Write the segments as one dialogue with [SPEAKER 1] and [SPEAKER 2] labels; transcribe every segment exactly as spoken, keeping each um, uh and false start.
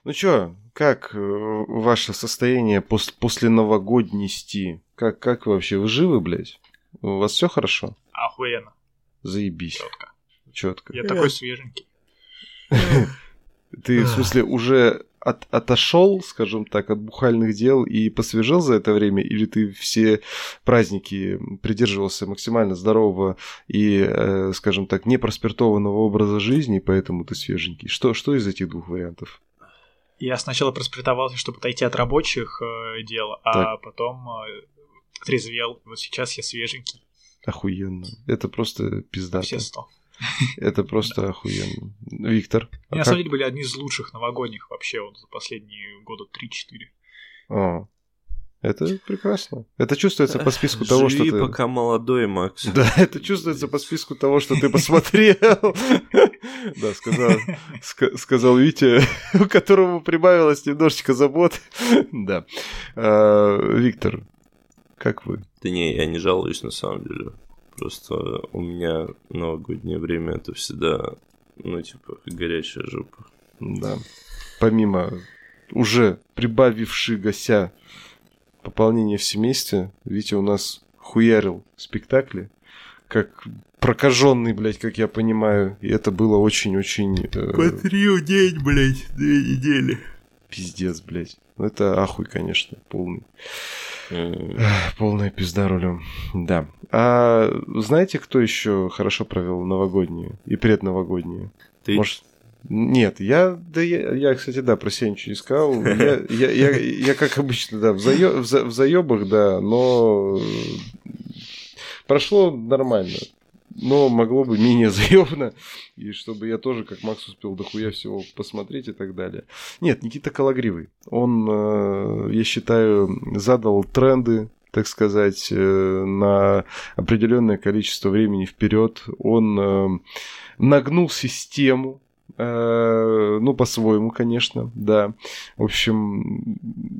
[SPEAKER 1] Ну чё, как э, ваше состояние пос- после новогоднести? Как, как вообще? Вы живы, блядь? У вас все хорошо?
[SPEAKER 2] Охуенно.
[SPEAKER 1] Заебись.
[SPEAKER 2] Четко.
[SPEAKER 1] Четко.
[SPEAKER 2] Я такой свеженький.
[SPEAKER 1] Ты, в смысле, уже от, отошел, скажем так, от бухальных дел и посвежел за это время? Или ты все праздники придерживался максимально здорового и, э, скажем так, непроспиртованного образа жизни, поэтому ты свеженький? Что, что из этих двух вариантов?
[SPEAKER 2] Я сначала проспиртовался, чтобы отойти от рабочих э, дел, а
[SPEAKER 1] Так.
[SPEAKER 2] потом э, трезвел. Вот сейчас я свеженький.
[SPEAKER 1] Охуенно. Это просто пиздато.
[SPEAKER 2] Все стал.
[SPEAKER 1] Это просто охуенно. Виктор?
[SPEAKER 2] А на самом деле были одни из лучших новогодних вообще вот за последние года три-четыре.
[SPEAKER 1] О, это прекрасно. Это чувствуется по списку того, что
[SPEAKER 3] Живи
[SPEAKER 1] ты...
[SPEAKER 3] пока молодой, Макс.
[SPEAKER 1] Да, это чувствуется по списку того, что ты посмотрел. Да, сказал, сказал Витя, у которого прибавилось немножечко забот. Да. Виктор, как вы?
[SPEAKER 3] Да не, я не жалуюсь на самом деле. Просто у меня новогоднее время это всегда, ну, типа, горячая жопа.
[SPEAKER 1] Да. Помимо уже прибавившегося пополнения в семействе, Витя у нас хуярил спектакли, как прокаженный, блядь, как я понимаю. И это было очень-очень... Э...
[SPEAKER 3] По три в день, блядь, две недели.
[SPEAKER 1] Пиздец, блядь. Ну, это ахуй, конечно, полный. Полная пизда рулем. Да. А знаете, кто еще хорошо провел новогодние и предновогодние?
[SPEAKER 3] Ты?
[SPEAKER 1] Может... Нет, я, да я, я, кстати, да, про себя ничего не сказал. Я, я, я, я как обычно, да, в, заё, в, за, в заебах, да, но прошло нормально. Но могло бы менее заебно, и чтобы я тоже, как Макс, успел дохуя всего посмотреть и так далее. Нет, Никита Кологривый. Он, я считаю, задал тренды, так сказать, на определенное количество времени вперед. Он нагнул систему, ну, по-своему, конечно, да. В общем,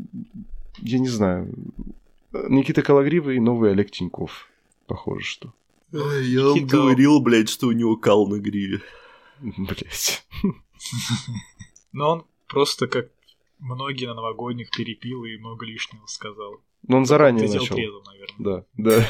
[SPEAKER 1] я не знаю. Никита Кологривый и новый Олег Тиньков. Похоже, что.
[SPEAKER 3] Я вам говорил, блядь, что у него кал на гриве.
[SPEAKER 1] Блядь.
[SPEAKER 2] Но он просто, как многие на новогодних, перепил и много лишнего сказал.
[SPEAKER 1] Но он заранее
[SPEAKER 2] Ты
[SPEAKER 1] начал.
[SPEAKER 2] Трезво, наверное.
[SPEAKER 1] Да, да.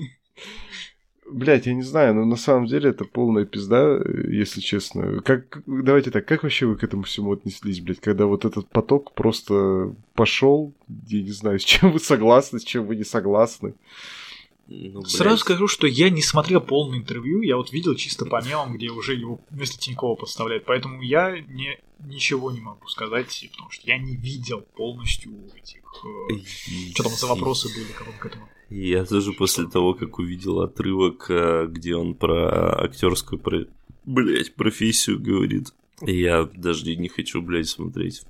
[SPEAKER 1] Блять, я не знаю, но на самом деле это полная пизда, если честно. Как, давайте так, как вообще вы к этому всему отнеслись, блядь, когда вот этот поток просто пошел, я не знаю, с чем вы согласны, с чем вы не согласны.
[SPEAKER 3] Ну,
[SPEAKER 2] Сразу скажу, что я не смотрел полное интервью, я вот видел чисто по мемам, где уже его вместо Тинькова подставляют, поэтому я не, ничего не могу сказать, потому что я не видел полностью этих... Э, что там за вопросы были к этому?
[SPEAKER 3] Я даже после того, как увидел отрывок, где он про актерскую, про... блять, профессию говорит, я даже не хочу, блядь, смотреть.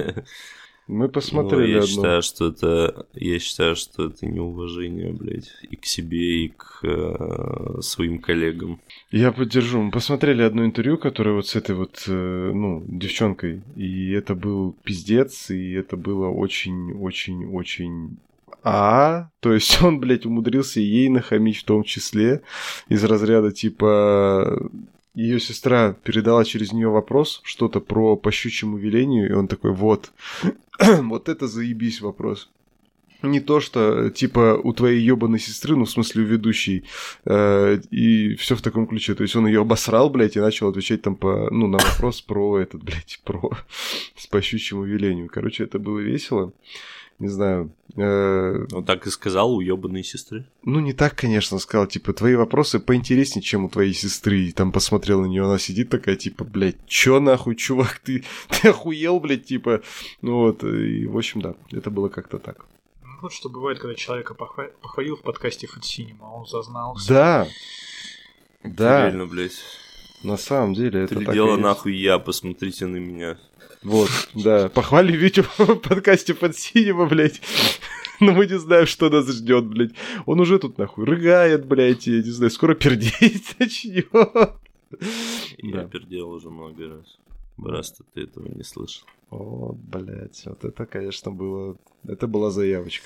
[SPEAKER 1] Мы посмотрели
[SPEAKER 3] я
[SPEAKER 1] одно.
[SPEAKER 3] Считаю, что это, я считаю, что это неуважение, блядь, и к себе, и к э, своим коллегам.
[SPEAKER 1] Я поддержу. Мы посмотрели одно интервью, которое вот с этой вот, э, ну, девчонкой, и это был пиздец, и это было очень-очень-очень... А, то есть он, блядь, умудрился ей нахамить в том числе, из разряда типа... Ее сестра передала через нее вопрос, что-то про по щучьему велению, и он такой, вот, вот это заебись вопрос. Не то, что, типа, у твоей ебаной сестры, ну, в смысле, у ведущей, э, и все в таком ключе. То есть он ее обосрал, блядь, и начал отвечать там по, ну, на вопрос про этот, блядь, про по щучьему велению. Короче, это было весело. Не знаю. Э...
[SPEAKER 3] Он так и сказал у ёбаной сестры.
[SPEAKER 1] Ну, не так, конечно, сказал. Типа, твои вопросы поинтереснее, чем у твоей сестры. И там посмотрел на нее, она сидит такая, типа, блядь, чё нахуй, чувак, ты, ты охуел, блядь, типа. Ну вот, и, в общем, да, это было как-то так.
[SPEAKER 2] Ну, вот что бывает, когда человека похва... похвалил в подкасте Fat Cinema, а он зазнался.
[SPEAKER 1] Да. Да.
[SPEAKER 3] Реально, блядь.
[SPEAKER 1] На самом деле, это
[SPEAKER 3] Ты
[SPEAKER 1] так
[SPEAKER 3] дело
[SPEAKER 1] и есть.
[SPEAKER 3] нахуй я, посмотрите на меня.
[SPEAKER 1] Вот, да. Похвали Витю в подкасте Fat Cinema, блядь. Но мы не знаем, что нас ждет, блядь. Он уже тут нахуй рыгает, блядь, я не знаю, скоро пердеть начнет.
[SPEAKER 3] Я
[SPEAKER 1] Да.
[SPEAKER 3] пердел уже много раз. Раз-то ты этого не слышал.
[SPEAKER 1] О, блядь, вот это, конечно, было... Это была заявочка.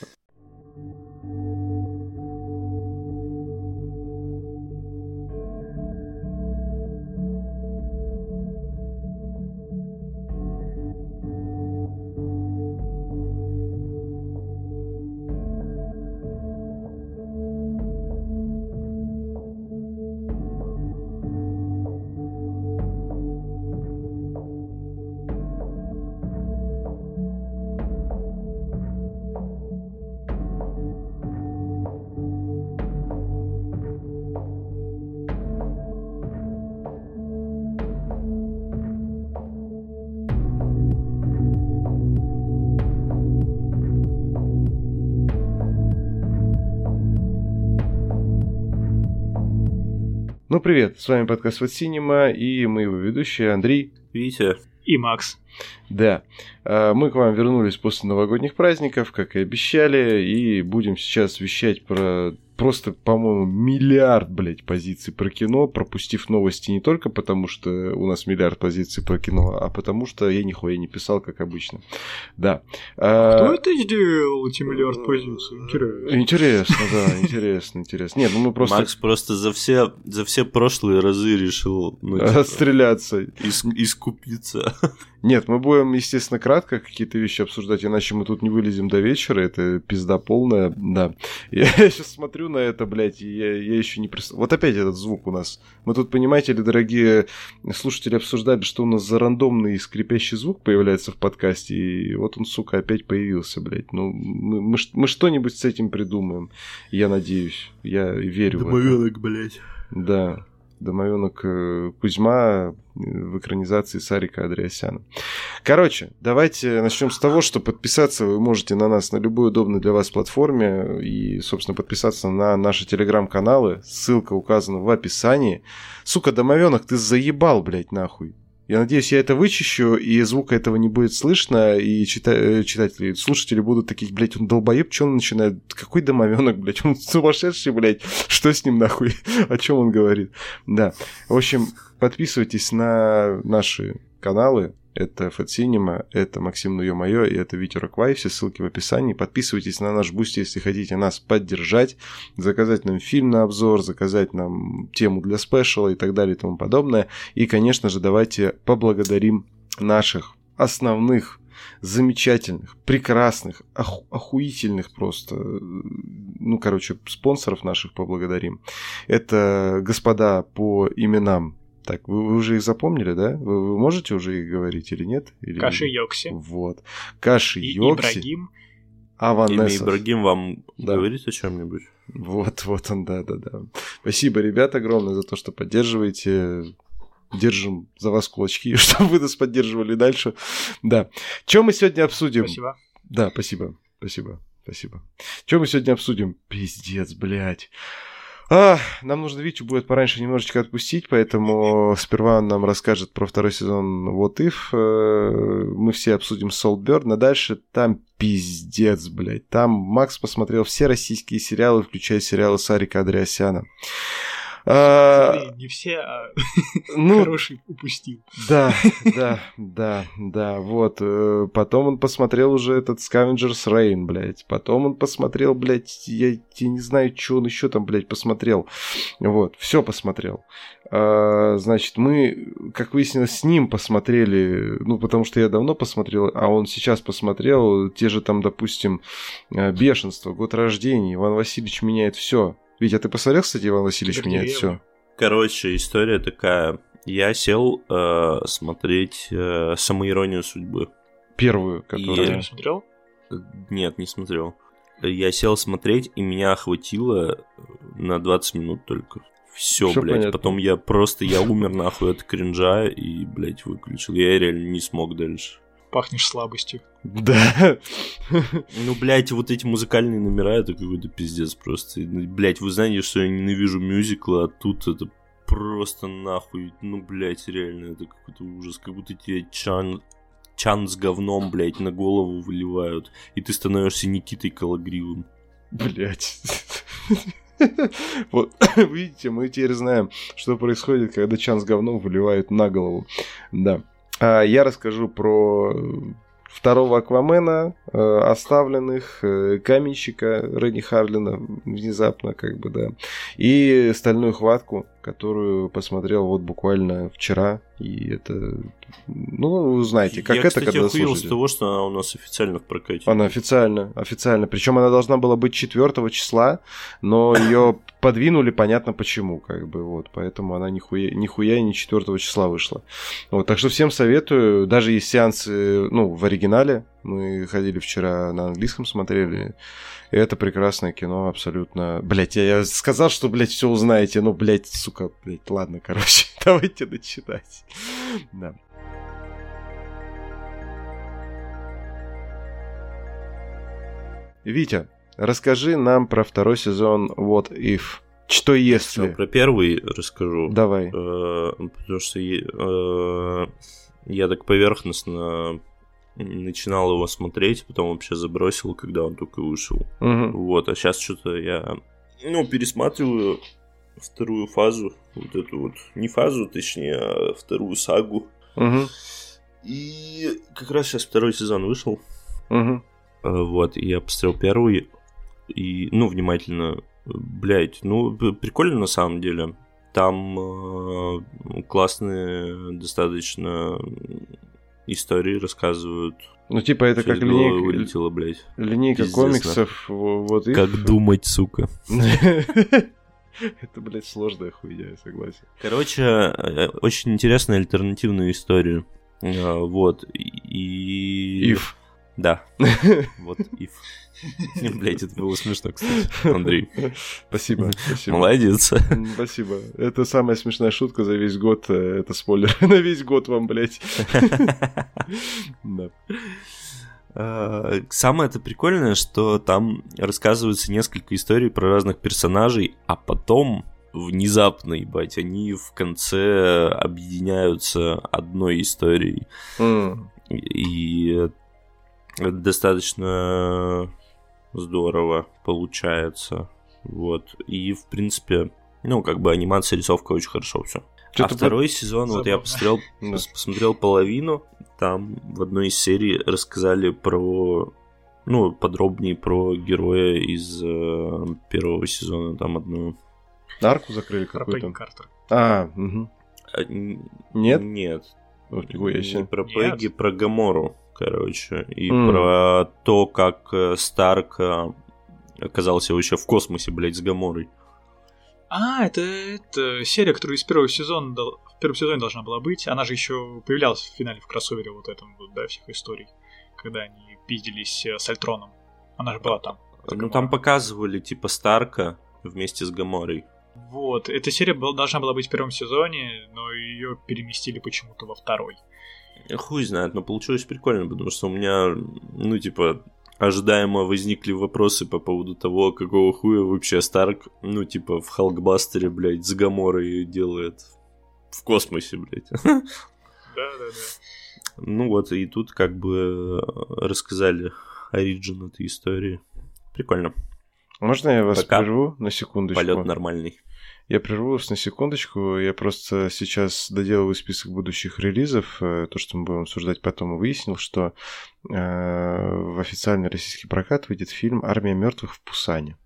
[SPEAKER 1] Ну, привет, с вами подкаст Вот Cinema, и мы его ведущие Андрей,
[SPEAKER 3] Витя
[SPEAKER 2] и Макс.
[SPEAKER 1] Да, мы к вам вернулись после новогодних праздников, как и обещали, и будем сейчас вещать про просто, по-моему, миллиард, блядь, позиций про кино, пропустив новости не только потому, что у нас миллиард позиций про кино, а потому что я нихуя не писал, как обычно. Да.
[SPEAKER 2] Кто это сделал, эти миллиард позиций? Интересно.
[SPEAKER 1] Интересно, да, интересно, интересно. Нет, ну мы просто...
[SPEAKER 3] Макс просто за все, за все прошлые разы решил ну, типа,
[SPEAKER 1] отстреляться.
[SPEAKER 3] Ис- искупиться.
[SPEAKER 1] Нет, мы будем, естественно, кратко какие-то вещи обсуждать, иначе мы тут не вылезем до вечера, это пизда полная, да. Я сейчас смотрю на это, блядь, и я, я еще не представляю. Вот опять этот звук у нас. Мы тут, понимаете ли, дорогие слушатели, обсуждали, что у нас за рандомный скрипящий звук появляется в подкасте, и вот он, сука, опять появился, блядь. Ну, мы, мы, мы что-нибудь с этим придумаем, я надеюсь, я верю в это.
[SPEAKER 3] Домовенок, блядь.
[SPEAKER 1] Да. Домовенок Кузьма в экранизации Сарика Андреасяна. Короче, давайте начнем с того, что подписаться вы можете на нас на любой удобной для вас платформе и, собственно, подписаться на наши телеграм-каналы. Ссылка указана в описании. Сука, Домовенок, ты заебал, блядь, нахуй. Я надеюсь, я это вычищу, и звука этого не будет слышно, и чита- читатели, слушатели будут такие, блядь, он долбоеб, что он начинает? Какой Домовенок, блядь, он сумасшедший, блядь, что с ним нахуй? О чем он говорит? Да, в общем, подписывайтесь на наши каналы. Это Fat Cinema, это Максим Ну Ё-Моё, и это Витя Роквай. Все ссылки в описании. Подписывайтесь на наш Бусти, если хотите нас поддержать, заказать нам фильм на обзор, заказать нам тему для спешала и так далее и тому подобное. И, конечно же, давайте поблагодарим наших основных, замечательных, прекрасных, оху- охуительных просто, ну, короче, спонсоров наших поблагодарим. Это господа по именам. Так, вы, вы уже их запомнили, да? Вы, вы можете уже их говорить или нет? Или...
[SPEAKER 2] Каши Йокси.
[SPEAKER 1] Вот. Каши
[SPEAKER 2] и
[SPEAKER 1] Йокси.
[SPEAKER 2] Ибрагим.
[SPEAKER 1] Аванесов.
[SPEAKER 3] Имя Ибрагим вам
[SPEAKER 1] да.
[SPEAKER 3] говорит о чем-нибудь?
[SPEAKER 1] Вот, вот он, да-да-да. Спасибо, ребят, огромное за то, что поддерживаете. Держим за вас кулачки, чтобы вы нас поддерживали дальше. Да. Что мы сегодня обсудим?
[SPEAKER 2] Спасибо.
[SPEAKER 1] Да, спасибо. Спасибо. Спасибо. Что мы сегодня обсудим? Пиздец, блядь. А, нам нужно Витю будет пораньше немножечко отпустить, поэтому сперва он нам расскажет про второй сезон What If. Мы все обсудим Saltburn, а дальше там пиздец, блядь. Там Макс посмотрел все российские сериалы, включая сериалы Сарика Андреасяна.
[SPEAKER 2] А... Не все, а
[SPEAKER 1] ну,
[SPEAKER 2] хороший упустил.
[SPEAKER 1] Да, да, да, да, вот. Потом он посмотрел уже этот Scavenger's Reign, блядь. Потом он посмотрел, блядь, я, я не знаю, что он еще там, блядь, посмотрел. Вот, все посмотрел. А, значит, мы, как выяснилось, с ним посмотрели, ну, потому что я давно посмотрел, а он сейчас посмотрел те же там, допустим, «Бешенство», «Год рождения», «Иван Васильевич меняет все». Витя, ты посмотрел, кстати, Иван Васильевич меняет все?
[SPEAKER 3] Короче, история такая. Я сел э, смотреть э, «Самоиронию судьбы».
[SPEAKER 1] Первую, которую...
[SPEAKER 2] Ты не смотрел?
[SPEAKER 3] Нет, не смотрел. Я сел смотреть, и меня охватило на двадцать минут только. Все, блядь. Понятно. Потом я просто, я умер нахуй от кринжа и, блядь, выключил. Я реально не смог дальше.
[SPEAKER 2] Пахнешь слабостью.
[SPEAKER 1] Да.
[SPEAKER 3] Ну, блядь, вот эти музыкальные номера, это какой-то пиздец просто. Блядь, вы знаете, что я ненавижу мюзиклы, а тут это просто нахуй. Ну, блядь, реально, это какой-то ужас. Как будто тебе чан, чан с говном, блядь, на голову выливают, и ты становишься Никитой Кологривым.
[SPEAKER 1] Блядь. Вот, видите, мы теперь знаем, что происходит, когда чан с говном выливают на голову. Да. А я расскажу про второго Аквамена, оставленных, каменщика Ренни Харлина внезапно, как бы, да, и «Стальную хватку», которую посмотрел вот буквально вчера, и это, ну, вы знаете, как
[SPEAKER 3] я,
[SPEAKER 1] это,
[SPEAKER 3] кстати,
[SPEAKER 1] когда слушаете.
[SPEAKER 3] Я, кстати, с того, что она у нас официально в прокате.
[SPEAKER 1] Она официально, официально, причем она должна была быть четвёртого числа, но ее подвинули, понятно почему, как бы, вот, поэтому она нихуя, нихуя не четвёртого числа вышла. Вот, так что всем советую, даже есть сеансы, ну, в оригинале, мы ходили вчера на английском, смотрели. И это прекрасное кино, абсолютно. Блять, я, я сказал, что, блядь, все узнаете, но, блядь, сука, блядь, ладно, короче, давайте начинать. Да. Витя, расскажи нам про второй сезон What If. Что если?
[SPEAKER 3] Про первый расскажу.
[SPEAKER 1] Давай.
[SPEAKER 3] Э, потому что э, я так поверхностно начинал его смотреть, потом вообще забросил, когда он только вышел.
[SPEAKER 1] Угу.
[SPEAKER 3] Вот, а сейчас что-то я, ну, пересматриваю вторую фазу, вот эту вот, не фазу, точнее, а вторую сагу.
[SPEAKER 1] Угу.
[SPEAKER 3] И как раз сейчас второй сезон вышел.
[SPEAKER 1] Угу.
[SPEAKER 3] Вот, и я посмотрел первый, и, ну, внимательно, блядь, ну, прикольно на самом деле. Там э, классные достаточно истории рассказывают.
[SPEAKER 1] Ну, типа, это
[SPEAKER 3] Через
[SPEAKER 1] как
[SPEAKER 3] голову
[SPEAKER 1] линейка,
[SPEAKER 3] вылетело, блядь.
[SPEAKER 1] линейка
[SPEAKER 3] Пиздец,
[SPEAKER 1] комиксов. Вот их.
[SPEAKER 3] Как думать, сука.
[SPEAKER 1] Это, блядь, сложная хуйня, я согласен.
[SPEAKER 3] Короче, э, очень интересная альтернативная история. Э, вот, и...
[SPEAKER 1] If.
[SPEAKER 3] Да, вот if. Блять, это было смешно, кстати, Андрей.
[SPEAKER 1] Спасибо, спасибо.
[SPEAKER 3] Молодец.
[SPEAKER 1] Спасибо. Это самая смешная шутка за весь год. Это спойлер на весь год вам, блядь. Да.
[SPEAKER 3] Самое это прикольное, что там рассказывается несколько историй про разных персонажей, а потом внезапно, ебать, они в конце объединяются одной историей.
[SPEAKER 1] Mm.
[SPEAKER 3] И это достаточно здорово получается. Вот. И, в принципе, ну, как бы анимация, рисовка очень хорошо все. А второй сезон,
[SPEAKER 2] Забавно.
[SPEAKER 3] вот я посмотрел, посмотрел половину, там в одной из серий рассказали про, ну, подробнее про героя из э, первого сезона, там одну...
[SPEAKER 1] Арку закрыли
[SPEAKER 2] Про
[SPEAKER 1] какую-то?
[SPEAKER 2] Пегги Картер.
[SPEAKER 1] А, угу.
[SPEAKER 3] А, н-
[SPEAKER 1] Нет?
[SPEAKER 3] Нет.
[SPEAKER 1] Ох, нихуя себе.
[SPEAKER 3] Не про
[SPEAKER 2] Нет.
[SPEAKER 3] Пегги, про Гамору, короче. И
[SPEAKER 1] М.
[SPEAKER 3] про то, как э, Старк э, оказался вообще в космосе, блядь, с Гаморой.
[SPEAKER 2] А, это, это серия, которая из первого сезона дол- в первом сезоне должна была быть. Она же еще появлялась в финале в кроссовере вот этом, вот, да, всех историй, когда они пиздились э, с Альтроном. Она же была там.
[SPEAKER 3] Ну, там показывали, типа, Старка вместе с Гаморой.
[SPEAKER 2] Вот, эта серия был, должна была быть в первом сезоне, но ее переместили почему-то во второй.
[SPEAKER 3] Хуй знает, но получилось прикольно, потому что у меня, ну, типа, ожидаемо возникли вопросы по поводу того, какого хуя вообще Старк, ну, типа, в Халкбастере, блядь, с Гаморой делает в космосе, блядь.
[SPEAKER 2] Да-да-да.
[SPEAKER 3] Ну вот, и тут как бы рассказали оригин этой истории. Прикольно.
[SPEAKER 1] Можно я вас
[SPEAKER 3] Пока.
[SPEAKER 1] прерву на секундочку?
[SPEAKER 3] Полет нормальный.
[SPEAKER 1] Я прерву вас на секундочку. Я просто сейчас доделываю список будущих релизов. Э, То, что мы будем обсуждать потом, и выяснил, что э, в официальный российский прокат выйдет фильм «Армия мертвых в Пусане».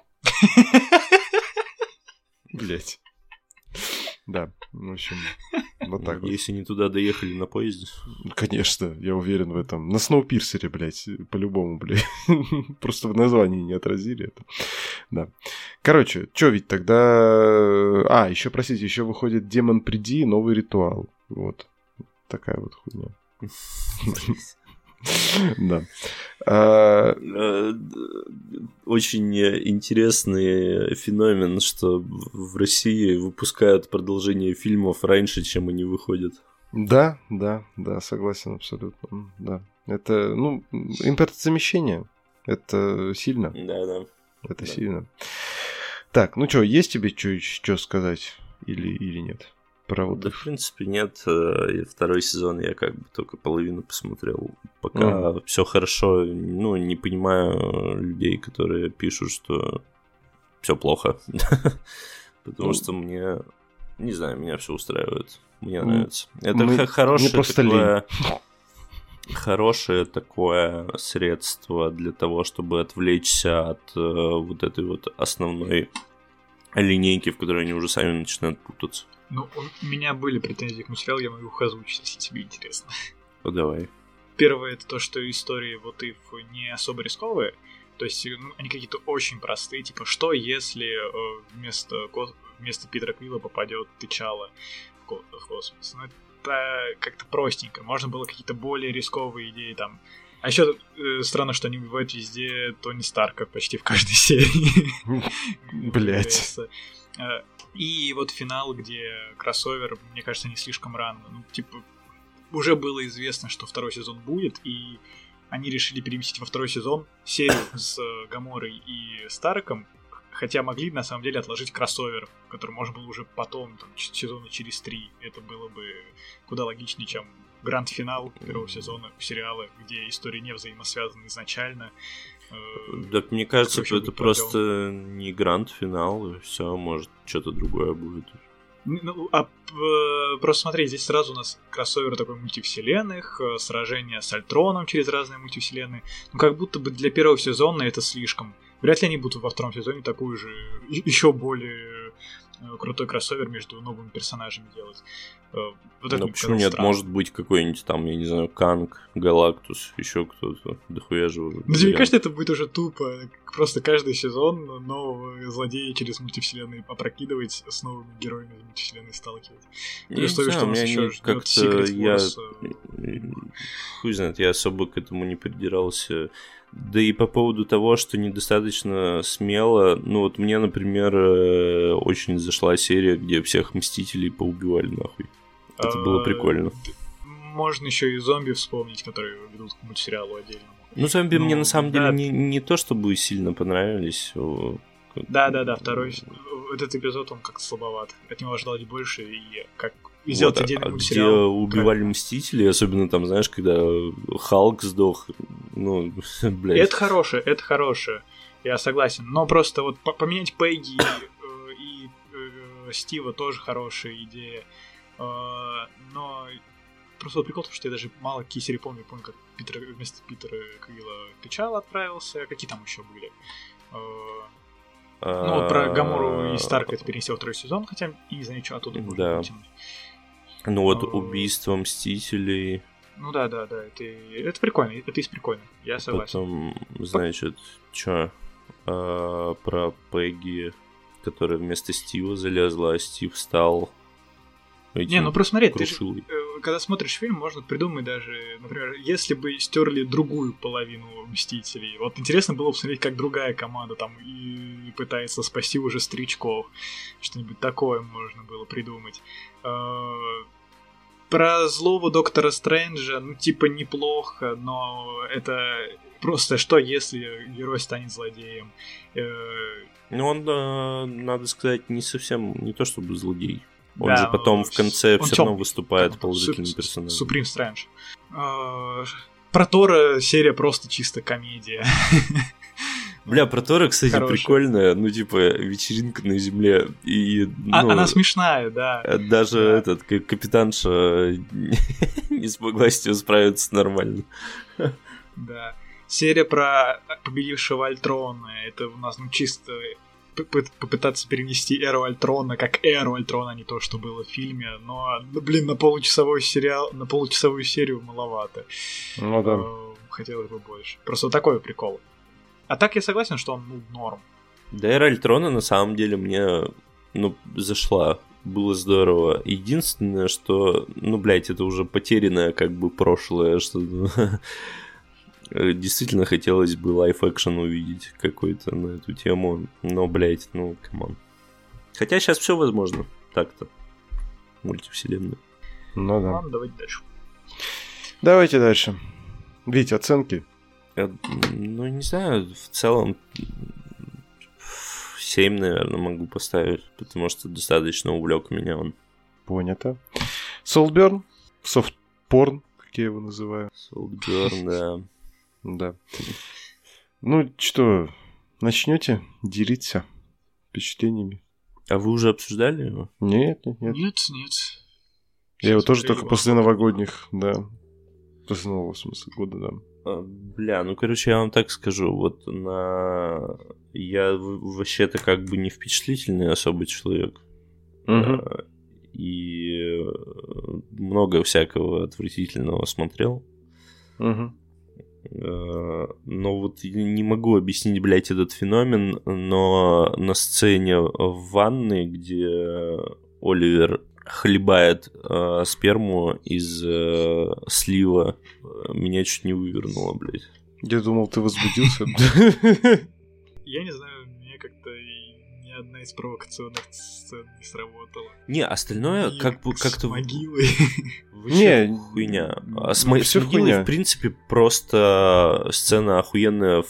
[SPEAKER 1] Блять. Да, в общем, вот так вот.
[SPEAKER 3] Если не туда доехали на поезде.
[SPEAKER 1] Конечно, я уверен в этом. На Сноупирсере, блядь, по-любому, блядь. Просто в названии не отразили это. Да. Короче, чё ведь тогда... А, еще, простите, еще выходит «Демон, приди», новый ритуал. Вот. Такая вот хуйня. Да.
[SPEAKER 3] Очень интересный феномен, что в России выпускают продолжение фильмов раньше, чем они выходят.
[SPEAKER 1] Да, да, да, согласен абсолютно. Да. Это, ну, импортозамещение. Это сильно.
[SPEAKER 3] Да, да.
[SPEAKER 1] Это
[SPEAKER 3] Да.
[SPEAKER 1] сильно. Так, ну что, есть тебе что сказать или, или нет? Про вот
[SPEAKER 3] Да, в принципе, нет. И второй сезон я как бы только половину посмотрел. Пока
[SPEAKER 1] Мгм.
[SPEAKER 3] все хорошо. Ну, не понимаю людей, которые пишут, что все плохо. Потому
[SPEAKER 1] Ну,
[SPEAKER 3] что мне, не знаю, меня все устраивает. Мне
[SPEAKER 1] М,
[SPEAKER 3] нравится. Это
[SPEAKER 1] мы-
[SPEAKER 3] х- хорошее
[SPEAKER 1] мне просто
[SPEAKER 3] такое... Хорошее такое средство для того, чтобы отвлечься от э, вот этой вот основной линейки, в которой они уже сами начинают путаться.
[SPEAKER 2] Ну, у меня были претензии к материалу, я могу их озвучить, если тебе интересно.
[SPEAKER 3] Ну, давай.
[SPEAKER 2] Первое, это то, что истории вот if не особо рисковые. То есть ну, они какие-то очень простые. Типа, что если э, вместо, ко- вместо Питера Квилла попадет Тычала в, ко- в космос? Ну, это как-то простенько. Можно было какие-то более рисковые идеи там. А еще э, странно, что они убивают везде Тони Старка почти в каждой серии.
[SPEAKER 1] Блять.
[SPEAKER 2] Э, И вот финал, где кроссовер, мне кажется, не слишком рано. Ну, типа, уже было известно, что второй сезон будет, и они решили переместить во второй сезон серию с э, Гаморой и Старком, Хотя могли, на самом деле, отложить кроссовер, который можно было уже потом, там, сезона через три. Это было бы куда логичнее, чем гранд-финал первого сезона сериала, где истории не взаимосвязаны изначально.
[SPEAKER 3] Так мне кажется, что это просто не гранд-финал, и все, может, что-то другое будет.
[SPEAKER 2] Ну, а э, просто смотри, здесь сразу у нас кроссовер такой мультивселенных, э, сражение с Альтроном через разные мультивселенные. Ну, как будто бы для первого сезона это слишком. Вряд ли они будут во втором сезоне такую же, еще более э, крутой кроссовер между новыми персонажами делать. Э, вот это
[SPEAKER 3] ну, почему нет?
[SPEAKER 2] странно.
[SPEAKER 3] Может быть, какой-нибудь там, я не знаю, Канг, Галактус, еще кто-то, дохуя же.
[SPEAKER 2] Ну, мне кажется, это будет уже тупо. Просто каждый сезон нового злодея через мультивселенные опрокидывать, с новыми героями из мультивселенной сталкивать.
[SPEAKER 3] Я не знаю,
[SPEAKER 2] что у нас еще
[SPEAKER 3] как-то я... Хуй знает, я особо к этому не придирался. Да и по поводу того, что недостаточно смело, ну вот мне, например, очень зашла серия, где всех Мстителей поубивали нахуй. Это было прикольно.
[SPEAKER 2] Можно еще и зомби вспомнить, которые ведут к мультсериалу отдельному.
[SPEAKER 3] Ну, зомби ну, мне на самом
[SPEAKER 2] да.
[SPEAKER 3] деле не, не то чтобы сильно понравились.
[SPEAKER 2] Да-да-да, второй этот эпизод, он как-то слабоват. От него ожидалось больше, и как сделать вот, отдельный
[SPEAKER 3] а
[SPEAKER 2] мультсериал.
[SPEAKER 3] Где убивали как... Мстителей, особенно там, знаешь, когда Халк сдох, ну, блядь.
[SPEAKER 2] Это хорошее, это хорошее, я согласен. Но просто вот поменять Пегги и, и, и Стива тоже хорошая идея. Но просто вот прикол, что я даже мало какие серии помню. Помню, как Питер, вместо Питера Квилла Печал отправился. Какие там еще были? Ну вот про Гамору и Старка это перенесел второй сезон, хотя и не знаю, что оттуда можно вытянуть.
[SPEAKER 3] Ну вот убийство Мстителей.
[SPEAKER 2] Ну да, да, да, это, это прикольно, это из прикольно, я согласен.
[SPEAKER 3] Потом, значит, что а, про Пегги, которая вместо Стива залезла, а Стив стал этим
[SPEAKER 2] Не, ну просто смотри, ты же,
[SPEAKER 3] крушилой.
[SPEAKER 2] когда смотришь фильм, можно придумать даже, например, если бы стерли другую половину Мстителей. Вот интересно было бы посмотреть, как другая команда там и пытается спасти уже старичков. Что-нибудь такое можно было придумать. Про злого Доктора Стрэнджа, ну, типа, неплохо, но это просто что, если герой станет злодеем?
[SPEAKER 3] Ну, он, надо сказать, не совсем, не то чтобы злодей. Он
[SPEAKER 2] да,
[SPEAKER 3] же потом в конце все равно
[SPEAKER 2] тем...
[SPEAKER 3] выступает положительным персонажем.
[SPEAKER 2] Суприм Стрэндж. Про Тора серия просто чисто комедия.
[SPEAKER 3] Бля, про Тора, кстати,
[SPEAKER 2] Хорошая.
[SPEAKER 3] Прикольная, ну, типа, вечеринка на земле. И, ну,
[SPEAKER 2] а, она смешная, да.
[SPEAKER 3] Даже
[SPEAKER 2] да.
[SPEAKER 3] этот, капитанша не смогла с ним справиться нормально.
[SPEAKER 2] Да. Серия про победившего Альтрона. Это у нас, ну, чисто попытаться перенести эру Альтрона как эру Альтрона, а не то, что было в фильме. Но, блин, на получасовой сериал, на получасовую серию маловато.
[SPEAKER 1] Ну да.
[SPEAKER 2] Хотелось бы больше. Просто вот такой прикол. А так я согласен, что он, ну, норм.
[SPEAKER 3] Да, эра Альтрона на самом деле мне, ну, зашла. Было здорово. Единственное, что, ну, блядь, это уже потерянное как бы прошлое, что действительно хотелось бы лайф-экшен увидеть какой-то на эту тему. Но, блядь, ну, камон. Хотя сейчас все возможно. Так-то. Мультивселенная.
[SPEAKER 1] Ну да.
[SPEAKER 2] Ладно, давайте дальше.
[SPEAKER 1] Давайте дальше. Вить, оценки?
[SPEAKER 3] Я, ну, не знаю, в целом семь, наверное, могу поставить, потому что достаточно увлек меня он.
[SPEAKER 1] Понято. Soulburn? Софтпорн, как я его называю.
[SPEAKER 3] Soulburn, да.
[SPEAKER 1] Да. Ну, что, начнете делиться впечатлениями?
[SPEAKER 3] А вы уже обсуждали его?
[SPEAKER 1] Нет, нет, нет.
[SPEAKER 2] Нет, нет.
[SPEAKER 1] Я его тоже только после новогодних, да. После нового смысла года, да.
[SPEAKER 3] Бля, ну, короче, я вам так скажу, вот на... Я вообще-то как бы не впечатлительный особый человек.
[SPEAKER 1] Угу.
[SPEAKER 3] И много всякого отвратительного смотрел.
[SPEAKER 1] Угу.
[SPEAKER 3] Но вот не могу объяснить, блядь, этот феномен, но на сцене в ванной, где Оливер хлебает э, сперму из э, слива, меня чуть не вывернуло, блядь.
[SPEAKER 1] Я думал, ты возбудился.
[SPEAKER 2] Я не знаю, мне как-то ни одна из провокационных сцен не сработала.
[SPEAKER 3] Не, остальное как бы как-то...
[SPEAKER 2] С могилой.
[SPEAKER 1] Не,
[SPEAKER 3] хуйня.
[SPEAKER 1] Ну,
[SPEAKER 3] с могилой, в принципе, просто сцена охуенная в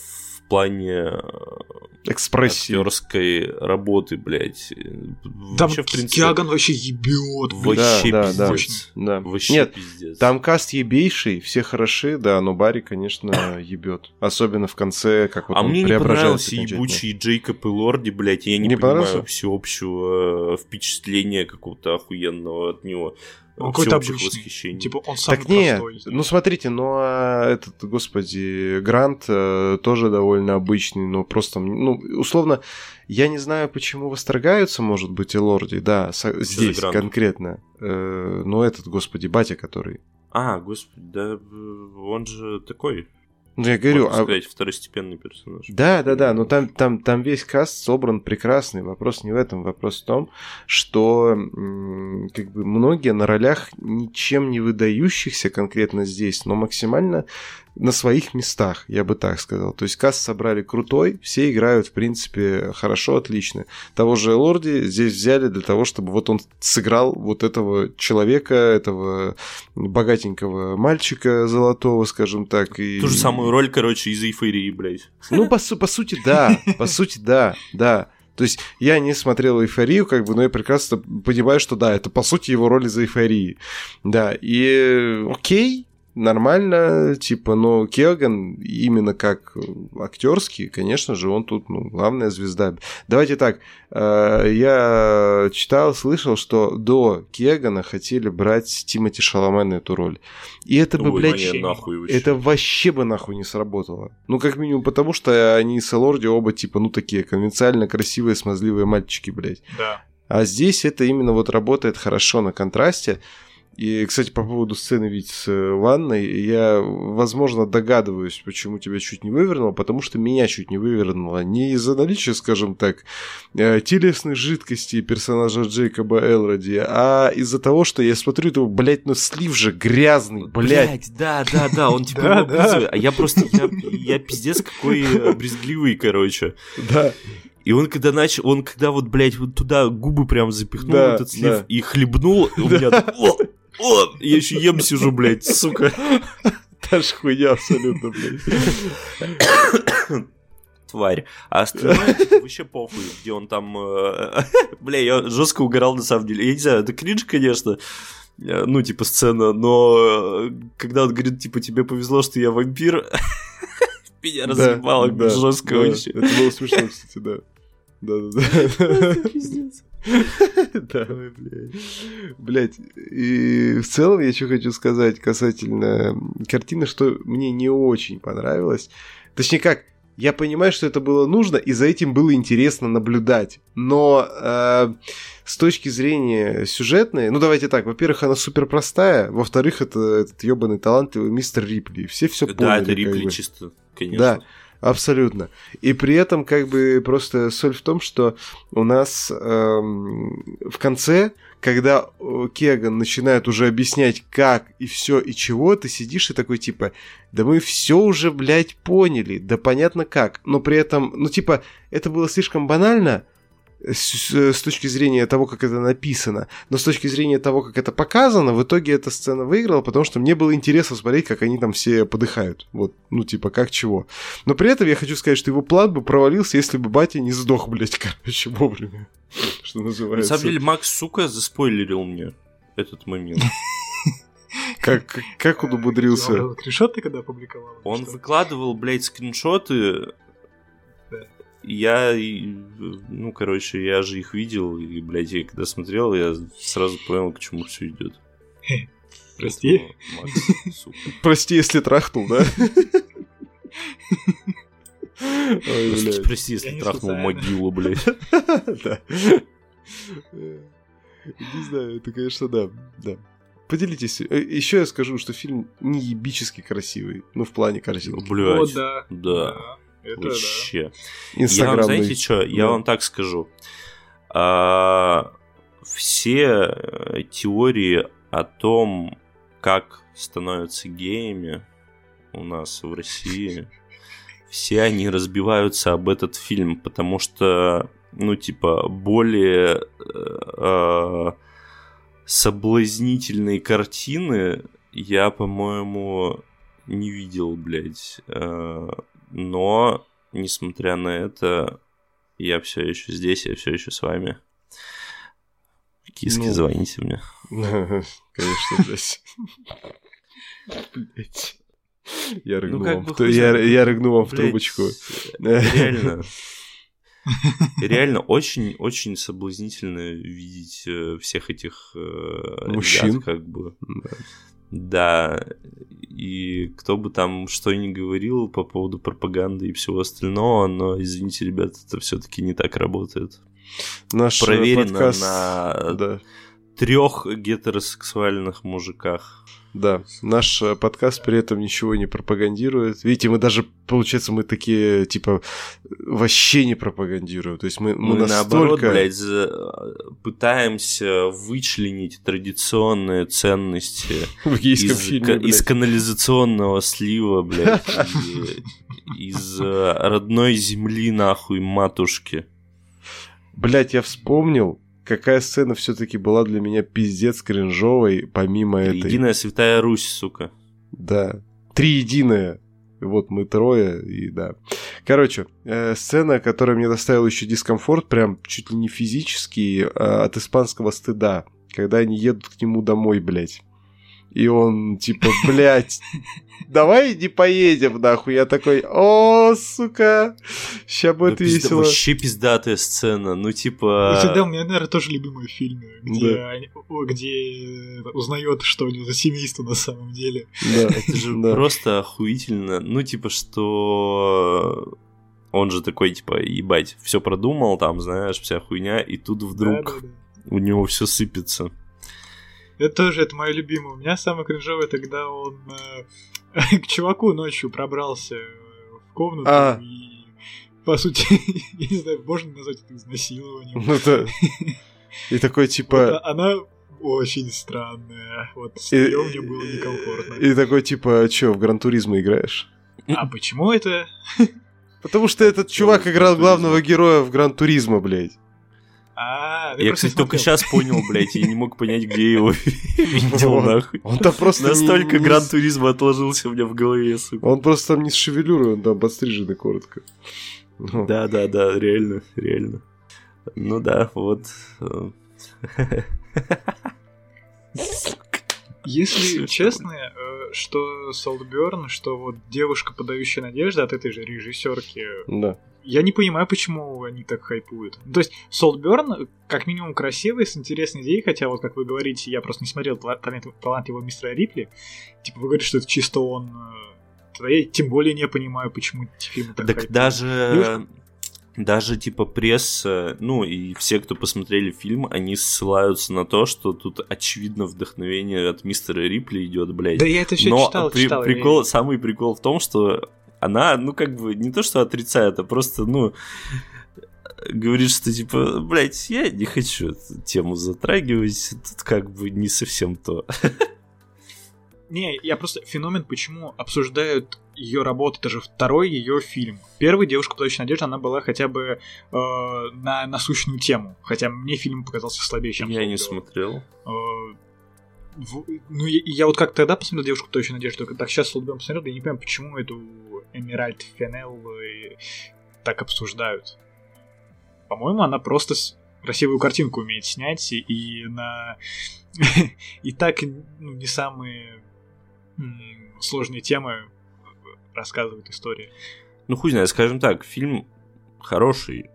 [SPEAKER 3] плане
[SPEAKER 1] экспрессии,
[SPEAKER 3] актерской работы, блядь.
[SPEAKER 2] Там вообще, в принципе, Киаган вообще ебет.
[SPEAKER 3] Вообще
[SPEAKER 1] да,
[SPEAKER 3] пиздец.
[SPEAKER 1] Да, да.
[SPEAKER 3] Вообще
[SPEAKER 1] Нет,
[SPEAKER 3] пиздец.
[SPEAKER 1] там каст ебейший, все хороши, да, но Барри, конечно, ебет. Особенно в конце, как вот
[SPEAKER 3] а
[SPEAKER 1] он
[SPEAKER 3] мне не
[SPEAKER 1] преображается.
[SPEAKER 3] понравился ебучий Джейкоб и Лорди, блядь. Я не,
[SPEAKER 1] не
[SPEAKER 3] понимаю всеобщего э, впечатления какого-то охуенного от него.
[SPEAKER 2] Он какой-то обычный. Типа он самый
[SPEAKER 1] так нет,
[SPEAKER 2] простой.
[SPEAKER 1] Ну смотрите, ну а этот, господи, Грант э, тоже довольно обычный, но просто, ну, условно, я не знаю, почему восторгаются, может быть, и Лорди, да, со- здесь конкретно. Э, но этот, господи, батя, который.
[SPEAKER 3] А, господи, да он же такой.
[SPEAKER 1] Ну, я говорю,
[SPEAKER 3] можно сказать,
[SPEAKER 1] а...
[SPEAKER 3] второстепенный персонаж.
[SPEAKER 1] Да, да, да, но там, там, там весь каст собран прекрасный. Вопрос не в этом, вопрос в том, что м- как бы многие на ролях ничем не выдающихся конкретно здесь, но максимально на своих местах, я бы так сказал. То есть каст собрали крутой, все играют, в принципе, хорошо, отлично. Того же Лорди здесь взяли для того, чтобы вот он сыграл вот этого человека, этого богатенького мальчика золотого, скажем так. И...
[SPEAKER 3] Ту же самую роль, короче, из Эйфории, блядь.
[SPEAKER 1] Ну, по, по сути, да. По сути, да, да. То есть я не смотрел «Эйфорию», как бы, но я прекрасно понимаю, что да, это по сути его роль из «Эйфории». Да, и окей, нормально, типа, но Киаган именно как актерский, конечно же, он тут, ну, главная звезда. Давайте так, я читал, слышал, что до Киагана хотели брать Тимоти Шаламе на эту роль. И это бы,
[SPEAKER 3] Ой,
[SPEAKER 1] блядь,
[SPEAKER 3] нахуй вообще.
[SPEAKER 1] это вообще бы нахуй не сработало. Ну, как минимум, потому что они с Лорди оба, типа, ну, такие конвенциально красивые, смазливые мальчики, блядь.
[SPEAKER 2] Да.
[SPEAKER 1] А здесь это именно вот работает хорошо на контрасте. И, кстати, по поводу сцены ведь с ванной, я, возможно, догадываюсь, почему тебя чуть не вывернуло, потому что меня чуть не вывернуло. Не из-за наличия, скажем так, телесной жидкости персонажа Джейкоба Элроди, а из-за того, что я смотрю, это, блядь, ну слив же грязный, блядь.
[SPEAKER 3] Блядь, да, да, да, он типа его облизывает, а я просто, я, я пиздец какой брезгливый, короче.
[SPEAKER 1] Да.
[SPEAKER 3] И он когда начал, он когда вот, блядь, вот туда губы прям запихнул,
[SPEAKER 1] да,
[SPEAKER 3] этот слив,
[SPEAKER 1] да.
[SPEAKER 3] и хлебнул, и у меня так, о, о, я еще ем сижу, блядь, сука.
[SPEAKER 1] Та ж хуйня абсолютно, блядь.
[SPEAKER 3] Тварь. А остальное типа, вообще похуй, где он там... Э, бля, я жестко угорал на самом деле. Я не знаю, это кринж, конечно, ну, типа, сцена, но когда он говорит, типа, тебе повезло, что я вампир, меня разъебало
[SPEAKER 1] да,
[SPEAKER 3] жестко
[SPEAKER 1] да,
[SPEAKER 3] вообще.
[SPEAKER 1] Это было смешно, кстати, да. Да-да-да.
[SPEAKER 3] Пиздец.
[SPEAKER 1] Да, блядь. Блядь, и в целом я что хочу сказать касательно картины, что мне не очень понравилось. Точнее как, я понимаю, что это было нужно, и за этим было интересно наблюдать. Но э, с точки зрения сюжетной, ну давайте так, во-первых, она супер простая, во-вторых, это этот ёбаный талантливый мистер Рипли. Все все поняли.
[SPEAKER 3] Да, это Рипли чисто, конечно.
[SPEAKER 1] Да. Абсолютно. И при этом, как бы, просто соль в том, что у нас эм, в конце, когда Киаган начинает уже объяснять, как и все и чего, ты сидишь и такой, типа, да мы все уже, блядь, поняли, да понятно как. Но при этом, ну, типа, это было слишком банально с, с точки зрения того, как это написано, но с точки зрения того, как это показано, в итоге эта сцена выиграла, потому что мне было интересно смотреть, как они там все подыхают. Вот, ну, типа, как чего. Но при этом я хочу сказать, что его план бы провалился, если бы батя не сдох, блядь, короче, вовремя. Что называется.
[SPEAKER 3] На самом деле, Макс, сука, заспойлерил мне этот момент.
[SPEAKER 1] Как, как он умудрился?
[SPEAKER 2] Скриншоты когда опубликовал?
[SPEAKER 3] Он выкладывал, блядь, скриншоты. Я, ну, короче, я же их видел, и, блядь, я когда смотрел, я сразу понял, к чему все идет.
[SPEAKER 2] Прости.
[SPEAKER 1] Прости, если трахнул, да?
[SPEAKER 3] Прости, если трахнул могилу, блядь.
[SPEAKER 1] Да. Не знаю, это, конечно, да, да. Поделитесь. Еще я скажу, что фильм не ебически красивый, ну, в плане картинки.
[SPEAKER 3] Блядь,
[SPEAKER 2] да.
[SPEAKER 3] Да.
[SPEAKER 2] Это
[SPEAKER 3] вообще.
[SPEAKER 2] Да.
[SPEAKER 3] Я вам, знаете что, я да. вам так скажу. А, все теории о том, как становятся геями у нас в России, все они разбиваются об этот фильм, потому что, ну, типа, более э, соблазнительные картины я, по-моему, не видел, блядь. Э, но несмотря на это, я все еще здесь, я все еще с вами. Киски, ну... звоните мне.
[SPEAKER 1] Конечно, блядь. Блядь. Я рыгну, ну, вам, бы, в... я, я рыгну вам в трубочку.
[SPEAKER 3] Реально. Реально очень-очень соблазнительно видеть всех этих
[SPEAKER 1] мужчин,
[SPEAKER 3] ребят, как бы. Да. И кто бы там что ни говорил по поводу пропаганды и всего остального, но, извините, ребят, это все-таки не так работает.
[SPEAKER 1] Наш
[SPEAKER 3] проверено
[SPEAKER 1] подкаст...
[SPEAKER 3] на
[SPEAKER 1] да.
[SPEAKER 3] трех гетеросексуальных мужиках.
[SPEAKER 1] Да, наш подкаст при этом ничего не пропагандирует. Видите, мы даже, получается, мы такие, типа, вообще не пропагандируем. То есть мы, мы, мы настолько...
[SPEAKER 3] наоборот, блядь, пытаемся вычленить традиционные ценности из, фильме, из канализационного слива, блядь, из родной земли, нахуй, матушки.
[SPEAKER 1] Блядь, я вспомнил, какая сцена все-таки была для меня пиздец кринжовой, помимо этой.
[SPEAKER 3] Единая святая Русь, сука.
[SPEAKER 1] Да. Триединая. Вот мы трое, и да. Короче, э, сцена, которая мне доставила еще дискомфорт, прям чуть ли не физический, э, от испанского стыда. Когда они едут к нему домой, блядь. И он, типа, блядь, давай не поедем, нахуй. Я такой, о, сука, ща будет
[SPEAKER 3] ну,
[SPEAKER 1] весело.
[SPEAKER 3] Пизда, вообще пиздатая сцена, ну, типа...
[SPEAKER 2] И всегда у меня, наверное, тоже любимые фильмы, где, да. они, где узнает, что у него за семейство на самом деле.
[SPEAKER 3] Да, это же да. просто охуительно. Ну, типа, что... Он же такой, типа, ебать, все продумал, там, знаешь, вся хуйня, и тут вдруг да, да, да. у него все сыпется.
[SPEAKER 2] Это тоже, это мое любимое. У меня самое кринжовое, когда он э, к чуваку ночью пробрался в комнату а. и, по сути, я не знаю, можно назвать это изнасилованием.
[SPEAKER 1] Ну да. И такой, типа...
[SPEAKER 2] Вот, она очень странная. Вот с нее мне было некомфортно.
[SPEAKER 1] И такой, типа, что, в Гран-туризмо играешь?
[SPEAKER 2] А почему это?
[SPEAKER 1] Потому что этот чувак играл главного героя в Гран-туризмо, блядь.
[SPEAKER 2] А,
[SPEAKER 3] я, кстати, только сейчас понял, блядь, и не мог понять, где его видел, нахуй.
[SPEAKER 1] Он-то просто
[SPEAKER 3] настолько Гран-туризма отложился у меня в голове, сука.
[SPEAKER 1] Он просто там не с шевелюрой, он там подстриженный коротко.
[SPEAKER 3] Да-да-да, реально, реально. Ну да, вот.
[SPEAKER 2] Если честно, что Солтберн, что вот девушка, подающая надежды от этой же режиссерки,
[SPEAKER 1] да.
[SPEAKER 2] я не понимаю, почему они так хайпуют. То есть Солтберн, как минимум, красивый, с интересной идеей, хотя вот, как вы говорите, я просто не смотрел талант, талант его мистера Рипли. Типа, вы говорите, что это чисто он... Тогда я тем более не понимаю, почему эти фильмы так
[SPEAKER 3] Так
[SPEAKER 2] хайпуют.
[SPEAKER 3] даже... Девушка... Даже, типа, пресса, ну, и все, кто посмотрели фильм, они ссылаются на то, что тут, очевидно, вдохновение от мистера Рипли идет, блядь.
[SPEAKER 2] Да я это все
[SPEAKER 3] Но
[SPEAKER 2] читал,
[SPEAKER 3] при-
[SPEAKER 2] читал.
[SPEAKER 3] Прикол,
[SPEAKER 2] я...
[SPEAKER 3] самый прикол в том, что она, ну, как бы, не то, что отрицает, а просто, ну, говорит, что, типа, блядь, я не хочу эту тему затрагивать, тут как бы не совсем то.
[SPEAKER 2] Не, я просто феномен, почему обсуждают ее работу, это же второй ее фильм. Первый «Девушка, подающая надежду», она была хотя бы э, на насущную тему, хотя мне фильм показался слабее, чем
[SPEAKER 3] я не смотрел.
[SPEAKER 2] Э, в, ну, я, я вот как тогда посмотрел «Девушку, подающую надежду», так сейчас Солтберн посмотрел, да я не понимаю, почему эту Эмеральд Фенел так обсуждают. По-моему, она просто красивую картинку умеет снять, и, и на и так ну, не самые сложные темы рассказывает история.
[SPEAKER 3] Ну, хуй знает, скажем так, фильм хороший,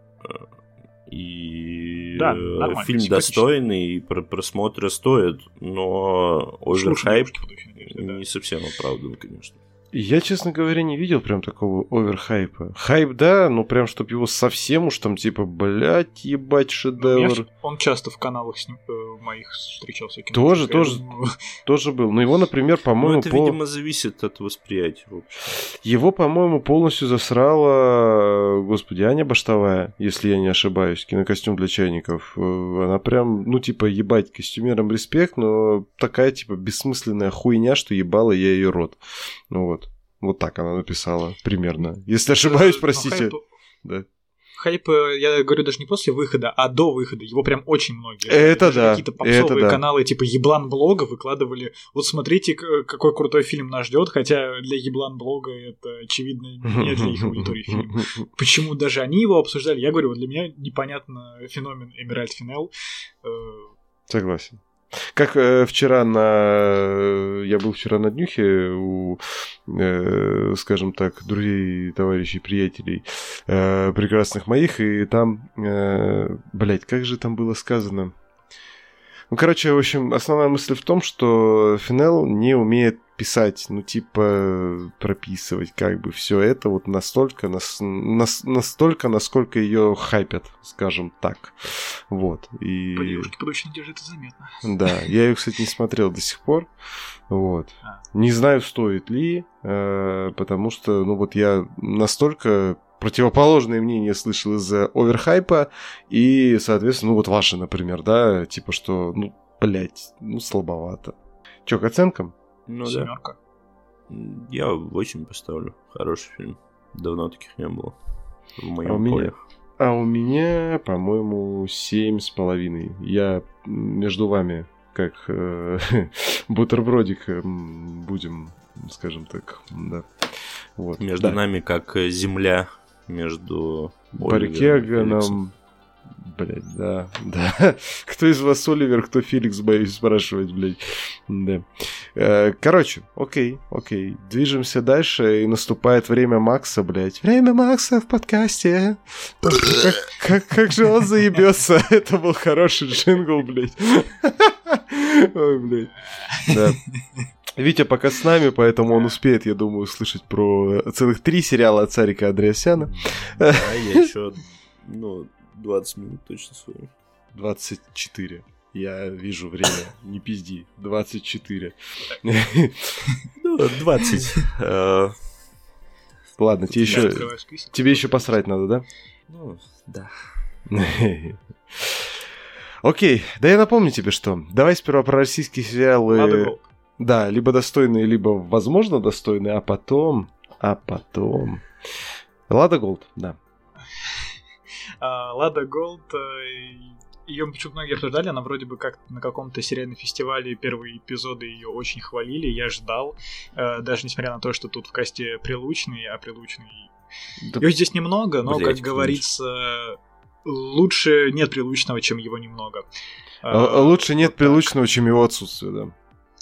[SPEAKER 3] и
[SPEAKER 2] да,
[SPEAKER 3] фильм достойный, и просмотра стоит, но оверхайп не да. совсем оправдан, конечно.
[SPEAKER 1] Я, честно говоря, не видел прям такого оверхайпа. Хайп, да, но прям, чтоб его совсем уж там, типа, блядь, ебать, шедевр.
[SPEAKER 2] Он часто в каналах с ним, э, моих встречался.
[SPEAKER 1] Тоже, тоже, думаю... тоже был. Но его, например, по-моему...
[SPEAKER 3] Ну, это,
[SPEAKER 1] пол...
[SPEAKER 3] видимо, зависит от восприятия, в общем.
[SPEAKER 1] Его, по-моему, полностью засрала, господи, Аня Баштовая, если я не ошибаюсь, кинокостюм для чайников. Она прям, ну, типа, ебать, костюмерам респект, но такая, типа, бессмысленная хуйня, что ебала я ее рот. Ну вот. Вот так она написала примерно. Если ошибаюсь, простите.
[SPEAKER 2] Хайп...
[SPEAKER 1] Да.
[SPEAKER 2] хайп, я говорю, даже не после выхода, а до выхода. Его прям очень многие.
[SPEAKER 1] Это
[SPEAKER 2] даже
[SPEAKER 1] да.
[SPEAKER 2] Какие-то попсовые
[SPEAKER 1] это
[SPEAKER 2] каналы типа Еблан Блога выкладывали. Вот смотрите, какой крутой фильм нас ждет, хотя для Еблан Блога это, очевидно, не для их аудитории фильм. Почему даже они его обсуждали? Я говорю, вот для меня непонятно феномен Эмеральд Финел.
[SPEAKER 1] Согласен. Как э, вчера на... Я был вчера на днюхе у, э, скажем так, друзей, товарищей, приятелей, э, прекрасных моих, и там... Э, блядь, как же там было сказано? Ну, короче, в общем, основная мысль в том, что Финел не умеет писать, ну, типа, прописывать, как бы, все это вот настолько, нас, нас, настолько, насколько ее хайпят, скажем так. Вот. И...
[SPEAKER 2] По девушке подочной надежды это заметно.
[SPEAKER 1] Да, я ее, кстати, не смотрел до сих пор. Вот. А. Не знаю, стоит ли, э, потому что, ну, вот я настолько... противоположное мнение слышал из-за оверхайпа, и, соответственно, ну вот ваше, например, да, типа что, ну, блядь, ну, слабовато. Чё, к оценкам?
[SPEAKER 3] Ну,
[SPEAKER 2] семерка.
[SPEAKER 3] Да. Я восемь поставлю. Хороший фильм. Давно таких не было в моем
[SPEAKER 1] а у
[SPEAKER 3] поле.
[SPEAKER 1] Меня, а у меня, по-моему, семь с половиной. Я между вами, как э, бутербродик, э, будем, скажем так, да. Вот.
[SPEAKER 3] Между
[SPEAKER 1] да.
[SPEAKER 3] нами, как земля между
[SPEAKER 1] Баркеганом. Блять, да, да. Кто из вас Оливер, кто Феликс, боюсь спрашивать, блядь. Да. Короче, окей, окей. Движемся дальше, и наступает время Макса, блядь. Время Макса в подкасте. Как, как, как же он заебется. Это был хороший джингл, блядь. Ой, блядь. Да. Витя пока с нами, поэтому он успеет, я думаю, услышать про целых три сериала от Сарика Андреасяна.
[SPEAKER 3] Да, я еще, ну, двадцать минут точно свою.
[SPEAKER 1] двадцать четыре. Я вижу время. Не пизди. двадцать четыре.
[SPEAKER 3] Ну, двадцать.
[SPEAKER 1] Ладно, тебе еще тебе еще посрать надо, да?
[SPEAKER 3] Ну, да.
[SPEAKER 1] Окей, да я напомню тебе, что. Давай сперва про российские сериалы. Да, либо достойные, либо, возможно, достойные, а потом... А потом... Лада Голд, да.
[SPEAKER 2] Лада Голд... Ее почему-то многие обсуждали, она вроде бы как на каком-то сериальном фестивале первые эпизоды ее очень хвалили, я ждал, даже несмотря на то, что тут в касте Прилучный, а Прилучный... Да... Ее здесь немного, но, блять, как говорится, лучше нет Прилучного, чем его немного.
[SPEAKER 1] А, лучше нет вот Прилучного, чем его отсутствие, да.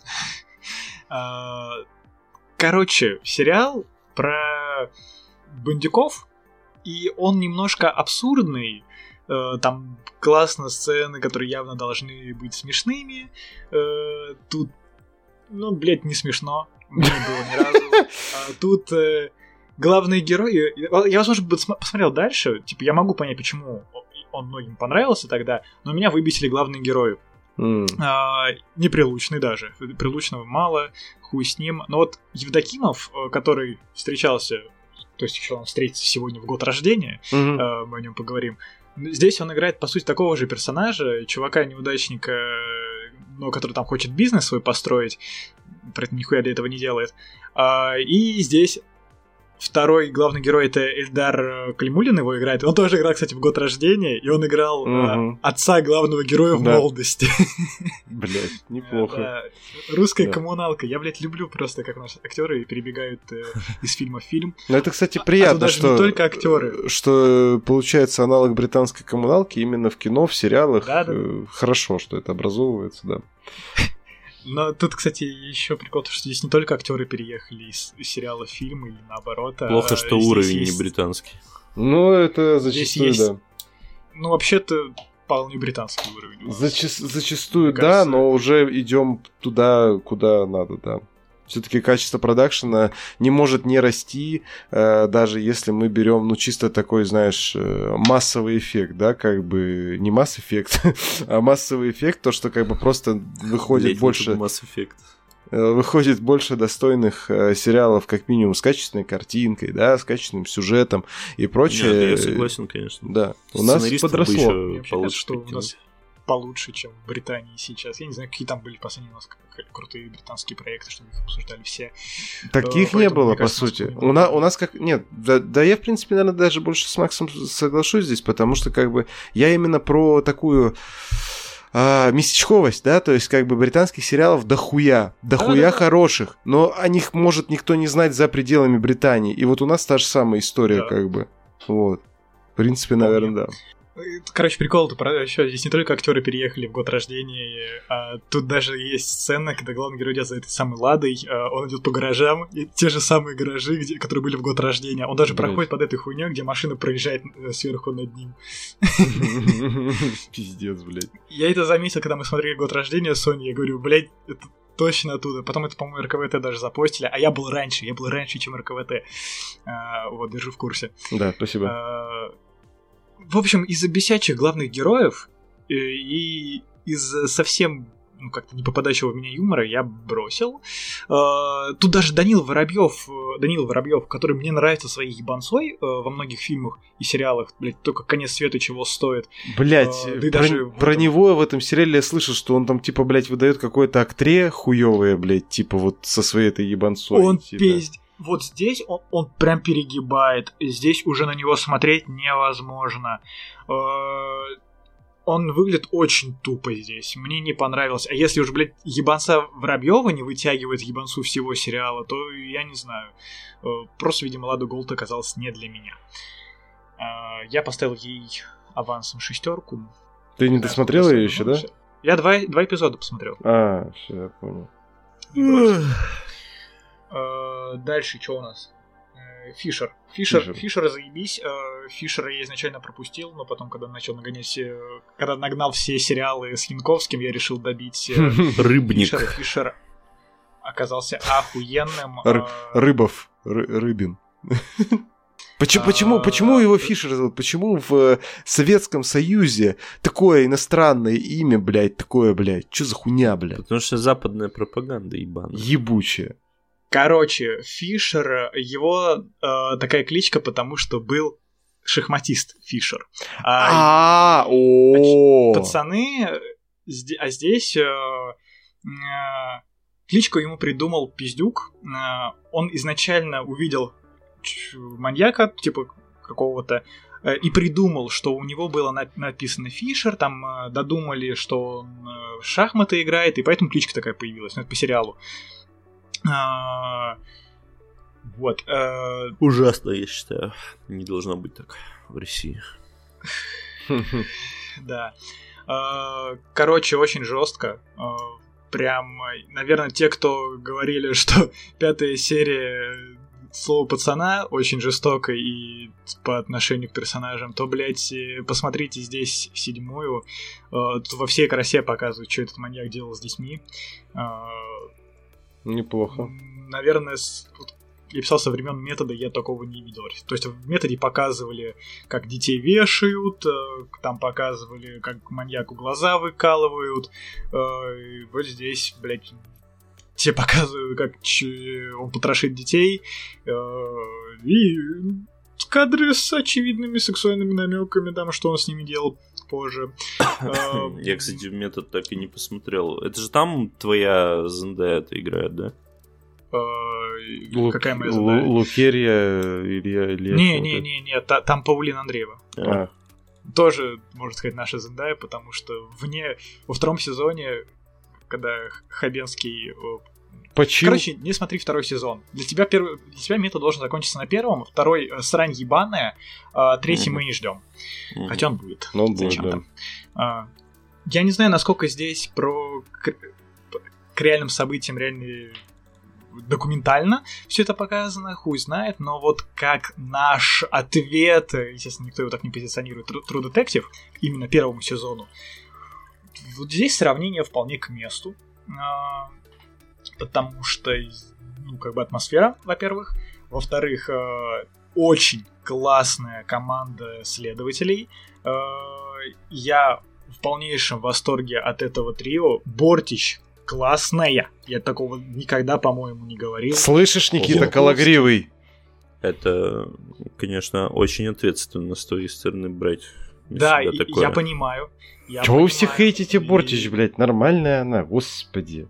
[SPEAKER 2] Короче, сериал про бандюков, и он немножко абсурдный. Там классные сцены, которые явно должны быть смешными. Тут, ну, блядь, не смешно. Мне не было ни разу. Тут главные герои... Я, возможно, посмотрел дальше. Типа, я могу понять, почему он многим понравился тогда, но меня выбесили главные герои. Mm. А, неприлучный даже. Прилучного мало, хуй с ним. Но вот Евдокимов, который встречался, то есть еще он встретится сегодня в год рождения, mm-hmm. а, мы о нем поговорим. Здесь он играет, по сути, такого же персонажа, чувака-неудачника, но который там хочет бизнес свой построить, при этом нихуя для этого не делает. А, и здесь... Второй главный герой — это Эльдар Калимулин, его играет. Он тоже играл, кстати, в год рождения, и он играл угу. э, отца главного героя в да. молодости.
[SPEAKER 1] Блять, неплохо.
[SPEAKER 2] Да. Русская да. коммуналка. Я, блядь, люблю просто, как наши актеры перебегают э, из фильма в фильм.
[SPEAKER 1] Ну, это, кстати, приятно, а, а что...
[SPEAKER 2] не только актеры.
[SPEAKER 1] Что получается аналог британской коммуналки именно в кино, в сериалах.
[SPEAKER 2] Да, да.
[SPEAKER 1] Хорошо, что это образовывается, да.
[SPEAKER 2] Но тут, кстати, еще прикол, что здесь не только актеры переехали из сериала в фильм или наоборот.
[SPEAKER 3] Плохо,
[SPEAKER 2] а
[SPEAKER 3] что уровень
[SPEAKER 2] есть...
[SPEAKER 3] не британский.
[SPEAKER 1] Ну, это зачастую, есть... да.
[SPEAKER 2] Ну, вообще-то, вполне британский уровень.
[SPEAKER 1] Зач... Зачастую, да, кажется... но уже идем туда, куда надо, да. Все-таки качество продакшена не может не расти, э, даже если мы берем, ну, чисто такой, знаешь, э, массовый эффект, да, как бы, не масс-эффект, а массовый эффект, то, что как бы просто выходит Блять, больше...
[SPEAKER 3] Масс-эффект.
[SPEAKER 1] Э, выходит больше достойных э, сериалов, как минимум, с качественной картинкой, да, с качественным сюжетом и прочее.
[SPEAKER 3] Нет, я согласен, конечно.
[SPEAKER 1] Да, у нас подросло.
[SPEAKER 2] Кажется, что у нас получше, чем в Британии сейчас. Я не знаю, какие там были последние у нас крутые британские проекты, чтобы их обсуждали все.
[SPEAKER 1] Таких не было, по сути. У нас, у нас как... Нет, да, да я, в принципе, наверное, даже больше с Максом соглашусь здесь, потому что, как бы, я именно про такую... А, местечковость, да, то есть как бы британских сериалов дохуя, дохуя да, да, хороших, но о них может никто не знать за пределами Британии, и вот у нас та же самая история, да. как бы, вот, в принципе, наверное, да.
[SPEAKER 2] Короче, прикол-то еще здесь не только актеры переехали в год рождения, а тут даже есть сцена, когда главный герой идет за этой самой Ладой, он идет по гаражам, и те же самые гаражи, где, которые были в год рождения, он даже Блять. проходит под этой хуйней, где машина проезжает сверху над ним.
[SPEAKER 1] Пиздец, блядь.
[SPEAKER 2] Я это заметил, когда мы смотрели год рождения Sony, я говорю, блядь, это точно оттуда. Потом это, по-моему, эр ка вэ тэ даже запостили, а я был раньше, я был раньше, чем эр ка вэ тэ. Вот, держу в курсе.
[SPEAKER 1] Да, спасибо.
[SPEAKER 2] В общем, из-за бесячих главных героев и из-за совсем, ну, как-то не попадающего в меня юмора я бросил. Тут даже Данил Воробьев, Данил Воробьев, который мне нравится своей ебанцой во многих фильмах и сериалах, блять, только «Конец света» чего стоит.
[SPEAKER 1] Блять, а, да про, даже про этом... него в этом сериале я слышал, что он там, типа, блять, выдает какой-то актре хуёвое, блять, типа, вот со своей этой ебанцой.
[SPEAKER 2] Он
[SPEAKER 1] типа.
[SPEAKER 2] пиздец. Вот здесь он, он прям перегибает. Здесь уже на него смотреть невозможно. Он выглядит очень тупо здесь. Мне не понравилось. А если уж, блядь, ебанца Воробьева не вытягивает ебанцу всего сериала, то я не знаю. Просто, видимо, Лада Голд оказалась не для меня. Я поставил ей авансом шестерку.
[SPEAKER 1] Ты не досмотрел ее еще, да?
[SPEAKER 2] Я два, два эпизода посмотрел.
[SPEAKER 1] А, все, я понял.
[SPEAKER 2] Дальше что у нас? Фишер. Фишер, Фишер. Фишер заебись. Фишера я изначально пропустил, но потом, когда начал нагонять, когда нагнал все сериалы с Янковским, я решил добить
[SPEAKER 3] Рыбник.
[SPEAKER 2] Фишера. Фишер оказался охуенным.
[SPEAKER 1] Рыбов. Рыбин. Почему, почему, почему его Фишер зовут? Почему в Советском Союзе такое иностранное имя, блядь, такое, блядь? Что за хуйня, блядь?
[SPEAKER 3] Потому что западная пропаганда ебаная.
[SPEAKER 1] Ебучая.
[SPEAKER 2] Короче, Фишер, его э, такая кличка, потому что был шахматист Фишер.
[SPEAKER 1] А, о,
[SPEAKER 2] пацаны, а здесь кличку ему придумал Пиздюк. Он изначально увидел маньяка, типа какого-то, и придумал, что у него было написано Фишер, там додумали, что он в шахматы играет, и поэтому кличка такая появилась, ну это по сериалу. А, вот. А...
[SPEAKER 3] Ужасно, я считаю. Не должно быть так в России.
[SPEAKER 2] Да. Короче, очень жестко. Прям, наверное, те, кто говорили, что пятая серия слово пацана очень жестоко и по отношению к персонажам, то, блядь, посмотрите здесь седьмую. Тут во всей красе показывают, что этот маньяк делал с детьми.
[SPEAKER 1] Неплохо.
[SPEAKER 2] Наверное, с... я писал со времен метода, я такого не видел. То есть в методе показывали, как детей вешают, там показывали, как маньяку глаза выкалывают. И вот здесь, блядь, тебе показывают, как он потрошит детей. И кадры с очевидными сексуальными намеками, там, что он с ними делал позже.
[SPEAKER 3] Я, кстати, метод так и не посмотрел. Это же там твоя Зендая-то играет, да?
[SPEAKER 2] Какая моя Зендая?
[SPEAKER 1] Лукерья Илья Илья.
[SPEAKER 2] Не-не-не, там Паулина Андреева. Тоже, можно сказать, наша Зендая, потому что вне во втором сезоне, когда Хабенский...
[SPEAKER 1] Почему?
[SPEAKER 2] Короче, не смотри второй сезон. Для тебя первый, для тебя метод должен закончиться на первом, второй э, срань ебаная, а третий mm-hmm. мы не ждем. Mm-hmm. Хотя он будет.
[SPEAKER 1] Ну, будет, да.
[SPEAKER 2] А, я не знаю, насколько здесь про к, к реальным событиям реально документально все это показано, хуй знает, но вот как наш ответ, естественно, никто его так не позиционирует, True Detective, именно первому сезону, вот здесь сравнение вполне к месту. А, потому что, ну, как бы атмосфера, во-первых. Во-вторых, э, очень классная команда следователей. Э, я в полнейшем восторге от этого трио. Бортич классная. Я такого никогда, по-моему, не говорил.
[SPEAKER 1] Слышишь, Никита, О, Кологривый?
[SPEAKER 3] Это, конечно, очень ответственно с твоей стороны брать
[SPEAKER 2] Да, и, я понимаю. Я
[SPEAKER 1] Чего вы все хейтите и... Бортич, блядь? Нормальная она, господи.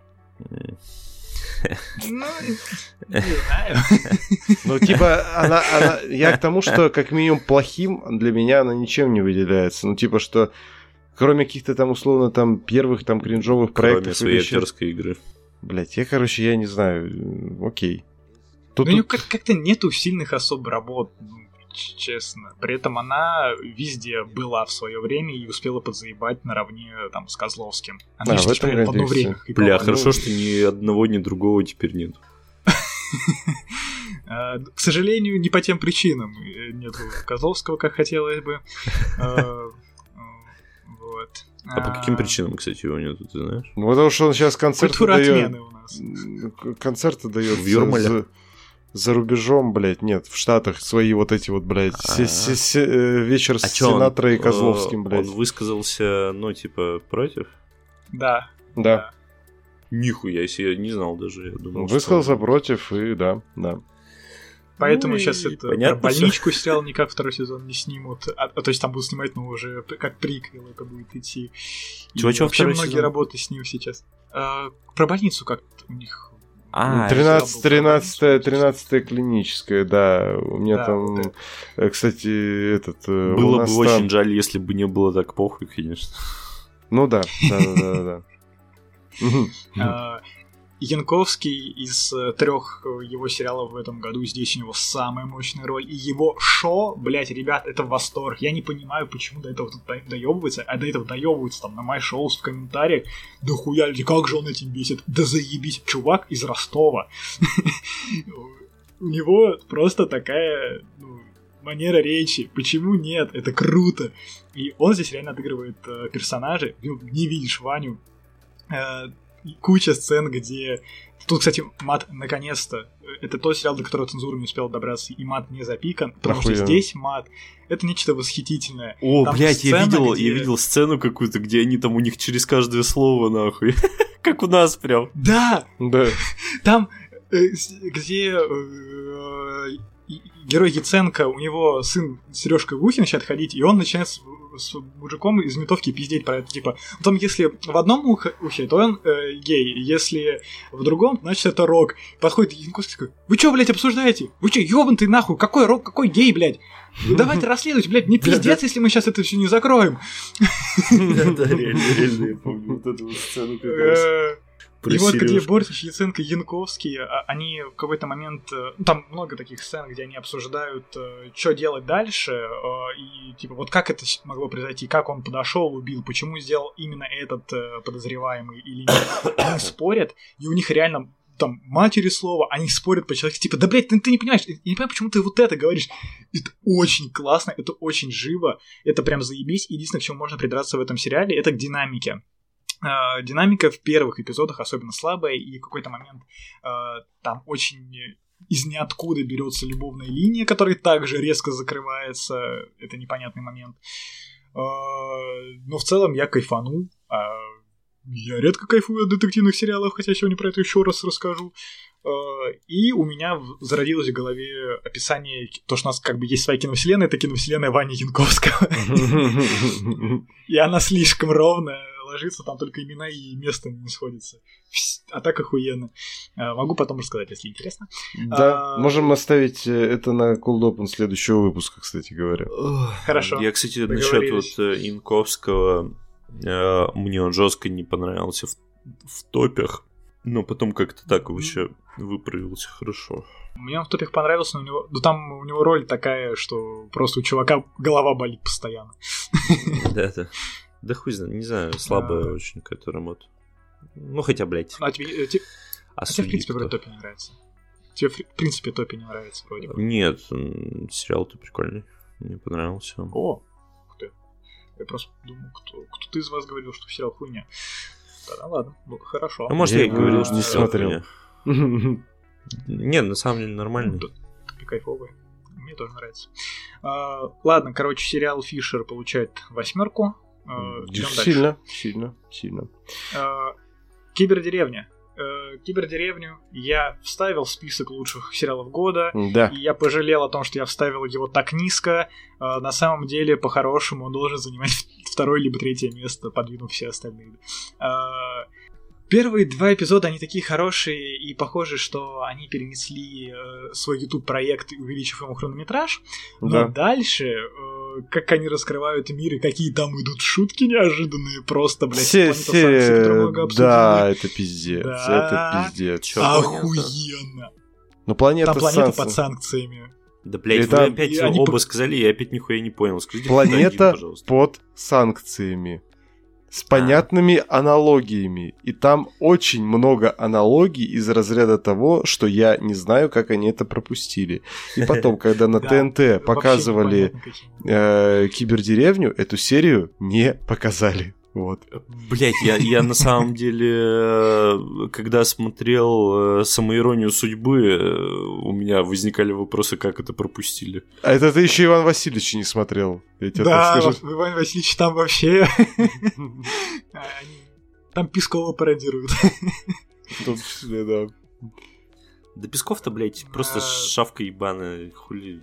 [SPEAKER 2] Ну, не знаю.
[SPEAKER 1] Ну, типа, она, она... Я к тому, что, как минимум, плохим для меня она ничем не выделяется. Ну, типа, что кроме каких-то там, условно, там, первых там кринжовых проектов...
[SPEAKER 3] Кроме своей актерской игры.
[SPEAKER 1] Блять, я, короче, я не знаю. Окей.
[SPEAKER 2] Тут, ну, тут... Как- как-то нету сильных особо работ, честно. При этом она везде была в свое время и успела подзаебать наравне там с Козловским. Она
[SPEAKER 1] а, в этом
[SPEAKER 2] в одно время.
[SPEAKER 3] Бля, хорошо, что ни одного, ни другого теперь нет.
[SPEAKER 2] К сожалению, не по тем причинам. Нет Козловского, как хотелось бы. Вот.
[SPEAKER 3] А по каким причинам, кстати, его нету, ты знаешь?
[SPEAKER 1] Ну, потому что он сейчас концерты
[SPEAKER 2] Культура
[SPEAKER 1] дает.
[SPEAKER 2] отмены у нас.
[SPEAKER 1] Концерты дает
[SPEAKER 3] в Юрмале.
[SPEAKER 1] За, за рубежом, блядь, нет, в Штатах свои вот эти вот, блядь, се- се- се- вечер с
[SPEAKER 3] а
[SPEAKER 1] Синатрой и Козловским, блядь.
[SPEAKER 3] Он высказался, ну, типа, против?
[SPEAKER 2] Да.
[SPEAKER 1] Да.
[SPEAKER 3] Нихуя себе, я не знал даже, я думал,
[SPEAKER 1] высказался
[SPEAKER 3] что...
[SPEAKER 1] против, и да, да.
[SPEAKER 2] Поэтому
[SPEAKER 3] ну,
[SPEAKER 2] сейчас это
[SPEAKER 3] про
[SPEAKER 2] больничку сериал никак второй сезон не снимут. А, а, то есть там будут снимать, но уже как приквел это будет идти.
[SPEAKER 3] Чего-чего
[SPEAKER 2] вообще
[SPEAKER 3] второй
[SPEAKER 2] многие
[SPEAKER 3] сезон?
[SPEAKER 2] работы с ним сейчас. А, про больницу как-то у них...
[SPEAKER 3] А,
[SPEAKER 1] тринадцатая клиническая, да. У меня
[SPEAKER 2] да,
[SPEAKER 1] там,
[SPEAKER 2] вот
[SPEAKER 1] кстати, этот...
[SPEAKER 3] Было бы
[SPEAKER 1] там...
[SPEAKER 3] очень жаль, если бы не было так похуй, конечно.
[SPEAKER 1] Ну да, да, да, да.
[SPEAKER 2] Янковский из трех его сериалов в этом году, здесь у него самая мощная роль. И его шоу, блять, ребят, это восторг. Я не понимаю, почему до этого тут доебывается, а до этого доебываются там на MyShows в комментариях. Да хуя, как же он этим бесит? Да заебись, чувак из Ростова. У него просто такая манера речи. Почему нет? Это круто. И он здесь реально отыгрывает персонажей. Не видишь Ваню. Куча сцен, где... Тут, кстати, мат наконец-то... Это тот сериал, до которого цензура не успела добраться, и мат не запикан, потому
[SPEAKER 1] Охуенно.
[SPEAKER 2] что здесь мат — это нечто восхитительное.
[SPEAKER 3] О,
[SPEAKER 2] там
[SPEAKER 3] блядь, я видел,
[SPEAKER 2] где...
[SPEAKER 3] я видел сцену какую-то, где они там у них через каждое слово, нахуй. Как у нас прям.
[SPEAKER 2] Да!
[SPEAKER 1] Да.
[SPEAKER 2] Там, где... Герой Яценко, у него сын Сережка в ухе начинает ходить, и он начинает с, с мужиком из ментовки пиздеть про это, типа, потом если в одном ухе, ухе то он э, гей, если в другом, значит это рок. Подходит Янковский такой: вы чё, блядь, обсуждаете? Вы чё, ёбанутый нахуй, какой рок, какой гей, блядь? Давайте расследуйте, блядь, не пиздец, если мы сейчас это все не закроем.
[SPEAKER 3] Да, реально, реально, я помню вот эту сцену как раз.
[SPEAKER 2] И вот где Бортич, Яценко, Янковский, они в какой-то момент... Ну, там много таких сцен, где они обсуждают, что делать дальше, и типа вот как это могло произойти, как он подошел, убил, почему сделал именно этот подозреваемый или нет. Они спорят, и у них реально там матери слова, они спорят по-человечески, типа, да, блядь, ты, ты не понимаешь, я не понимаю, почему ты вот это говоришь. Это очень классно, это очень живо, это прям заебись. Единственное, к чему можно придраться в этом сериале, это к динамике. Uh, динамика в первых эпизодах особенно слабая, и в какой-то момент uh, там очень из ниоткуда берется любовная линия, которая также резко закрывается. Это непонятный момент. Uh, но в целом я кайфанул. Uh, я редко кайфую от детективных сериалов, хотя сегодня про это еще раз расскажу. Uh, и у меня зародилось в голове описание, то, что у нас как бы есть своя киновселенная, это киновселенная Вани Янковского. И она слишком ровная, ложится, там только имена и место не сходятся. А так охуенно. Могу потом рассказать, если интересно.
[SPEAKER 1] Да, а... можем оставить это на Cold Open следующего выпуска, кстати говоря.
[SPEAKER 2] Хорошо.
[SPEAKER 3] Я, кстати, насчет вот Янковского, мне он жестко не понравился в, в топях, но потом как-то так вообще выправился хорошо.
[SPEAKER 2] Мне он в топях понравился, но у него... Ну, там у него роль такая, что просто у чувака голова болит постоянно.
[SPEAKER 3] Да-да. Да хуй знает, не знаю, слабая а... очень какая-то работа. Ну, хотя, блядь.
[SPEAKER 2] А тебе, тебе... а тебе в принципе, вроде топи не нравится? Тебе, в принципе, топи не нравится, вроде бы?
[SPEAKER 3] Нет, сериал-то прикольный. Мне понравился.
[SPEAKER 2] О, ух ты. Я просто думал, кто, кто-то из вас говорил, что сериал хуйня. Да, ладно, ну, хорошо.
[SPEAKER 3] А может, я и говорил, что
[SPEAKER 1] не
[SPEAKER 3] сериал
[SPEAKER 1] смотрел.
[SPEAKER 3] хуйня. Нет, на самом деле нормальный.
[SPEAKER 2] Топи кайфовые. Мне тоже нравится. А, ладно, короче, сериал Фишер получает восьмерку. Uh,
[SPEAKER 1] сильно, сильно, сильно.
[SPEAKER 2] Uh, Кибердеревня. э, Кибердеревню я вставил в список лучших сериалов года,
[SPEAKER 1] да.
[SPEAKER 2] И я пожалел о том, что я вставил его так низко. Э, на самом деле, по-хорошему, он должен занимать второе либо третье место, подвинув все остальные. Э, Первые два эпизода, они такие хорошие и похожи, что они перенесли э, свой YouTube-проект, увеличив ему хронометраж. Но
[SPEAKER 1] да.
[SPEAKER 2] дальше, э, как они раскрывают мир и какие там идут шутки неожиданные, просто, блядь,
[SPEAKER 1] все,
[SPEAKER 2] Планета Санкции, которую много обсудили.
[SPEAKER 1] Да, это пиздец,
[SPEAKER 2] да.
[SPEAKER 1] это пиздец. Чё,
[SPEAKER 2] охуенно.
[SPEAKER 1] Ну, планета,
[SPEAKER 2] там планета
[SPEAKER 1] санкций.
[SPEAKER 2] под санкциями.
[SPEAKER 3] Да, блядь,
[SPEAKER 1] это...
[SPEAKER 3] вы опять оба
[SPEAKER 2] по...
[SPEAKER 3] сказали, я опять нихуя не понял. Скажите,
[SPEAKER 1] планета
[SPEAKER 3] один, пожалуйста.
[SPEAKER 1] под санкциями. С понятными а. аналогиями. И там очень много аналогий из разряда того, что я не знаю, как они это пропустили. И потом, когда на ТНТ показывали Кибердеревню, эту серию не показали. Вот.
[SPEAKER 3] Блять, я, я на самом деле, когда смотрел «Самоиронию судьбы», у меня возникали вопросы, как это пропустили.
[SPEAKER 1] А это ты еще Иван Васильевич не смотрел. Я тебе
[SPEAKER 2] да,
[SPEAKER 1] так скажу.
[SPEAKER 2] Иван Васильевич там вообще... Там Пескова пародируют.
[SPEAKER 1] В том числе, да.
[SPEAKER 3] Да Песков-то, блядь, просто шавка ебаная, хули.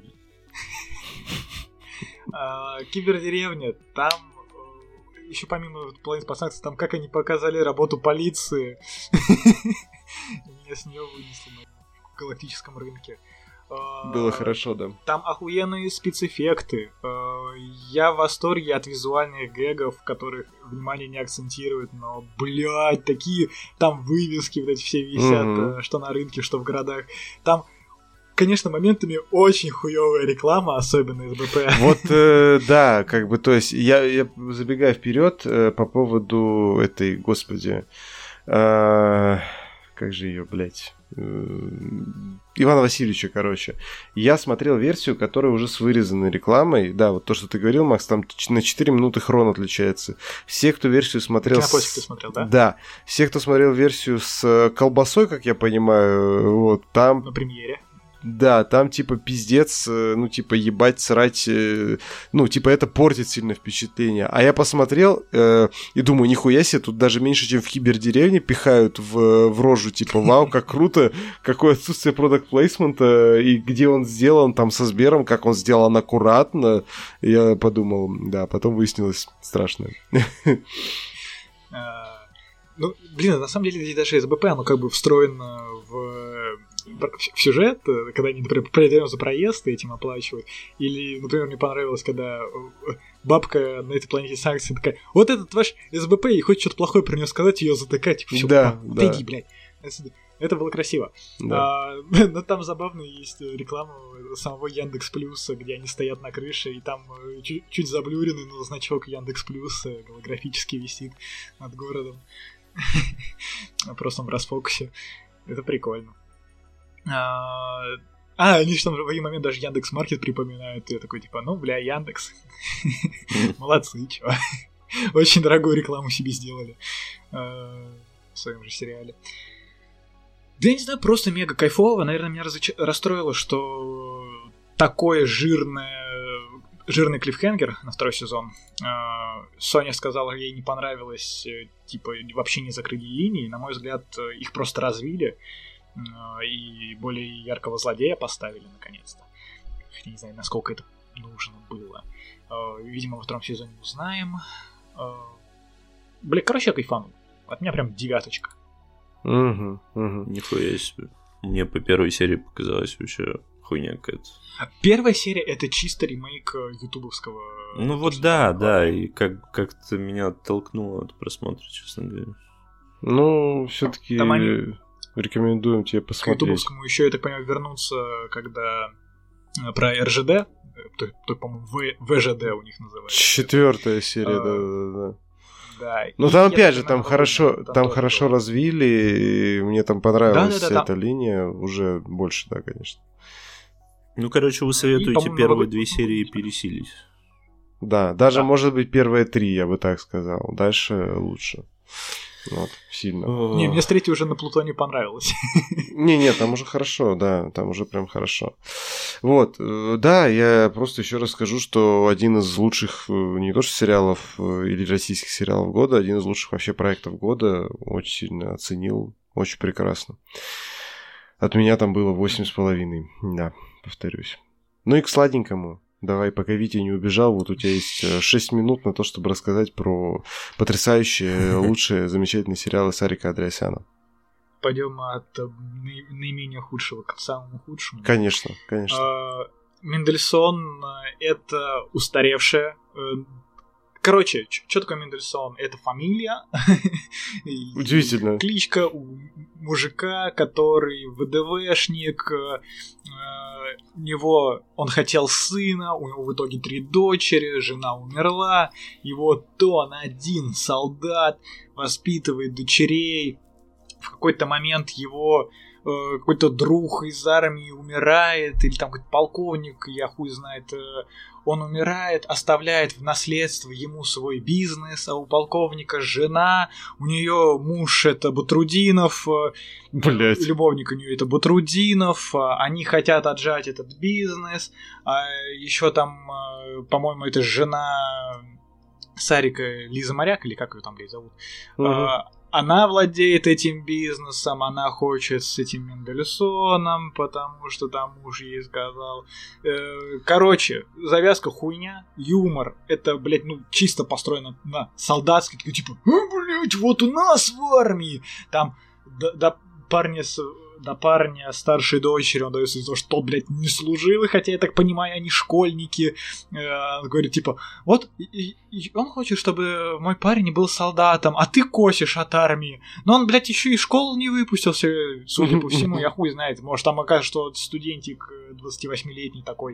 [SPEAKER 2] Кибердеревня, там... Еще помимо планеты по санкциям, там как они показали работу полиции. Меня с нее вынесло на галактическом рынке.
[SPEAKER 1] Было хорошо, да.
[SPEAKER 2] Там охуенные спецэффекты. Я в восторге от визуальных гэгов, которых внимание не акцентирует, но, блядь, такие там вывески вот эти все висят, mm-hmm. что на рынке, что в городах. Там, конечно, моментами очень хуёвая реклама, особенно из БП.
[SPEAKER 1] Вот, э, да, как бы, то есть, я, я забегаю вперед э, по поводу этой, господи, э, как же ее, блядь, э, Ивана Васильевича, короче. Я смотрел версию, которая уже с вырезанной рекламой. Да, вот то, что ты говорил, Макс, там на четыре минуты хрон отличается. Все, кто версию смотрел...
[SPEAKER 2] Кинопоиск ты смотрел, да?
[SPEAKER 1] Да. Все, кто смотрел версию с колбасой, как я понимаю, вот, там...
[SPEAKER 2] На премьере.
[SPEAKER 1] Да, там типа пиздец, ну типа ебать, срать, ну типа это портит сильно впечатление. А я посмотрел э, и думаю, нихуя себе, тут даже меньше, чем в Кибердеревне пихают в, в рожу, типа вау, как круто, какое отсутствие продакт-плейсмента и где он сделан там со Сбером, как он сделан аккуратно. Я подумал, да, потом выяснилось страшно.
[SPEAKER 2] Ну, блин, на самом деле здесь даже СБП, оно как бы встроено в... в сюжет, когда они, например, проедают за проезд и этим оплачивают. Или, например, мне понравилось, когда бабка на этой планете санкций такая: вот этот ваш СБП, и хочет что-то плохое про нее сказать, ее затыкать. Все,
[SPEAKER 1] да,
[SPEAKER 2] вот
[SPEAKER 1] да.
[SPEAKER 2] Иди, блядь. Это было красиво.
[SPEAKER 1] Да.
[SPEAKER 2] А, но там забавно есть реклама самого Яндекс Плюса, где они стоят на крыше, и там чуть, чуть заблюренный, но значок Яндекс Плюса голографически висит над городом. Просто в расфокусе. Это прикольно. А, а, они же там в один момент даже Яндекс.Маркет припоминают. И я такой, типа, ну, бля, Яндекс. Молодцы, чё. Очень дорогую рекламу себе сделали в своем же сериале. Да я не знаю, просто мега кайфово. Наверное, меня разоч... расстроило, что такое жирное... жирный клиффхенгер на второй сезон. Соня сказала, ей не понравилось, типа, вообще не закрыли линии. На мой взгляд, их просто развили. И более яркого злодея поставили, наконец-то. Я не знаю, насколько это нужно было. Видимо, во втором сезоне узнаем. Бля, короче, я кайфанул. От меня прям девяточка.
[SPEAKER 1] Угу, угу.
[SPEAKER 3] Нихуя себе. Мне по первой серии показалось вообще хуйня какая-то.
[SPEAKER 2] Первая серия — это чисто ремейк ютубовского...
[SPEAKER 3] Ну вот да, да, и как- как-то меня оттолкнуло от просмотра, честно говоря.
[SPEAKER 1] Ну, все-таки
[SPEAKER 2] они...
[SPEAKER 1] рекомендуем тебе посмотреть.
[SPEAKER 2] К ютубовскому еще, я так понимаю, вернуться, когда про эр жэ дэ, то, то по-моему, в... ВЖД у них называется.
[SPEAKER 1] Четвертая серия, а... да-да-да.
[SPEAKER 2] Да.
[SPEAKER 1] Ну там опять же, там хорошо, там, там хорошо было. развили, и мне там понравилась да, да, да, эта там... линия, уже больше, да, конечно.
[SPEAKER 3] Ну, короче, вы советуете и, первые две серии пересилить.
[SPEAKER 1] Да, даже, да. может быть, первые три, я бы так сказал. Дальше лучше. Вот, сильно.
[SPEAKER 2] Не, мне с третьей уже на Плутоне понравилось.
[SPEAKER 1] Не-не, там уже хорошо, да, там уже прям хорошо. Вот, да, я просто еще раз скажу, что один из лучших, не то что сериалов или российских сериалов года, один из лучших вообще проектов года, очень сильно оценил. Очень прекрасно. От меня там было восемь с половиной. Да, повторюсь. Ну и к сладенькому. Давай, пока Витя не убежал, вот у тебя есть шесть минут на то, чтобы рассказать про потрясающие, лучшие, замечательные сериалы Сарика Андреасяна.
[SPEAKER 2] Пойдем от наименее худшего к самому худшему.
[SPEAKER 1] Конечно, конечно.
[SPEAKER 2] Мендельсон — это устаревшая... Короче, что такое Мендельсон? Это фамилия.
[SPEAKER 1] Удивительно.
[SPEAKER 2] Кличка у мужика, который ВДВшник. У него он хотел сына, у него в итоге три дочери, жена умерла. И вот он один солдат, воспитывает дочерей. В какой-то момент его э, какой-то друг из армии умирает, или там какой-то полковник, я хуй знает, э, он умирает, оставляет в наследство ему свой бизнес, а у полковника жена, у нее муж это Батрудинов, э, любовник у нее это Батрудинов, э, они хотят отжать этот бизнес, а еще там, э, по-моему, это жена Сарика Лиза Моряк, или как ее там, блядь, зовут, угу. э, Она владеет этим бизнесом, она хочет с этим Мендельсоном, потому что там муж ей сказал. Короче, завязка хуйня, юмор, это, блядь, ну, чисто построено на солдатский, такой, типа, а, блядь, вот у нас в армии, там, до, до парня с... до парня старшей дочери, он дается за то, что, блядь, не служил, хотя, я так понимаю, они школьники. Он говорит, типа, вот, и, и он хочет, чтобы мой парень был солдатом, а ты косишь от армии. Но он, блядь, еще и школу не выпустился, судя по всему, я хуй знает. Может, там окажется, что студентик двадцативосьмилетний такой...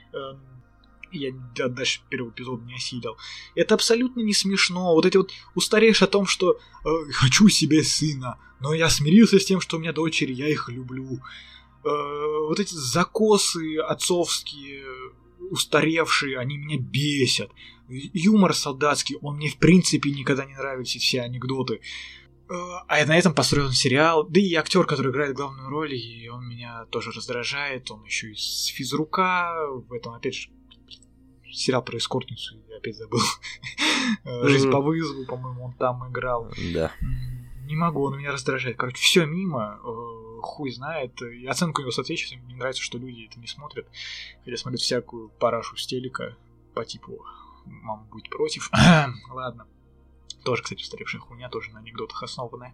[SPEAKER 2] Я дальше первый эпизод не осилил. Это абсолютно не смешно. Вот эти вот устареешь о том, что э, хочу себе сына, но я смирился с тем, что у меня дочери, я их люблю. Э, вот эти закосы отцовские, устаревшие, они меня бесят. Юмор солдатский, он мне в принципе никогда не нравился, все анекдоты. Э, а на этом построен сериал. Да и актер, который играет главную роль, и он меня тоже раздражает. Он еще и с физрука, в этом опять же сериал про эскортницу, я опять забыл. «Жизнь по вызову», по-моему, он там играл.
[SPEAKER 3] Да.
[SPEAKER 2] Не могу, он меня раздражает. Короче, все мимо, хуй знает. И оценка у него соответствует. Мне нравится, что люди это не смотрят. Хотя смотрят всякую парашу с телека по типу «Мама будет против». Ладно. Тоже, кстати, устаревшая хуйня, тоже на анекдотах основанная.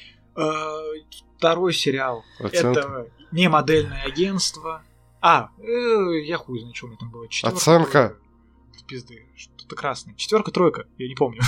[SPEAKER 2] Второй сериал. Оценка. Это не модельное агентство. А, э, я хуй знаю, что у меня там было. Четверка,
[SPEAKER 1] оценка.
[SPEAKER 2] Тройка. Пизды. Что-то красное. Четверка, тройка, я не помню.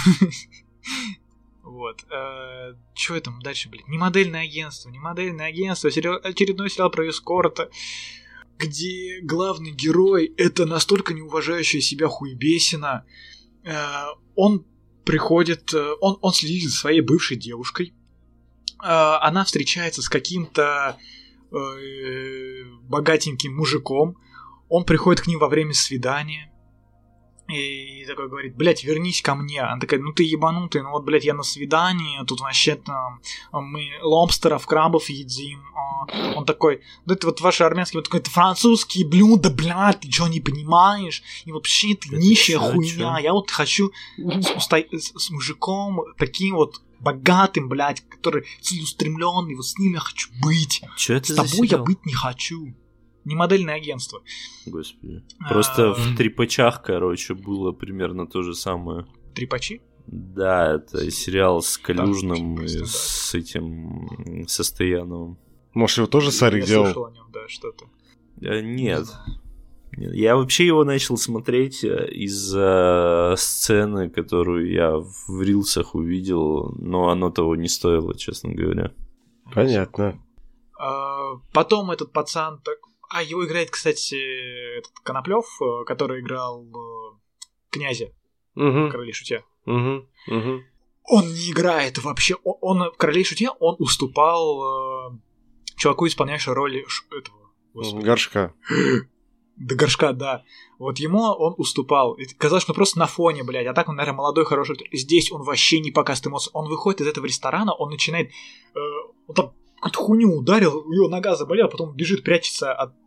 [SPEAKER 2] Вот. Что это дальше, блядь? Не модельное агентство, не модельное агентство. Очередной сериал про эскорта, где главный герой это настолько неуважающая себя хуебесина. Он приходит, он, он следит за своей бывшей девушкой. Она встречается с каким-то богатеньким мужиком, он приходит к ним во время свидания и такой говорит, блядь, вернись ко мне. Она такая, ну ты ебанутый, ну вот, блядь, я на свидании, тут вообще-то мы лобстеров, крабов едим. Он такой, ну это вот ваши армянские, вот такой, это французские блюда, блядь, ты что, не понимаешь? И вообще ты нищая хуйня, я вот хочу с, с, с мужиком таким вот богатым, блядь, который целеустремленный, вот с ним я хочу быть.
[SPEAKER 3] Чё это
[SPEAKER 2] с
[SPEAKER 3] за
[SPEAKER 2] тобой
[SPEAKER 3] сериал?
[SPEAKER 2] Я быть не хочу. Не модельное агентство.
[SPEAKER 3] Господи. Просто в Трепачах, короче, было примерно то же самое.
[SPEAKER 2] Трепачи?
[SPEAKER 3] Да, это сериал с Калюжным и с этим со Стояновым.
[SPEAKER 1] Может, его тоже Сарик делал?
[SPEAKER 2] Я слышал о нем, да, что-то.
[SPEAKER 3] Нет. Нет. Я вообще его начал смотреть из-за сцены, которую я в рилсах увидел, но оно того не стоило, честно говоря.
[SPEAKER 1] Понятно.
[SPEAKER 2] А, потом этот пацан... Так... А, его играет, кстати, этот Коноплёв, который играл князя
[SPEAKER 1] угу.
[SPEAKER 2] в «Короле и Шуте».
[SPEAKER 1] Угу. Угу. Он
[SPEAKER 2] не играет вообще. Он, он в «Короле и Шуте» он уступал э, чуваку, исполняющему роль ш... этого... Господи.
[SPEAKER 1] Горшка.
[SPEAKER 2] До Горшка, да. Вот ему он уступал. И казалось, что просто на фоне, блядь. А так он, наверное, молодой, хороший. Здесь он вообще не показывает эмоций. Он выходит из этого ресторана, он начинает... Э, он там какую-то хуйню ударил, у него нога заболела, потом бежит, прячется от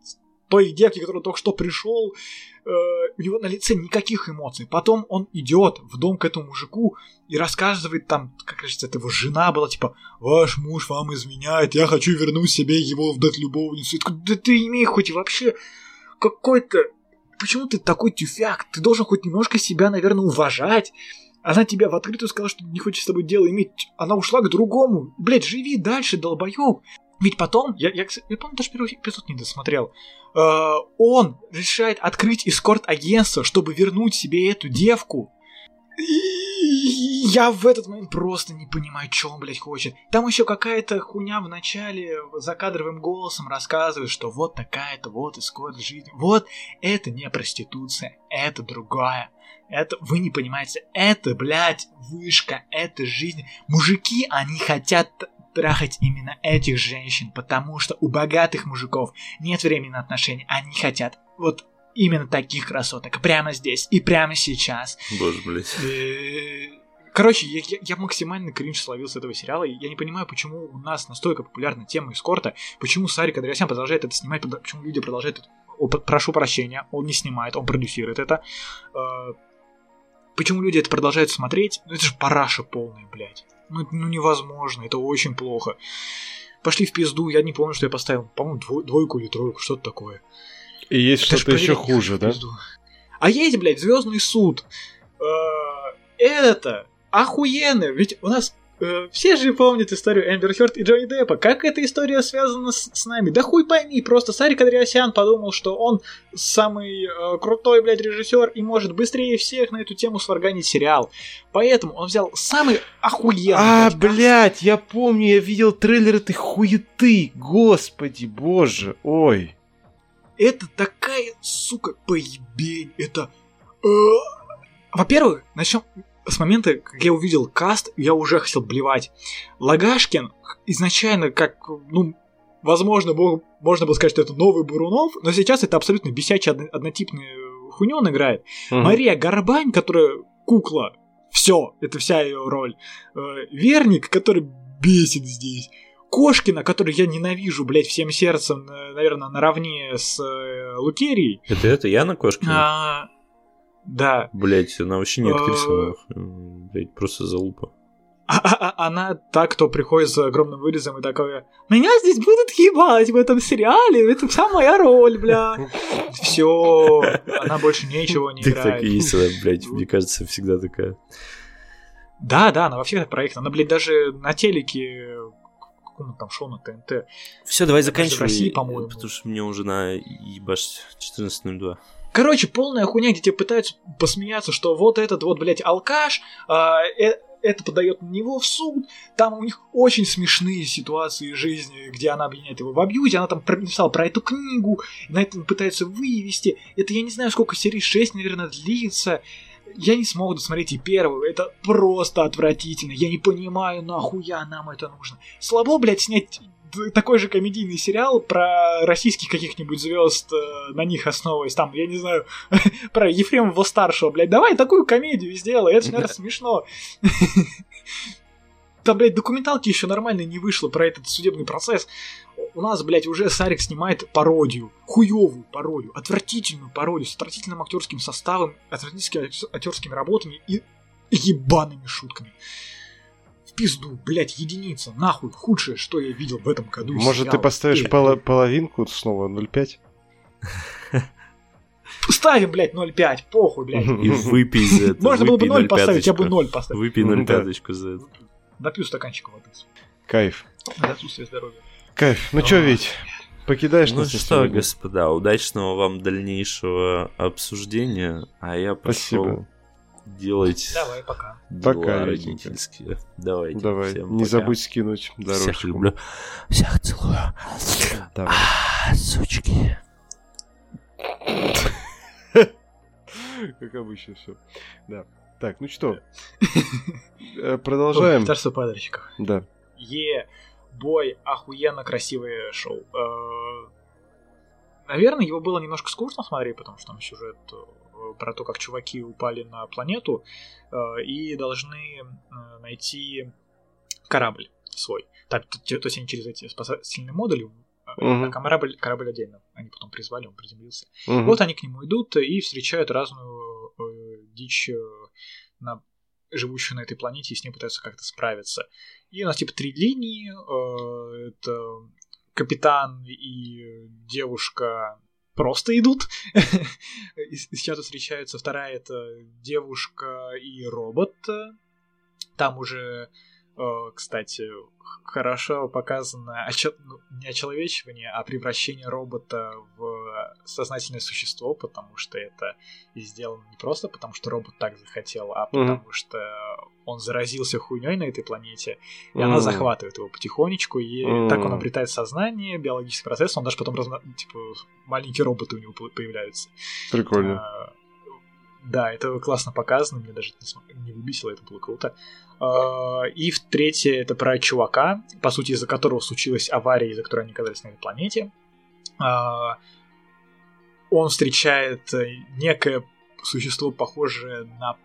[SPEAKER 2] той девки, который только что пришел, э, у него на лице никаких эмоций. Потом он идет в дом к этому мужику и рассказывает там, как кажется, это его жена была, типа, ваш муж вам изменяет, я хочу вернуть себе его в дать-любовницу. Да ты имей хоть вообще какой-то... Почему ты такой тюфяк? Ты должен хоть немножко себя, наверное, уважать. Она тебя в открытую сказала, что не хочет с тобой дело иметь. Она ушла к другому. Блядь, живи дальше, долбоёб. Ведь потом, я, я, я помню, даже первый эпизод не досмотрел, э, он решает открыть эскорт-агентство, чтобы вернуть себе эту девку. И я в этот момент просто не понимаю, что он, блядь, хочет. Там еще какая-то хуйня в начале закадровым голосом рассказывает, что вот такая-то вот эскорт жизни. Вот это не проституция, это другое. Это, вы не понимаете, это, блядь, вышка, это жизнь. Мужики, они хотят трахать именно этих женщин, потому что у богатых мужиков нет времени на отношения. Они хотят вот именно таких красоток прямо здесь и прямо сейчас.
[SPEAKER 3] Боже, блядь.
[SPEAKER 2] Короче, я, я, я максимально кринж словил с этого сериала. Я не понимаю, почему у нас настолько популярна тема эскорта, почему Сарик Андреасян продолжает это снимать, почему люди продолжают это... О, прошу прощения, он не снимает, он продюсирует это. Почему люди это продолжают смотреть? Ну это же параша полная, блядь. Ну, ну невозможно, это очень плохо. Пошли в пизду, я не помню, что я поставил. По-моему, двой, двойку или тройку, что-то такое.
[SPEAKER 1] И есть это что-то еще хуже, да?
[SPEAKER 2] А есть, блядь, Звездный суд. Это охуенно, ведь у нас э, все же помнят историю Эмбер Хёрд и Джонни Деппа. Как эта история связана с, с нами? Да хуй пойми, просто Сарик Андреасян подумал, что он самый э, крутой, блядь, режиссер и может быстрее всех на эту тему сварганить сериал. Поэтому он взял самый охуенный...
[SPEAKER 1] А, блядь, блядь, я помню, я видел трейлер этой хуеты. Господи, боже, ой.
[SPEAKER 2] Это такая, сука, поебень. Это... Э, во-первых, начнем... С момента, как я увидел каст, я уже хотел блевать. Лагашкин изначально, как, ну, возможно, можно было сказать, что это новый Бурунов, но сейчас это абсолютно бесячий однотипный хуйню он играет. Mm-hmm. Мария Горбань, которая кукла, все, это вся ее роль. Верник, который бесит здесь. Кошкина, которую я ненавижу, блядь, всем сердцем, наверное, наравне с Лукерией.
[SPEAKER 3] Это это Яна Кошкина?
[SPEAKER 2] А... Да.
[SPEAKER 3] Блять, она вообще не актриса, блять, просто залупа.
[SPEAKER 2] А, а, а она та, кто приходит с огромным вырезом и такая: меня здесь будут ебать в этом сериале, это вся моя роль, бля. Все, она больше ничего не играет.
[SPEAKER 3] Так и есть она, блять, мне кажется, всегда такая.
[SPEAKER 2] Да, да, она во всех проектах, она, блядь, даже на телеке, какому там шоу на ТНТ.
[SPEAKER 3] Все, давай заканчивай,
[SPEAKER 2] в России, по-моему.
[SPEAKER 3] Потому что мне уже на ебашь четырнадцать ноль два.
[SPEAKER 2] Короче, полная хуйня, где тебе пытаются посмеяться, что вот этот вот, блядь, алкаш, а, э, это подает на него в суд. Там у них очень смешные ситуации жизни, где она обвиняет его в абьюзе. Она там написала про эту книгу, на это пытаются вывести. Это я не знаю, сколько серий, шесть, наверное, длится. Я не смог досмотреть и первую. Это просто отвратительно. Я не понимаю, нахуя нам это нужно. Слабо, блядь, снять такой же комедийный сериал про российских каких-нибудь звезд, на них основываясь, там, я не знаю, про Ефремова-старшего, блядь, давай такую комедию сделай, это же, наверное, смешно. Там, блядь, документалки еще нормально не вышло про этот судебный процесс. У нас, блядь, уже Сарик снимает пародию, хуёвую пародию, отвратительную пародию с отвратительным актерским составом, отвратительными актерскими работами и ебаными шутками. Пизду, блять, единица, нахуй, худшее, что я видел в этом году.
[SPEAKER 1] Может, ты поставишь поло- половинку снова ноль пять?
[SPEAKER 2] Ставим, блять, ноль пять, похуй, блять.
[SPEAKER 3] И выпей за это.
[SPEAKER 2] Можно было бы ноль поставить, я бы ноль поставил.
[SPEAKER 3] Выпей ноль пяточку за это.
[SPEAKER 2] Допью стаканчик воды.
[SPEAKER 1] Кайф.
[SPEAKER 2] За отсутствие здоровья.
[SPEAKER 1] Кайф. Ну чё, Вить, покидаешь
[SPEAKER 3] ну
[SPEAKER 1] нас
[SPEAKER 3] что,
[SPEAKER 1] сегодня?
[SPEAKER 3] Господа, удачного вам дальнейшего обсуждения, а я пошел делать
[SPEAKER 2] Давай, пока.
[SPEAKER 3] дела
[SPEAKER 1] пока,
[SPEAKER 3] родительские. Давайте.
[SPEAKER 1] Давай,
[SPEAKER 3] всем
[SPEAKER 1] не
[SPEAKER 3] пока.
[SPEAKER 1] Забудь скинуть дорожку.
[SPEAKER 3] Всех люблю. Всех целую.
[SPEAKER 1] Давай.
[SPEAKER 3] А, сучки.
[SPEAKER 1] Как обычно все. Да. Так, ну что, продолжаем.
[SPEAKER 2] Царство падальщиков.
[SPEAKER 1] Да.
[SPEAKER 2] Е, бой, охуенно красивое шоу. Наверное, его было немножко скучно смотреть, потому что там сюжет про то, как чуваки упали на планету и должны найти корабль свой. Так, то, то есть они через эти спасательные модули, а корабль, корабль отдельно. они потом призвали, он приземлился.
[SPEAKER 1] Угу.
[SPEAKER 2] Вот они к нему идут и встречают разную э, дичь, э, на, живущую на этой планете, и с ней пытаются как-то справиться. И у нас типа три линии. Э, это капитан и девушка просто идут. И с чем-то встречаются. Вторая — это девушка и робот. Там уже, кстати, хорошо показано очел... не очеловечивание, а превращение робота в сознательное существо, потому что это сделано не просто потому, что робот так захотел, а потому mm-hmm. что он заразился хуйней на этой планете, и mm-hmm. она захватывает его потихонечку, и mm-hmm. так он обретает сознание, биологический процесс, он даже потом, разно... типа, маленькие роботы у него появляются.
[SPEAKER 1] Прикольно.
[SPEAKER 2] А, да, это классно показано, мне даже не выбесило, это было круто. Uh, и в третье это про чувака, по сути, из-за которого случилась авария, из-за которой они оказались на этой планете. Uh, он встречает некое существо, похожее на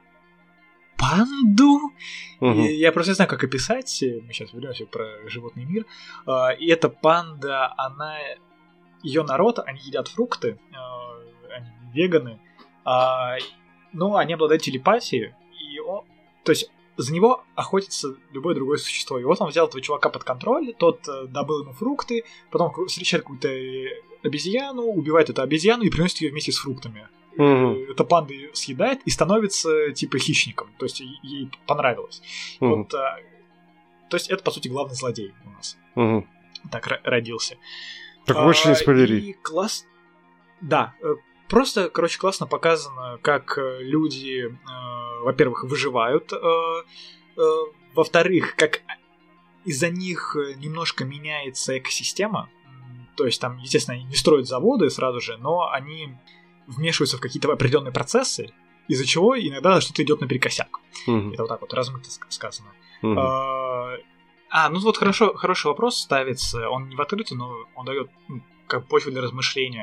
[SPEAKER 2] панду. Uh-huh. И я просто не знаю, как описать. Мы сейчас вернемся про животный мир. Uh, и эта панда, она... Ее народ, они едят фрукты, uh, они веганы, uh, но они обладают телепатией. И он... То есть за него охотится любое другое существо. И вот он взял этого чувака под контроль, тот э, добыл ему фрукты, потом встречает какую-то обезьяну, убивает эту обезьяну и приносит ее вместе с фруктами. Mm-hmm. Эта панда ее съедает и становится типа хищником. То есть ей понравилось. Mm-hmm. Вот, э, то есть это, по сути, главный злодей у нас.
[SPEAKER 1] Mm-hmm.
[SPEAKER 2] Так р- родился.
[SPEAKER 1] Так больше не спойлери.
[SPEAKER 2] И класс... Да, просто, короче, классно показано, как люди, э, во-первых, выживают, э, э, во-вторых, как из-за них немножко меняется экосистема. То есть там, естественно, они не строят заводы сразу же, но они вмешиваются в какие-то определенные процессы, из-за чего иногда что-то идет наперекосяк. Mm-hmm. Это вот так вот размыто сказано. Mm-hmm. А, ну вот хорошо, хороший вопрос ставится. Он не в открытую, но он дает ну, как почву для размышления.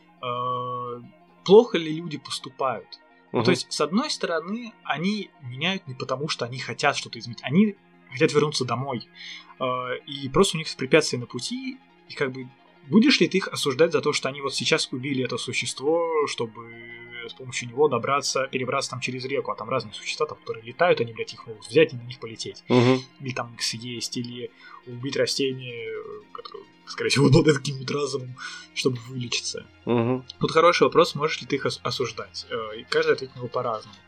[SPEAKER 2] Плохо ли люди поступают? Uh-huh. Ну, то есть, с одной стороны, они меняют не потому, что они хотят что-то изменить. Они хотят вернуться домой. И просто у них препятствия на пути. И как бы будешь ли ты их осуждать за то, что они вот сейчас убили это существо, чтобы с помощью него добраться, перебраться там через реку, а там разные существа, там, которые летают, они, блядь, их могут взять и на них полететь. Uh-huh. Или там их съесть, или убить растение, которое, скорее всего, обладает каким-нибудь разумом, чтобы вылечиться. Uh-huh. Тут хороший вопрос, можешь ли ты их осуждать? И каждый ответит на него по-разному.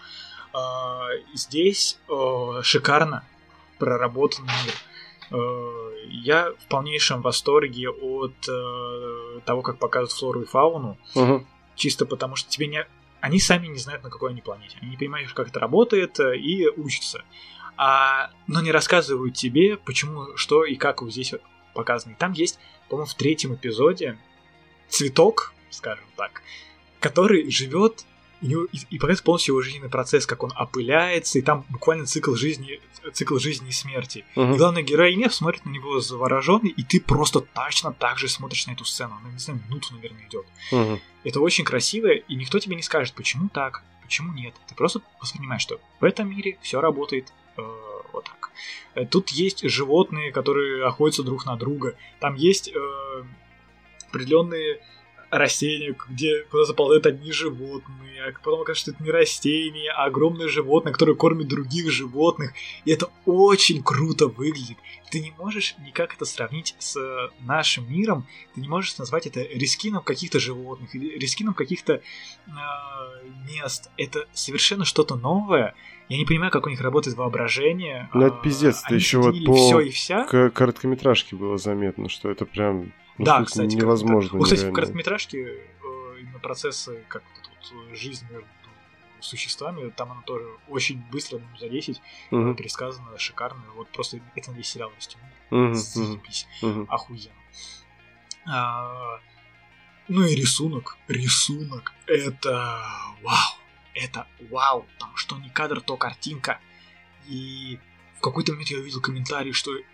[SPEAKER 2] Здесь шикарно проработан мир. Я в полнейшем восторге от того, как показывают флору и фауну. Uh-huh. Чисто потому, что тебе не... Они сами не знают, на какой они планете. Они не понимают, как это работает, и учатся. А... Но не рассказывают тебе, почему, что и как вот здесь показано. И там есть, по-моему, в третьем эпизоде цветок, скажем так, который живет и, и, и показывает полностью его жизненный процесс, как он опыляется, и там буквально цикл жизни, цикл жизни и смерти. Uh-huh. И главная героиня смотрит на него завороженный, и ты просто точно так же смотришь на эту сцену. Она, не знаю, минуту, наверное, идет. Uh-huh. Это очень красиво, и никто тебе не скажет, почему так, почему нет. Ты просто воспринимаешь, что в этом мире все работает э, вот так. Тут есть животные, которые охотятся друг на друга. Там есть э, определенные растения, где куда заползают одни животные, а потом окажется, что это не растения, а огромное животное, которое кормит других животных. И это очень круто выглядит. Ты не можешь никак это сравнить с нашим миром, ты не можешь назвать это рескином каких-то животных, рескином каких-то э, мест. Это совершенно что-то новое. Я не понимаю, как у них работает воображение.
[SPEAKER 1] Ну, это пиздец. Это еще вот по всё и вся. К- короткометражке было заметно, что это прям... Ну,
[SPEAKER 2] да, кстати,
[SPEAKER 1] невозможно.
[SPEAKER 2] Вот, кстати, в короткометражке э, именно процессы, как вот, вот, жизнь между существами, там оно тоже очень быстро, за десять, uh-huh. пересказано, шикарно. Вот просто это на весь сериал растянул. Uh-huh. Заебись. Uh-huh. Охуенно. А, ну и рисунок. Рисунок. Это вау. Это вау. Там что не кадр, то картинка. И в какой-то момент я увидел комментарий, что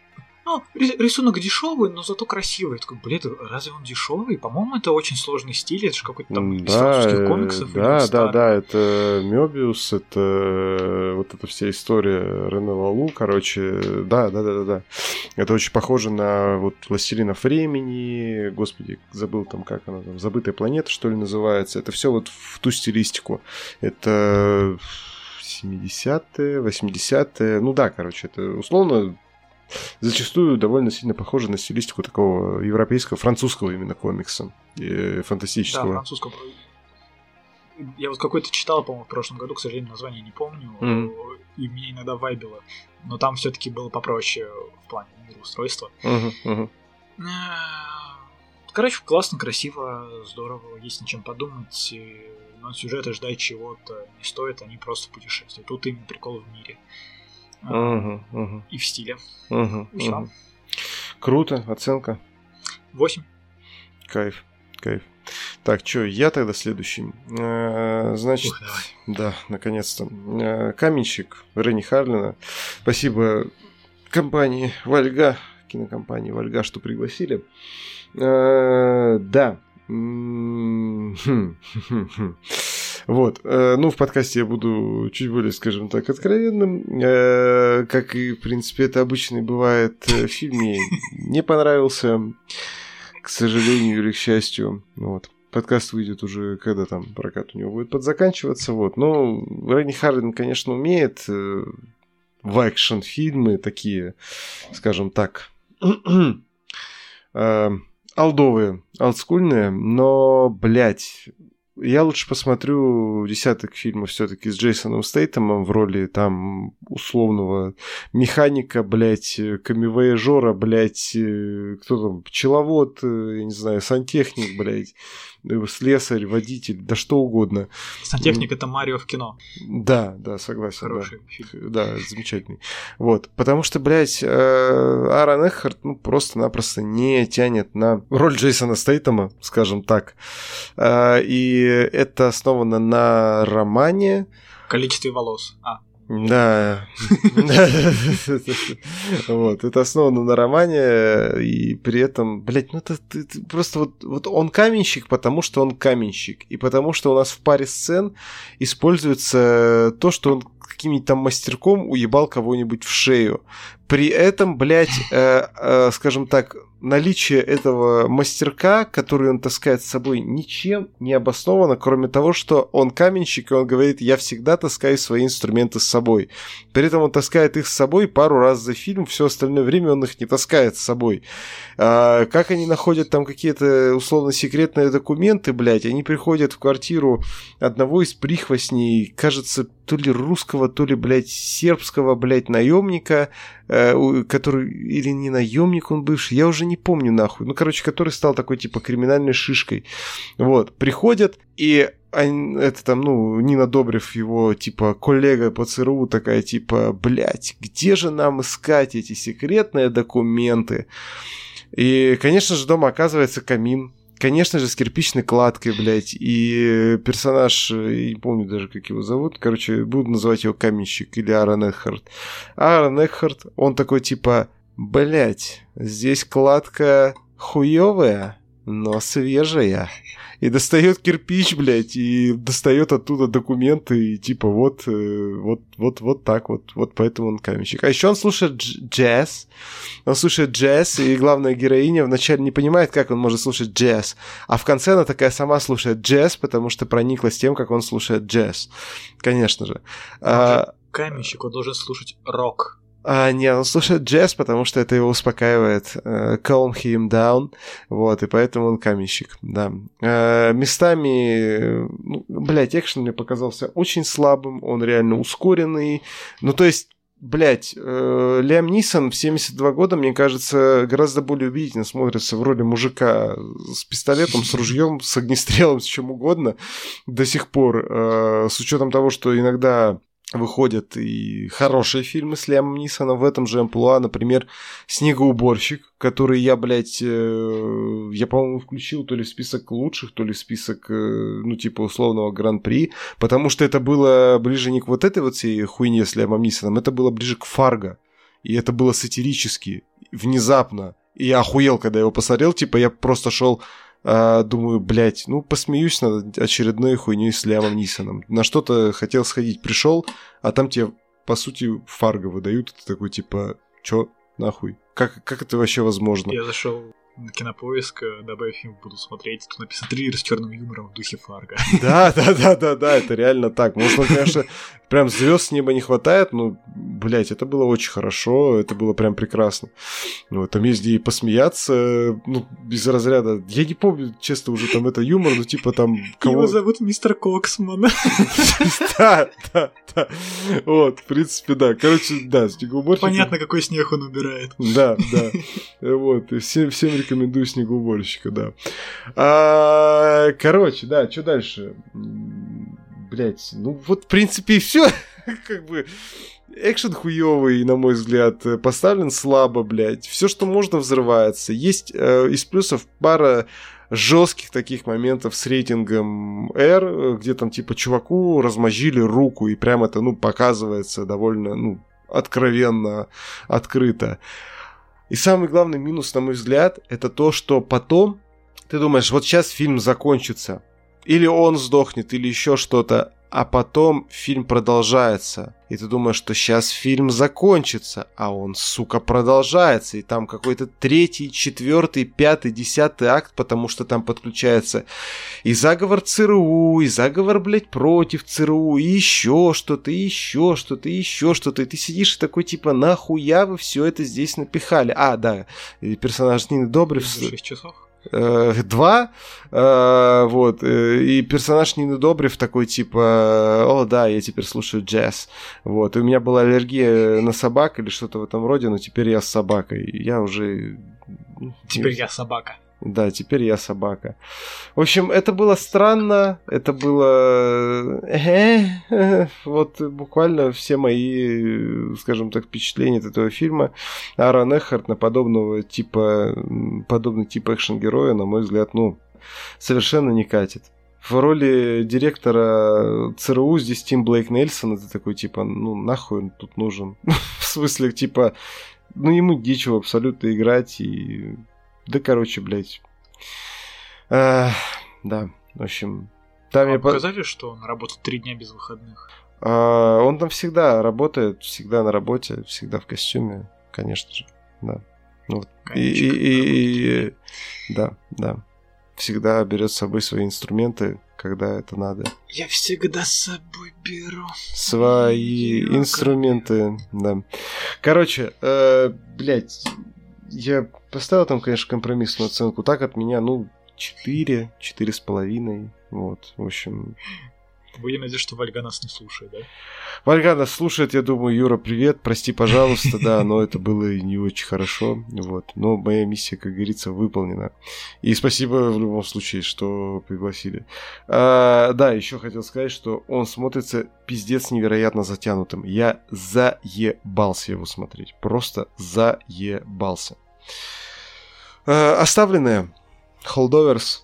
[SPEAKER 2] Ну, рисунок дешевый, но зато красивый. Я такой, блин, разве он дешевый? По-моему, это очень сложный стиль. Это же какой-то там из
[SPEAKER 1] Да,
[SPEAKER 2] французских комиксов.
[SPEAKER 1] да,
[SPEAKER 2] или
[SPEAKER 1] да,
[SPEAKER 2] старый.
[SPEAKER 1] да, это Мёбиус, это вот эта вся история Рене Лалу, короче, да, да, да, да, да. Это очень похоже на вот «Властелинов времени», господи, забыл там, как она там, «Забытая планета», что ли, называется. Это все вот в ту стилистику. Это семидесятые, восьмидесятые, ну да, короче, это условно зачастую довольно сильно похоже на стилистику такого европейского, французского именно комикса, э, фантастического.
[SPEAKER 2] Да, французского. Я вот какой-то читал, по-моему, в прошлом году, к сожалению, название не помню, mm-hmm. и меня иногда вайбило, но там все-таки было попроще в плане мироустройства.
[SPEAKER 1] Mm-hmm. Mm-hmm.
[SPEAKER 2] Короче, классно, красиво, здорово, есть над чем подумать, но сюжета ждать чего-то не стоит, они просто путешествуют. Тут именно прикол в мире.
[SPEAKER 1] Uh-huh, uh-huh.
[SPEAKER 2] И в стиле.
[SPEAKER 1] Uh-huh,
[SPEAKER 2] и все.
[SPEAKER 1] Uh-huh. Круто, оценка.
[SPEAKER 2] Восемь.
[SPEAKER 1] Кайф, кайф. Так, что, я тогда следующий. А, значит,
[SPEAKER 2] Ух,
[SPEAKER 1] да, наконец-то. А, каменщик Ренни Харлина. Спасибо компании Вальга, кинокомпании Вальга, что пригласили. А, да. Вот, ну, в подкасте я буду чуть более, скажем так, откровенным. Как и, в принципе, это обычно бывает, фильм мне не понравился, к сожалению или к счастью. Вот. Подкаст выйдет уже, когда там прокат у него будет подзаканчиваться. Вот. Но Ренни Харлин, конечно, умеет в экшн-фильмы такие, скажем так, олдовые, олдскульные, но, блядь, я лучше посмотрю десяток фильмов все-таки с Джейсоном Стейтемом в роли там условного механика, блядь, камевояжера, блядь, кто там, пчеловод, я не знаю, сантехник, блядь, слесарь, водитель, да что угодно.
[SPEAKER 2] Сантехник — это Марио в кино.
[SPEAKER 1] Да, да, согласен.
[SPEAKER 2] Хороший
[SPEAKER 1] да.
[SPEAKER 2] фильм.
[SPEAKER 1] Да, замечательный. Вот, потому что, блядь, Аарон Экхарт, ну, просто-напросто не тянет на роль Джейсона Стейтема, скажем так. И это основано на романе.
[SPEAKER 2] Количестве волос. А.
[SPEAKER 1] Да. Вот, это основано на романе, и при этом, блядь, ну это просто вот, вот он каменщик, потому что он каменщик, и потому что у нас в паре сцен используется то, что он каким-нибудь там мастерком уебал кого-нибудь в шею. При этом, блядь, э, э, скажем так, наличие этого мастерка, который он таскает с собой, ничем не обосновано, кроме того, что он каменщик, и он говорит, я всегда таскаю свои инструменты с собой. При этом он таскает их с собой пару раз за фильм, все остальное время он их не таскает с собой. А, как они находят там какие-то условно секретные документы, блядь, они приходят в квартиру одного из прихвостней, кажется, то ли русского, то ли, блядь, сербского, блядь, наемника, который, или не наемник он бывший, я уже не помню нахуй, ну, короче, который стал такой, типа, криминальной шишкой. Вот, приходят, и они, это там, ну, Нина Добрев, его, типа, коллега по ЦРУ, такая, типа, блядь, где же нам искать эти секретные документы? И, конечно же, дома оказывается камин. Конечно же, с кирпичной кладкой, блядь, и персонаж, я не помню даже, как его зовут, короче, буду называть его каменщик или Аарон Экхарт. Аарон Экхарт, он такой, типа, блядь, здесь кладка хуёвая, но свежая. И достает кирпич, блядь, и достает оттуда документы, и типа вот, вот, вот, вот так вот, вот поэтому он каменщик. А еще он слушает джаз, он слушает джаз, и главная героиня вначале не понимает, как он может слушать джаз, а в конце она такая сама слушает джаз, потому что прониклась тем, как он слушает джаз, конечно же. А,
[SPEAKER 2] каменщик, он должен слушать рок.
[SPEAKER 1] А, нет, он слушает джаз, потому что это его успокаивает. Uh, calm him down. Вот, и поэтому он каменщик, да. Uh, местами, ну, блядь, экшен мне показался очень слабым, он реально ускоренный. Ну, то есть, блядь, э, Лиам Нисон в семьдесят два года, мне кажется, гораздо более убедительно смотрится в роли мужика с пистолетом, с ружьем, с огнестрелом, с чем угодно до сих пор. Э, с учетом того, что иногда выходят и хорошие фильмы с Лиамом Нисоном в этом же амплуа, например, «Снегоуборщик», который я, блядь, э, я, по-моему, включил то ли в список лучших, то ли в список, э, ну, типа, условного гран-при, потому что это было ближе не к вот этой вот всей хуйне с Лиамом Нисоном, это было ближе к «Фарго», и это было сатирически. внезапно. И я охуел, когда его посмотрел. Типа, я просто шел, э, думаю, блядь, ну, посмеюсь над очередной хуйней с Лиамом Нисоном. На что-то хотел сходить, пришел, а там тебе, по сути, Фарго выдают. Ты такой, типа, чё, нахуй? Как, как это вообще возможно?
[SPEAKER 2] Я зашел на Кинопоиск, добавив фильм, буду смотреть. Тут написано триллер с черным юмором в духе Фарго.
[SPEAKER 1] Да, да, да, да, да, это реально так. Может, конечно, прям звезд с неба не хватает, но, блядь, это было очень хорошо, это было прям прекрасно. Вот, там есть где и посмеяться, ну, из разряда, я не помню, честно, уже там это юмор, но типа там... Кого...
[SPEAKER 2] Его зовут мистер Коксман.
[SPEAKER 1] Да, да, да. Вот, в принципе, да. Короче, да, снегоуборщик.
[SPEAKER 2] Понятно, какой снег он убирает.
[SPEAKER 1] Да, да. Вот, всем, всем рекомендую снегоуборщика, да. А, короче, да, что дальше? Блять, ну вот, в принципе, и все. Как бы экшен хуёвый, на мой взгляд, поставлен слабо, блядь. Все, что можно, взрывается. Есть э, из плюсов пара жестких таких моментов с рейтингом R, где там типа чуваку размозжили руку, и прям это, ну, показывается довольно, ну, откровенно, открыто. И самый главный минус, на мой взгляд, это то, что потом ты думаешь, вот сейчас фильм закончится, или он сдохнет, или еще что-то, а потом фильм продолжается. И ты думаешь, что сейчас фильм закончится, а он, сука, продолжается. И там какой-то третий, четвертый, пятый, десятый акт, потому что там подключается и заговор ЦРУ, и заговор, блядь, против ЦРУ, и еще что-то, и еще что-то, и еще что-то. И ты сидишь и такой, типа, нахуя вы все это здесь напихали? А, да, и персонаж Нины Добрев...
[SPEAKER 2] шесть часов?
[SPEAKER 1] Два, э, вот, э, и персонаж Нины Добрев такой, типа, о, да, я теперь слушаю джаз, вот, и у меня была аллергия на собак или что-то в этом роде, но теперь я с собакой, я уже...
[SPEAKER 2] Теперь я собака.
[SPEAKER 1] Да, теперь я собака. В общем, это было странно, это было... Вот буквально все мои, скажем так, впечатления от этого фильма. Аарон Экхарт на подобного типа, подобный тип экшен-героя, на мой взгляд, ну, совершенно не катит. В роли директора ЦРУ здесь Тим Блейк Нельсон, это такой, типа, ну, нахуй он тут нужен? В смысле, типа, ну, ему дичего абсолютно играть и... Да, короче, блядь. А, да, в общем... Там
[SPEAKER 2] а
[SPEAKER 1] я
[SPEAKER 2] показали, по... что он работает три дня без выходных?
[SPEAKER 1] А, он там всегда работает, всегда на работе, всегда в костюме, конечно же, да. Ну, вот. и, и, и, и, да, да. Всегда берет с собой свои инструменты, когда это надо.
[SPEAKER 2] Я всегда с собой беру
[SPEAKER 1] свои Йога. инструменты, да. Короче, э, блядь... Я поставил там, конечно, компромиссную оценку. Так от меня, ну, четыре, четыре с половиной. Вот, в общем...
[SPEAKER 2] Будем надеяться, что Вальга нас не слушает, да?
[SPEAKER 1] Вальга нас слушает, я думаю, Юра, привет, прости, пожалуйста, да, но это было не очень хорошо, вот. Но моя миссия, как говорится, выполнена. И спасибо в любом случае, что пригласили. А, да, еще хотел сказать, что он смотрится пиздец невероятно затянутым. Я заебался его смотреть. Просто заебался. А, оставленные. Holdovers.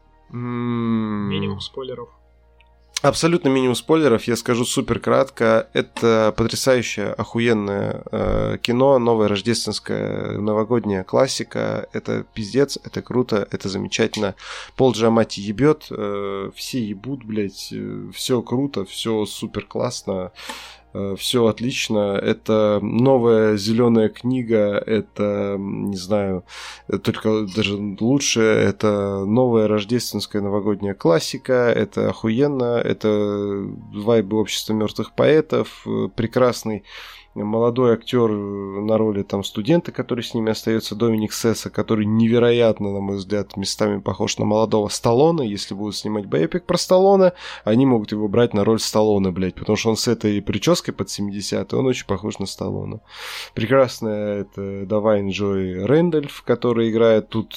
[SPEAKER 1] М-м-
[SPEAKER 2] Минимум спойлеров.
[SPEAKER 1] Абсолютно минимум спойлеров, я скажу супер кратко. Это потрясающее, охуенное э, кино, новая рождественская новогодняя классика. Это пиздец, это круто, это замечательно. Пол Джаматти ебет, э, все ебут, блядь, э, все круто, все супер классно. Все отлично, это новая зеленая книга, это, не знаю, только даже лучше, это новая рождественская новогодняя классика, это охуенно, это вайбы общества мертвых поэтов, прекрасный молодой актер на роли там студента, который с ними остается, Доминик Сесса, который невероятно, на мой взгляд, местами похож на молодого Сталлоне. Если будут снимать байопик про Сталлоне, они могут его брать на роль Сталлоне, блядь, потому что он с этой прической под семидесятые, он очень похож на Сталлоне. Прекрасная это Давайн Джой Рэндольф, который играет тут...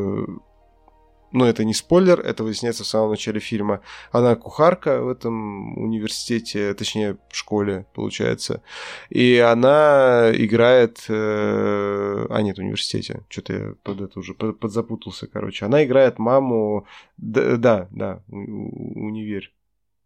[SPEAKER 1] Но это не спойлер, это выясняется в самом начале фильма. Она кухарка в этом университете, точнее, в школе, получается. И она играет... Э... А, нет, в университете. Что-то я под это уже под, подзапутался, короче. Она играет маму... Да, да, да у- универ.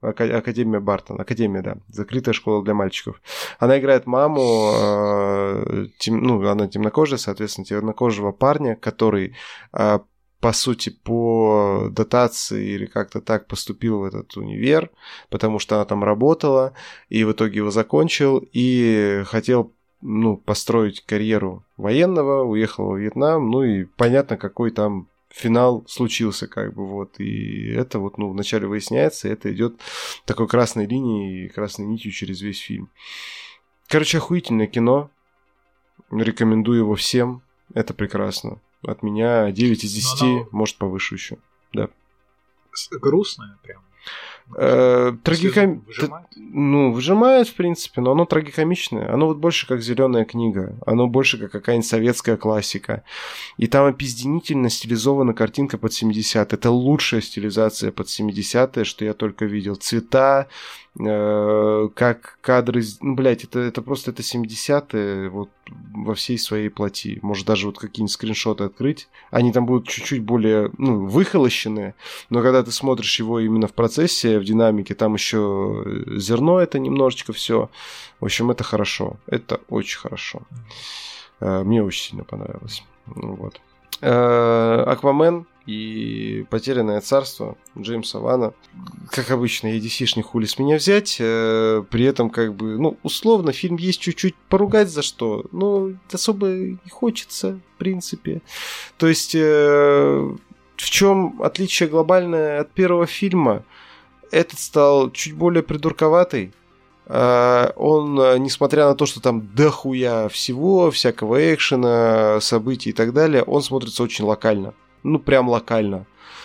[SPEAKER 1] Академия Бартон. Академия, да. Закрытая школа для мальчиков. Она играет маму, э, тем, ну, она темнокожая, соответственно, темнокожего парня, который, э, по сути, по дотации или как-то так поступил в этот универ, потому что она там работала, и в итоге его закончил, и хотел, ну, построить карьеру военного, уехал во Вьетнам, ну и понятно, какой там финал случился, как бы, вот, и это вот, ну, вначале выясняется, и это идет такой красной линией, красной нитью через весь фильм. Короче, охуительное кино, рекомендую его всем, это прекрасно. От меня девять из десяти, оно... может, повыше еще, да.
[SPEAKER 2] Грустное прям.
[SPEAKER 1] Э, трагиком... выжимает? Ну, выжимает, в принципе, но оно трагикомичное. Оно вот больше как зеленая книга. Оно больше как какая-нибудь советская классика. И там опизденительно стилизована картинка под семидесятые. Это лучшая стилизация под семидесятые, что я только видел. Цвета, э, как кадры... Ну, блядь, это, это просто это семидесятые вот во всей своей плоти. Может, даже вот какие-нибудь скриншоты открыть. Они там будут чуть-чуть более, ну, выхолощенные, но когда ты смотришь его именно в процессе, в динамике, там еще зерно это немножечко все. В общем, это хорошо. Это очень хорошо. Мне очень сильно понравилось. Вот. Аквамен и Потерянное царство Джеймса Вана. Как обычно, эй ди си-шник хули с меня взять. При этом, как бы, ну, условно, фильм есть чуть-чуть поругать за что, но особо не хочется, в принципе. То есть, в чем отличие глобальное от первого фильма? Этот стал чуть более придурковатый. Он, несмотря на то, что там дохуя всего, всякого экшена, событий и так далее, он смотрится очень локально. Ну, прям локально.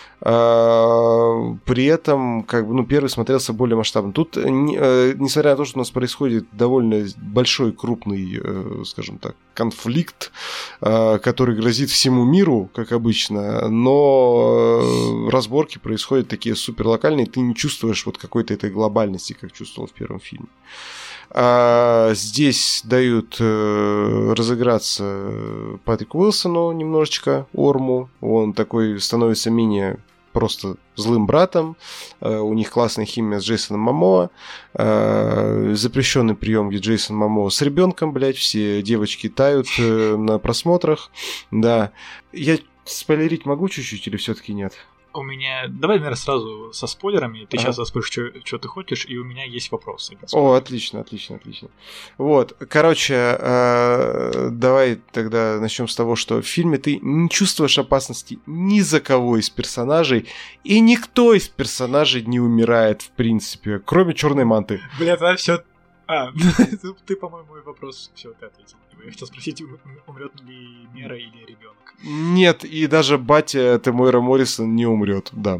[SPEAKER 1] При этом, как бы, ну, первый смотрелся более масштабно. Тут, несмотря на то, что у нас происходит довольно большой, крупный, скажем так, конфликт, который грозит всему миру, как обычно, но разборки происходят такие супер локальные, ты не чувствуешь вот какой-то этой глобальности, как чувствовал в первом фильме. А здесь дают э, разыграться Патрику Уилсону немножечко, Орму. Он такой становится менее просто злым братом. Э, у них классная химия с Джейсоном Момоа. Э, запрещенный прием, где Джейсон Момоа с ребенком, блядь, все девочки тают э, на просмотрах. Да. Я спойлерить могу чуть-чуть или все-таки нет?
[SPEAKER 2] У меня... Давай, наверное, сразу со спойлерами. Ты ага. сейчас расскажешь, что ты хочешь, и у меня есть вопросы.
[SPEAKER 1] О, отлично, отлично, отлично. Вот, короче, э, давай тогда начнем с того, что в фильме ты не чувствуешь опасности ни за кого из персонажей, и никто из персонажей не умирает, в принципе, кроме Черной Манты.
[SPEAKER 2] Бля, тогда все... А, ты, по-моему, мой вопрос все, ты ответил. Я хотел спросить, умрет ли Мера или ребенок.
[SPEAKER 1] Нет, и даже батя Тэмуэра Моррисон не умрет, да.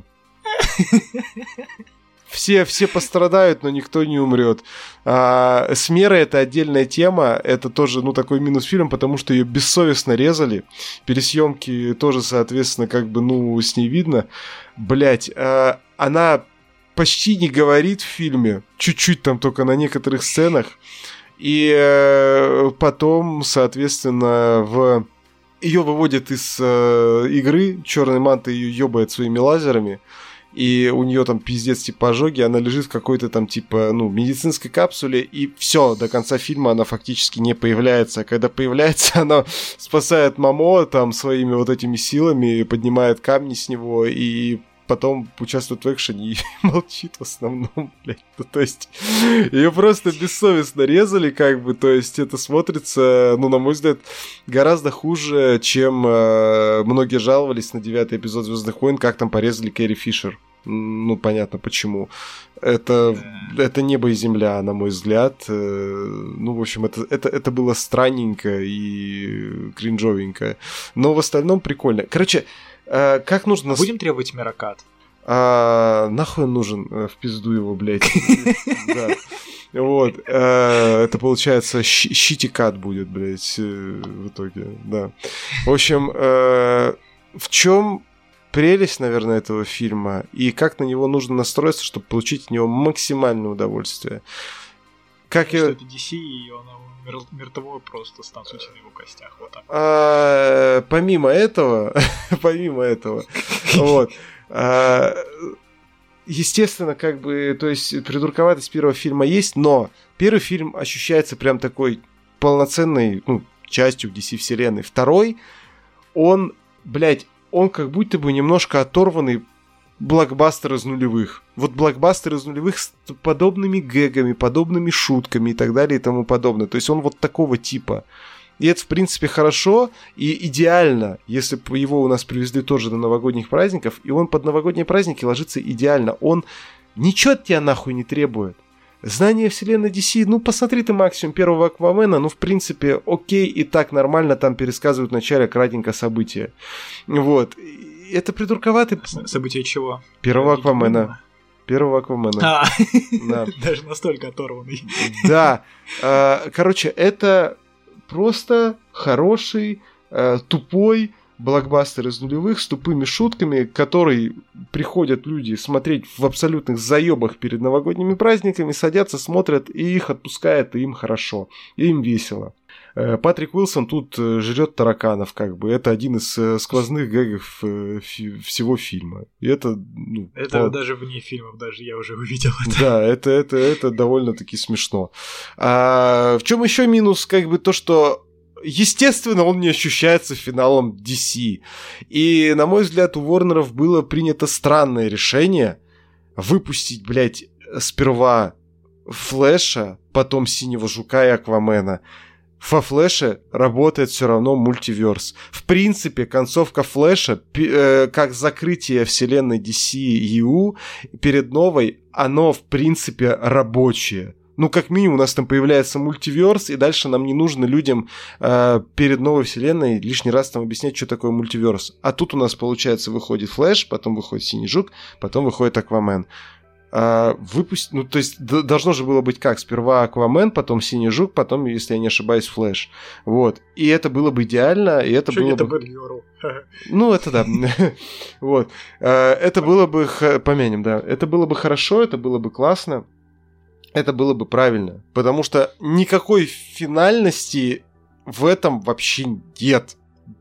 [SPEAKER 1] Все, все пострадают, но никто не умрет. А, с Мерой это отдельная тема. Это тоже, ну, такой минус фильм, потому что ее бессовестно резали. Пересъемки тоже, соответственно, как бы, ну, с ней видно. Блять, а, она почти не говорит в фильме. Чуть-чуть там только на некоторых сценах. И э, потом, соответственно, в... ее выводят из э, игры, Черной Манты ее ёбает своими лазерами, и у нее там пиздец типа ожоги, она лежит в какой-то там типа, ну, медицинской капсуле, и все, до конца фильма она фактически не появляется. А когда появляется, она спасает Момоа там своими вот этими силами, поднимает камни с него и... потом участвует в экшене и молчит в основном, блядь. Ну, то есть, ее просто бессовестно резали, как бы, то есть, это смотрится, ну, на мой взгляд, гораздо хуже, чем э, многие жаловались на девятый эпизод «Звездных войн», как там порезали Кэрри Фишер. Ну, понятно, почему. Это, это небо и земля, на мой взгляд. Ну, в общем, это, это, это было странненько и кринжовенько. Но в остальном прикольно. Короче, как нужно...
[SPEAKER 2] Будем требовать Мерокат?
[SPEAKER 1] А, нахуй он нужен? В пизду его, блядь. Да. Вот. Это, получается, щитикат будет, блядь, в итоге. Да. В общем, в чем прелесть, наверное, этого фильма и как на него нужно настроиться, чтобы получить от него максимальное удовольствие? Как
[SPEAKER 2] я... Это ди си, и оно мертвое просто станцуется на его костях. Вот так.
[SPEAKER 1] А, помимо этого, помимо этого, вот, а, естественно, как бы, то есть придурковатость первого фильма есть, но первый фильм ощущается прям такой полноценной, ну, частью ди си-вселенной. Второй, он, блядь, он как будто бы немножко оторванный блокбастер из нулевых. Вот блокбастер из нулевых с подобными гэгами, подобными шутками и так далее и тому подобное. То есть он вот такого типа. И это, в принципе, хорошо и идеально, если бы его у нас привезли тоже до новогодних праздников, и он под новогодние праздники ложится идеально. Он ничего от тебя нахуй не требует. Знание вселенной ди си, ну, посмотри ты максимум первого Аквамена, ну, в принципе, окей, и так нормально там пересказывают в начале кратенько события. Вот. Это придурковатый...
[SPEAKER 2] События чего?
[SPEAKER 1] Первого Аквамена. Первого Аквамена.
[SPEAKER 2] А,
[SPEAKER 1] да.
[SPEAKER 2] Даже настолько оторванный.
[SPEAKER 1] Да. Короче, это просто хороший, тупой блокбастер из нулевых с тупыми шутками, который приходят люди смотреть в абсолютных заебах перед новогодними праздниками, садятся, смотрят, и их отпускает, и им хорошо, и им весело. Патрик Уилсон тут жрет тараканов, как бы. Это один из сквозных гэгов всего фильма. И это, ну,
[SPEAKER 2] это
[SPEAKER 1] пол...
[SPEAKER 2] даже вне фильмов, даже я уже увидел это.
[SPEAKER 1] Да, это, это, это довольно-таки смешно. А в чем еще минус, как бы, то, что естественно, он не ощущается финалом ди си. И, на мой взгляд, у Ворнеров было принято странное решение выпустить, блядь, сперва Флэша, потом Синего Жука и Аквамена. Во Флэше работает все равно мультиверс. В принципе, концовка Флэша, э, как закрытие вселенной ди си ю перед новой, оно, в принципе, рабочее. Ну, как минимум, у нас там появляется мультиверс, и дальше нам не нужно людям э, перед новой вселенной лишний раз там объяснять, что такое мультиверс. А тут у нас, получается, выходит Флэш, потом выходит Синий Жук, потом выходит Аквамен. Э, выпусть... Ну, то есть, д- должно же было быть как? Сперва Аквамен, потом Синий Жук, потом, если я не ошибаюсь, Флэш. Вот. И это было бы идеально, и это
[SPEAKER 2] Что
[SPEAKER 1] было
[SPEAKER 2] это
[SPEAKER 1] бы...
[SPEAKER 2] был
[SPEAKER 1] Ну, это да. Вот. Это было бы... Помянем, да. Это было бы хорошо, это было бы классно. Это было бы правильно, потому что никакой финальности в этом вообще нет.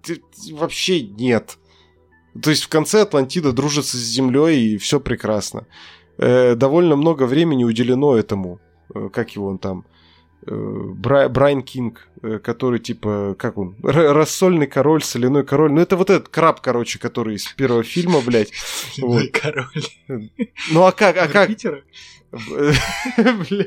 [SPEAKER 1] Вообще нет. То есть в конце Атлантида дружится с Землей, и все прекрасно. Э, довольно много времени уделено этому. Э, как его он там? Э, Бра- Брайан Кинг, э, который типа, как он? Р- рассольный король, соляной король. Ну это вот этот краб, короче, который из первого фильма, блядь.
[SPEAKER 2] Соляной король.
[SPEAKER 1] Ну а как? А как?
[SPEAKER 2] Блядь.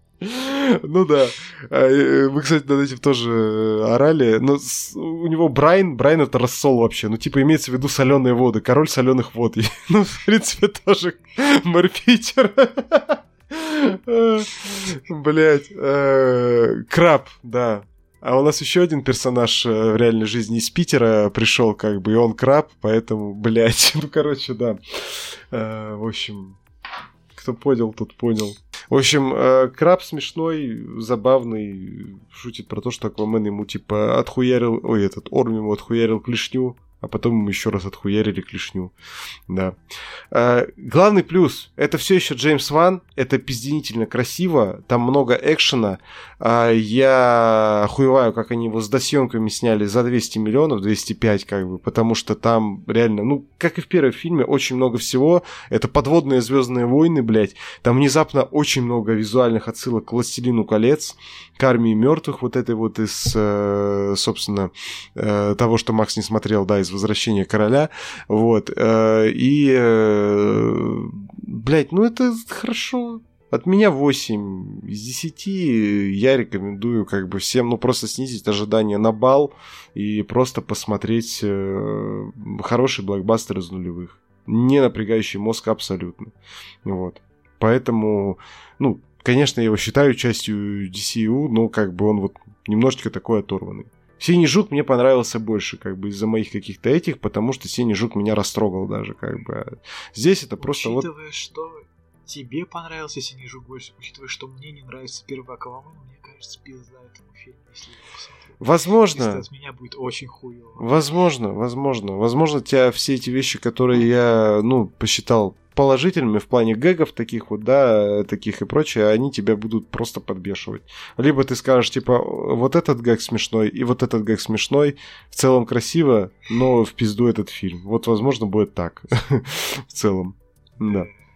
[SPEAKER 1] Ну да. Мы, кстати, над этим тоже орали. Но у него Брайан, Брайан это рассол вообще. Ну, типа, имеется в виду соленые воды. Король соленых вод. Ну, в принципе, тоже мэр Питера. Блять. Краб, да. А у нас еще один персонаж в реальной жизни из Питера пришел, как бы, и он краб, поэтому, блять. Ну, короче, да. В общем... Кто понял, тот понял. В общем, э, краб смешной, забавный, шутит про то, что Аквамен ему типа отхуярил, ой, этот Орм ему отхуярил клешню, а потом ему еще раз отхуярили клешню. Да. Э, главный плюс, это все еще Джеймс Ван, это пизденительно красиво, там много экшена. Э, я охуеваю, как они его с досъемками сняли за двести миллионов, двести пять как бы, потому что там реально, ну, как и в первом фильме, очень много всего. Это подводные Звездные войны, блядь. Там внезапно очень много визуальных отсылок к Властелину колец, к Армии мертвых, вот этой вот из, э, собственно, э, того, что Макс не смотрел, да, из Возвращения короля. Вот. Э, и, э, блядь, ну это хорошо. От меня восемь из десяти. Я рекомендую как бы всем, ну, просто снизить ожидания на балл и просто посмотреть э, хороший блокбастер из нулевых. Не напрягающий мозг абсолютно. Вот. Поэтому, ну, конечно, я его считаю частью ди си ю, но как бы он вот немножечко такой оторванный. Синий Жук мне понравился больше, как бы из-за моих каких-то этих, потому что Синий Жук меня растрогал даже, как бы. Здесь это просто вот...
[SPEAKER 2] Учитывая, что тебе понравился Синий Жук больше, учитывая, что мне не нравится первый Аквамен, мне кажется, пизда этому фильму, если я его посмотрю.
[SPEAKER 1] Возможно.
[SPEAKER 2] От меня будет очень хуёво.
[SPEAKER 1] Возможно, возможно. Возможно, тебя все эти вещи, которые я, ну, посчитал положительными в плане гэгов таких вот, да, таких и прочее, они тебя будут просто подбешивать. Либо ты скажешь, типа, вот этот гэг смешной, и вот этот гэг смешной, в целом красиво, но в пизду этот фильм. Вот, возможно, будет так. В целом, да.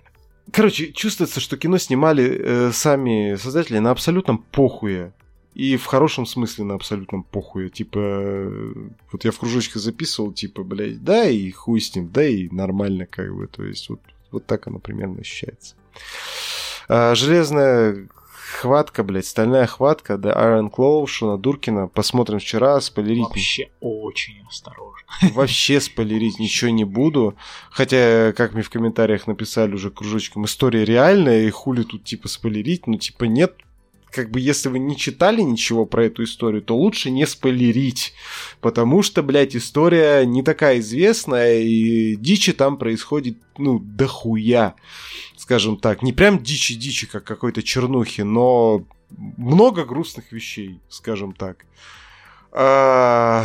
[SPEAKER 1] Короче, чувствуется, что кино снимали э, сами создатели на абсолютном похуе. И в хорошем смысле на абсолютном похуе. Типа, э, вот я в кружочках записывал, типа, блядь, да и хуй с ним, да и нормально, как бы. То есть, вот, вот так оно примерно ощущается. А, железная хватка, блядь, стальная хватка, да, Iron Claw, Шона Дуркина. Посмотрим вчера, спойлерить.
[SPEAKER 2] Вообще очень осторожно.
[SPEAKER 1] Вообще спойлерить ничего не буду. Хотя, как мне в комментариях написали уже кружочком, история реальная, и хули тут, типа, спойлерить. Ну, типа, нет. Как бы, если вы не читали ничего про эту историю, то лучше не спойлерить. Потому что, блядь, история не такая известная, и дичи там происходит, ну, дохуя. Скажем так. Не прям дичи-дичи, как какой-то чернухи, но много грустных вещей, скажем так. А...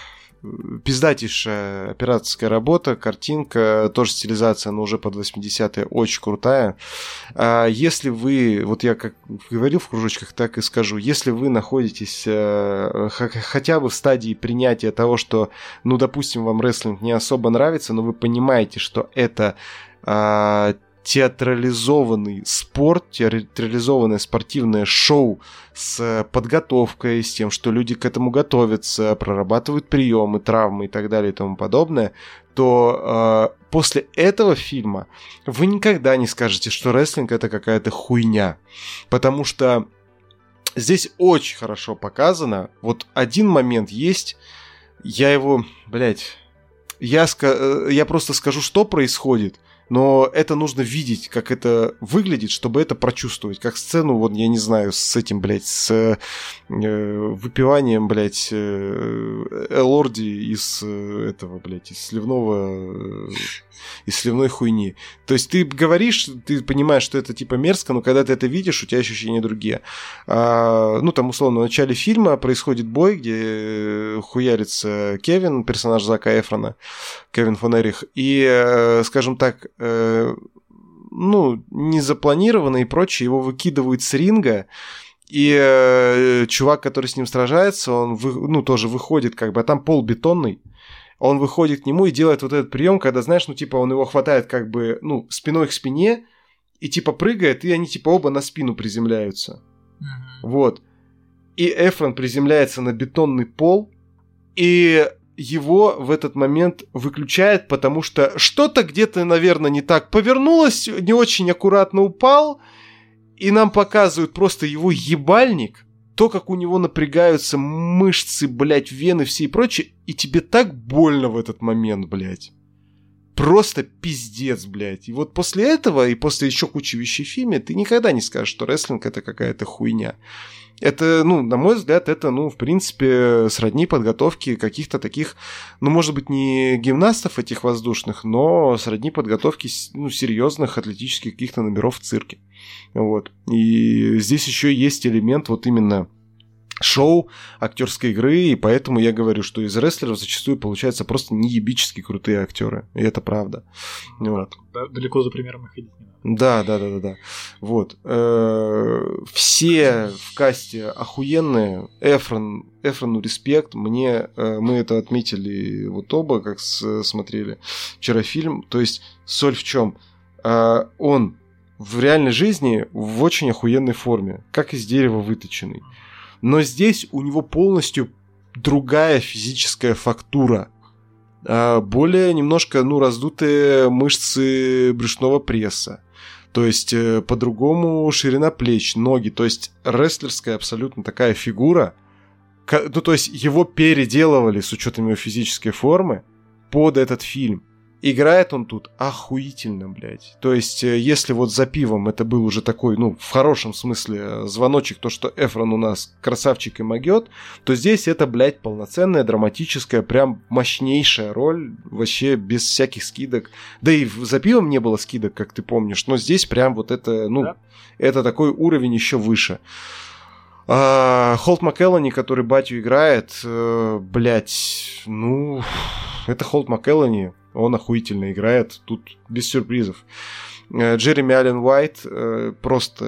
[SPEAKER 1] Пиздатейшая операторская работа, картинка, тоже стилизация, но уже под восьмидесятые, очень крутая. А если вы, вот я как говорил в кружочках, так и скажу, если вы находитесь э, хотя бы в стадии принятия того, что, ну, допустим, вам рестлинг не особо нравится, но вы понимаете, что это э, театрализованный спорт, театрализованное спортивное шоу с подготовкой, с тем, что люди к этому готовятся, прорабатывают приемы, травмы и так далее и тому подобное, то э, после этого фильма вы никогда не скажете, что рестлинг это какая-то хуйня. Потому что здесь очень хорошо показано. Вот один момент есть, я его, блядь, я, ска- я просто скажу, что происходит. Но это нужно видеть, как это выглядит, чтобы это прочувствовать. Как сцену, вот, я не знаю, с этим, блядь, с э, выпиванием, блядь, э, Элорди из э, этого, блядь, из сливного... Э, из сливной хуйни. То есть ты говоришь, ты понимаешь, что это типа мерзко, но когда ты это видишь, у тебя ощущения другие. А, ну, там, условно, в начале фильма происходит бой, где хуярится Кевин, персонаж Зака Эфрона, Кевин фон Эрих, и, скажем так, ну, незапланированно и прочее, его выкидывают с ринга, и э, чувак, который с ним сражается, он вы, ну, тоже выходит, как бы, а там пол бетонный, он выходит к нему и делает вот этот прием, когда, знаешь, ну, типа, он его хватает, как бы, ну, спиной к спине, и, типа, прыгает, и они, типа, оба на спину приземляются. Mm-hmm. Вот. И Эфрон приземляется на бетонный пол, и его в этот момент выключает, потому что что-то где-то, наверное, не так повернулось, не очень аккуратно упал, и нам показывают просто его ебальник, то, как у него напрягаются мышцы, блядь, вены, все и прочее, и тебе так больно в этот момент, блядь. Просто пиздец, блядь. И вот после этого, и после еще кучи вещей в фильме, ты никогда не скажешь, что рестлинг это какая-то хуйня. Это, ну, на мой взгляд, это, ну, в принципе, сродни подготовки каких-то таких, ну, может быть, не гимнастов этих воздушных, но сродни подготовки, ну, серьезных атлетических каких-то номеров в цирке. Вот. И здесь еще есть элемент вот именно шоу, актерской игры, и поэтому я говорю, что из рестлеров зачастую получаются просто неебически крутые актеры. И это правда. Вот.
[SPEAKER 2] Да, далеко за примером их ходить не надо.
[SPEAKER 1] Да, да, да, да, да. Вот. Все в касте охуенные. Эфрон, Эфрону респект. Мне, мы это отметили вот оба, как смотрели вчера фильм. То есть соль в чем? Он в реальной жизни в очень охуенной форме, как из дерева выточенный. Но здесь у него полностью другая физическая фактура. Более немножко, ну, раздутые мышцы брюшного пресса. То есть, по-другому ширина плеч, ноги. То есть, рестлерская абсолютно такая фигура. Ну, то есть, его переделывали с учетом его физической формы под этот фильм. Играет он тут охуительно, блядь. То есть, если вот за пивом это был уже такой, ну, в хорошем смысле звоночек, то, что Эфрон у нас красавчик и могет, то здесь это, блядь, полноценная, драматическая, прям мощнейшая роль, вообще без всяких скидок. Да и за пивом не было скидок, как ты помнишь, но здесь прям вот это, ну, да. Это такой уровень еще выше. А, Холт МакЭллани, который батю играет, э, блядь, ну, это Холт МакЭллани. Он охуительно играет, тут без сюрпризов. Джереми Аллен Уайт просто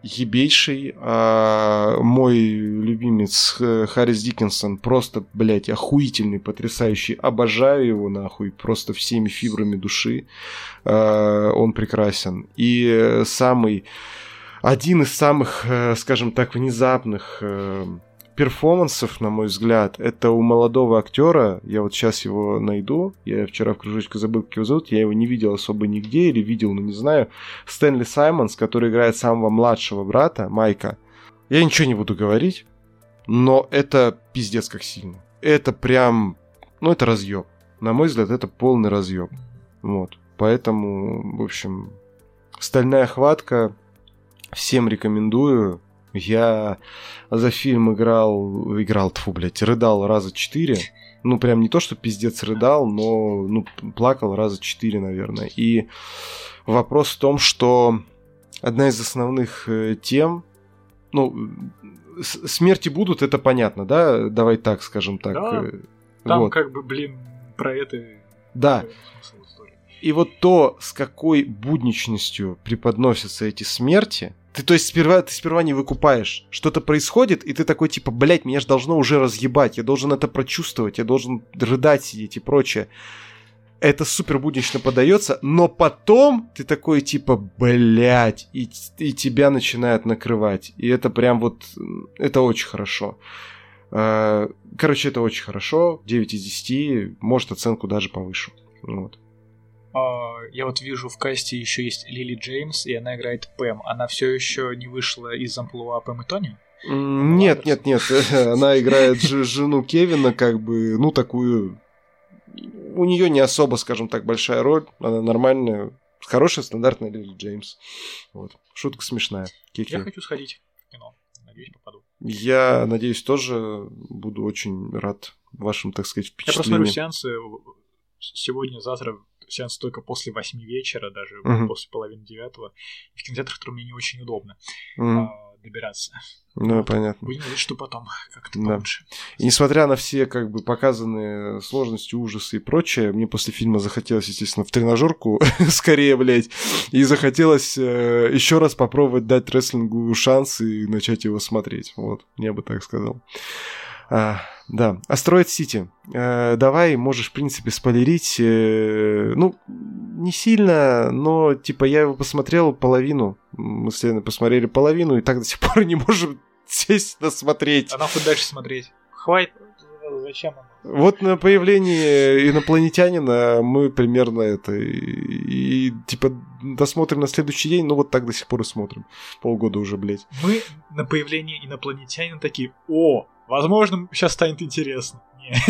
[SPEAKER 1] ебейший. А мой любимец Харрис Диккенсон просто, блядь, охуительный, потрясающий. Обожаю его, нахуй, просто всеми фибрами души. А, он прекрасен. И самый... Один из самых, скажем так, внезапных перформансов, на мой взгляд, это у молодого актера. Я вот сейчас его найду. Я вчера в кружочке забыл, как его зовут. Я его не видел особо нигде, или видел, но не знаю. Стэнли Саймонс, который играет самого младшего брата, Майка. Я ничего не буду говорить, но это пиздец как сильно. Это прям... Ну, это разъеб. На мой взгляд, это полный разъеб. Вот. Поэтому, в общем, «Стальная хватка». Всем рекомендую. Я за фильм играл... Играл, тьфу, блядь, рыдал раза четыре. Ну, прям не то, что пиздец рыдал, но ну, плакал раза четыре, наверное. И вопрос в том, что одна из основных э, тем... Ну, с- смерти будут, это понятно, да? Давай так, скажем так.
[SPEAKER 2] Да,
[SPEAKER 1] э,
[SPEAKER 2] там
[SPEAKER 1] вот.
[SPEAKER 2] как бы, блин, про это...
[SPEAKER 1] Да. И вот то, с какой будничностью преподносятся эти смерти, ты, то есть, сперва, ты сперва не выкупаешь. Что-то происходит, и ты такой, типа, блядь, меня же должно уже разъебать, я должен это прочувствовать, я должен рыдать, сидеть и прочее. Это супер буднично подается, но потом ты такой, типа, блядь, и, и тебя начинает накрывать. И это прям вот, это очень хорошо. Короче, это очень хорошо, девять из десяти, может, оценку даже повышу. Вот.
[SPEAKER 2] Uh, я вот вижу в касте еще есть Лили Джеймс, и она играет Пэм. Она все еще не вышла из амплуа Пэм и Тони?
[SPEAKER 1] Нет, нет, нет. Она играет жену Кевина, как бы, ну, такую... У нее не особо, скажем так, большая роль. Она нормальная, хорошая, стандартная Лили Джеймс. Вот. Шутка смешная. Ки-ки.
[SPEAKER 2] Я хочу сходить в кино. Надеюсь, попаду.
[SPEAKER 1] Я надеюсь, тоже буду очень рад вашим, так сказать, впечатлениям.
[SPEAKER 2] Я просмотрю сеансы сегодня-завтра. Сеанс только после восьми вечера, даже uh-huh. после половины девятого. И в кинотеатрах, которые мне не очень удобно uh-huh. а, добираться.
[SPEAKER 1] Ну,
[SPEAKER 2] вот.
[SPEAKER 1] Понятно.
[SPEAKER 2] Будем надеяться, что потом как-то
[SPEAKER 1] да.
[SPEAKER 2] получше.
[SPEAKER 1] И несмотря на все как бы показанные сложности, ужасы и прочее, мне после фильма захотелось, естественно, в тренажерку скорее, блядь, и захотелось э, еще раз попробовать дать рестлингу шанс и начать его смотреть. Вот, я бы так сказал. А, да, Астероид Сити. Э, давай, можешь, в принципе, спойлерить. Э, ну, не сильно, но, типа, я его посмотрел половину. Мы с Леной посмотрели половину, и так до сих пор не можем сесть досмотреть.
[SPEAKER 2] А нахуй дальше смотреть? Хватит. Зачем оно?
[SPEAKER 1] Вот на появление инопланетянина мы примерно это... И, и, типа, досмотрим на следующий день, ну, вот так до сих пор и смотрим. Полгода уже, блядь.
[SPEAKER 2] Мы на появление инопланетянина такие: о, возможно, сейчас станет интересно.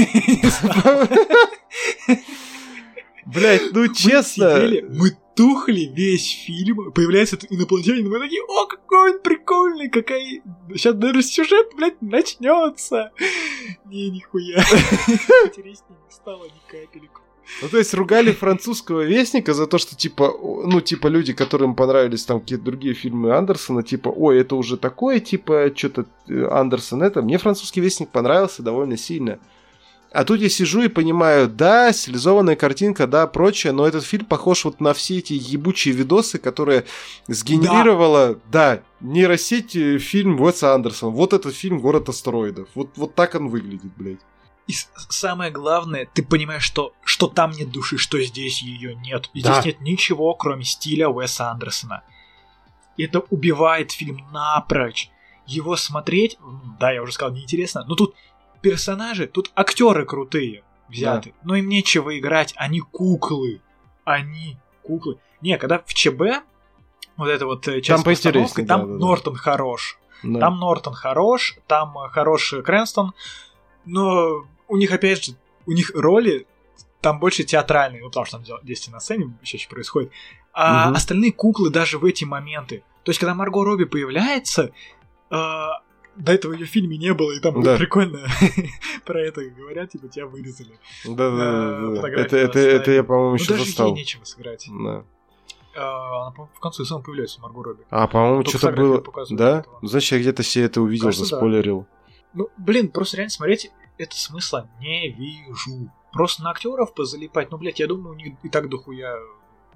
[SPEAKER 1] Блять, ну честно.
[SPEAKER 2] Мы сидели, мы тухли весь фильм. Появляется этот инопланетянин, мы такие: о, какой он прикольный, какая... Сейчас даже сюжет, блядь, начнется. Не, нихуя. Интереснее не стало ни капельку.
[SPEAKER 1] Ну, то есть ругали французского вестника за то, что, типа, ну, типа, люди, которым понравились там какие-то другие фильмы Андерсона, типа, ой, это уже такое, типа, что-то Андерсон это. Мне французский вестник понравился довольно сильно. А тут я сижу и понимаю, да, стилизованная картинка, да, прочее, но этот фильм похож вот на все эти ебучие видосы, которые сгенерировала, да, да нейросеть фильм Уэса Андерсона. Вот этот фильм «Город астероидов». Вот, вот так он выглядит, блядь.
[SPEAKER 2] И самое главное, ты понимаешь, что, что там нет души, что здесь ее нет. И
[SPEAKER 1] да.
[SPEAKER 2] Здесь нет ничего, кроме стиля Уэса Андерсона. И это убивает фильм напрочь. Его смотреть, да, я уже сказал, неинтересно, но тут персонажи, тут актеры крутые взяты. Да. Но им нечего играть, они куклы. Они куклы. Не, когда в ЧБ, вот эта вот часть
[SPEAKER 1] там
[SPEAKER 2] постановки, там
[SPEAKER 1] да, да,
[SPEAKER 2] Нортон
[SPEAKER 1] да.
[SPEAKER 2] хорош.
[SPEAKER 1] Да.
[SPEAKER 2] Там Нортон хорош, там хорош Крэнстон, но у них, опять же, у них роли там больше театральные, ну, потому что там действие на сцене чаще происходит. А угу. остальные куклы даже в эти моменты. То есть, когда Марго Робби появляется, э, до этого ее в фильме не было, и там да. прикольно про это говорят, типа, тебя вырезали.
[SPEAKER 1] Да-да-да. Это, это, это я, по-моему, еще
[SPEAKER 2] даже
[SPEAKER 1] застал.
[SPEAKER 2] Ей нечего сыграть.
[SPEAKER 1] Да.
[SPEAKER 2] Она в конце самого появляется, Марго Робби.
[SPEAKER 1] А, по-моему, что-то было... Да? Значит, я где-то себе это увидел,
[SPEAKER 2] кажется,
[SPEAKER 1] заспойлерил.
[SPEAKER 2] Да. Ну, блин, просто реально смотреть, это смысла не вижу. Просто на актеров позалипать, ну, блядь, я думаю, у них и так дохуя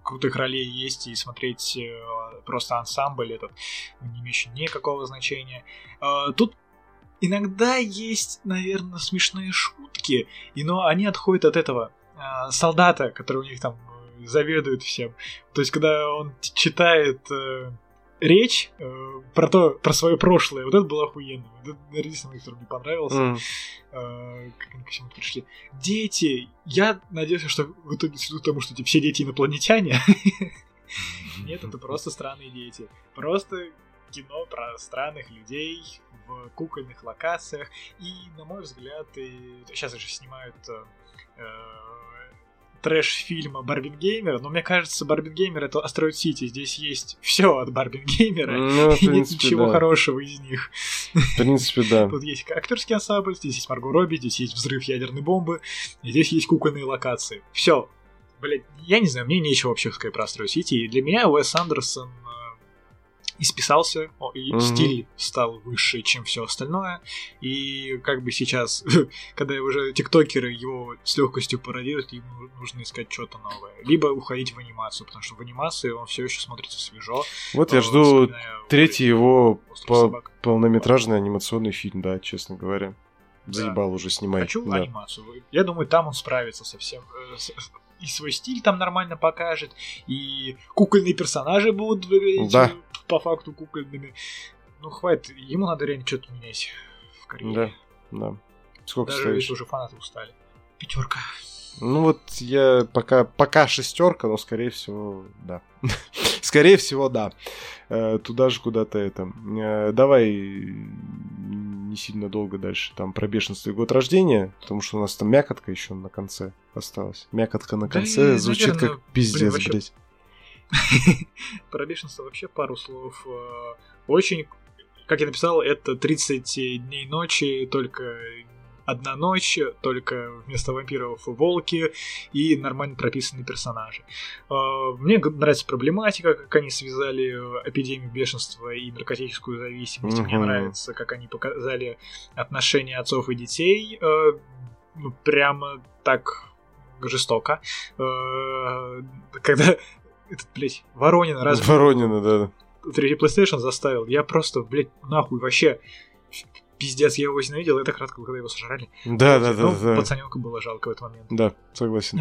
[SPEAKER 2] крутых ролей есть, и смотреть э, просто ансамбль этот, не имеющий никакого значения. Э, тут иногда есть, наверное, смешные шутки, и, но они отходят от этого э, солдата, который у них там заведует всем. То есть, когда он читает э, речь э, про то, про свое прошлое, вот это было охуенно. Это единственное, который мне понравился. Mm. Э, как они к чему-то пришли. Дети. Я надеялся, что в итоге сведут к тому, что типа, все дети инопланетяне. Нет, это просто странные дети. Просто кино про странных людей в кукольных локациях. И, на мой взгляд, и... сейчас же снимают э, трэш-фильма Барбенгеймера, но мне кажется, Барбенгеймер — это Астероид Сити. Здесь есть все от Барбенгеймера, ну, и принципе, нет ничего да. хорошего из них.
[SPEAKER 1] В принципе, да.
[SPEAKER 2] Тут есть актерский ансамбль, здесь есть Марго Робби, здесь есть взрыв ядерной бомбы, и здесь есть кукольные локации. Все. Блять, я не знаю, мне нечего вообще сказать про Астероид Сити. И для меня Уэс Андерсон исписался, и mm-hmm. стиль стал выше, чем все остальное. И как бы сейчас, когда уже тиктокеры его с легкостью пародируют, ему нужно искать что-то новое. Либо уходить в анимацию, потому что в анимации он все еще смотрится свежо.
[SPEAKER 1] Вот я жду третий его по- полнометражный анимационный фильм, да, честно говоря. Заебал да. уже снимать.
[SPEAKER 2] Хочу
[SPEAKER 1] да.
[SPEAKER 2] анимацию. Я думаю, там он справится со всем. И свой стиль там нормально покажет, и кукольные персонажи будут выглядеть
[SPEAKER 1] да.
[SPEAKER 2] по факту кукольными. Ну, хватит, ему надо реально что-то менять в карьере.
[SPEAKER 1] Да, да. Сколько
[SPEAKER 2] Даже
[SPEAKER 1] ставишь?
[SPEAKER 2] если уже фанаты устали. Пятерка.
[SPEAKER 1] Ну вот я пока, пока шестерка, но скорее всего, да. Скорее всего, да. Туда же куда-то это. Давай не сильно долго дальше. Там про бешенство и год рождения, потому что у нас там мякотка еще на конце осталась. Мякотка на конце да, звучит наверное, как пиздец, блин, вообще... блядь.
[SPEAKER 2] Про бешенство вообще пару слов. Очень, как я написал, это тридцать дней ночи, только одна ночь, только вместо вампиров волки и нормально прописанные персонажи. Мне нравится проблематика, как они связали эпидемию бешенства и наркотическую зависимость. Mm-hmm. Мне нравится, как они показали отношения отцов и детей. Ну, прямо так жестоко. Когда этот, блядь, Воронина разве...
[SPEAKER 1] Воронина, да.
[SPEAKER 2] Третий PlayStation заставил. Я просто, блядь, нахуй вообще... Пиздец, я его возненавидел, это кратко, когда его сожрали.
[SPEAKER 1] Да, да, да.
[SPEAKER 2] Ну,
[SPEAKER 1] да.
[SPEAKER 2] Пацанёнка было жалко в этот момент.
[SPEAKER 1] Да, согласен.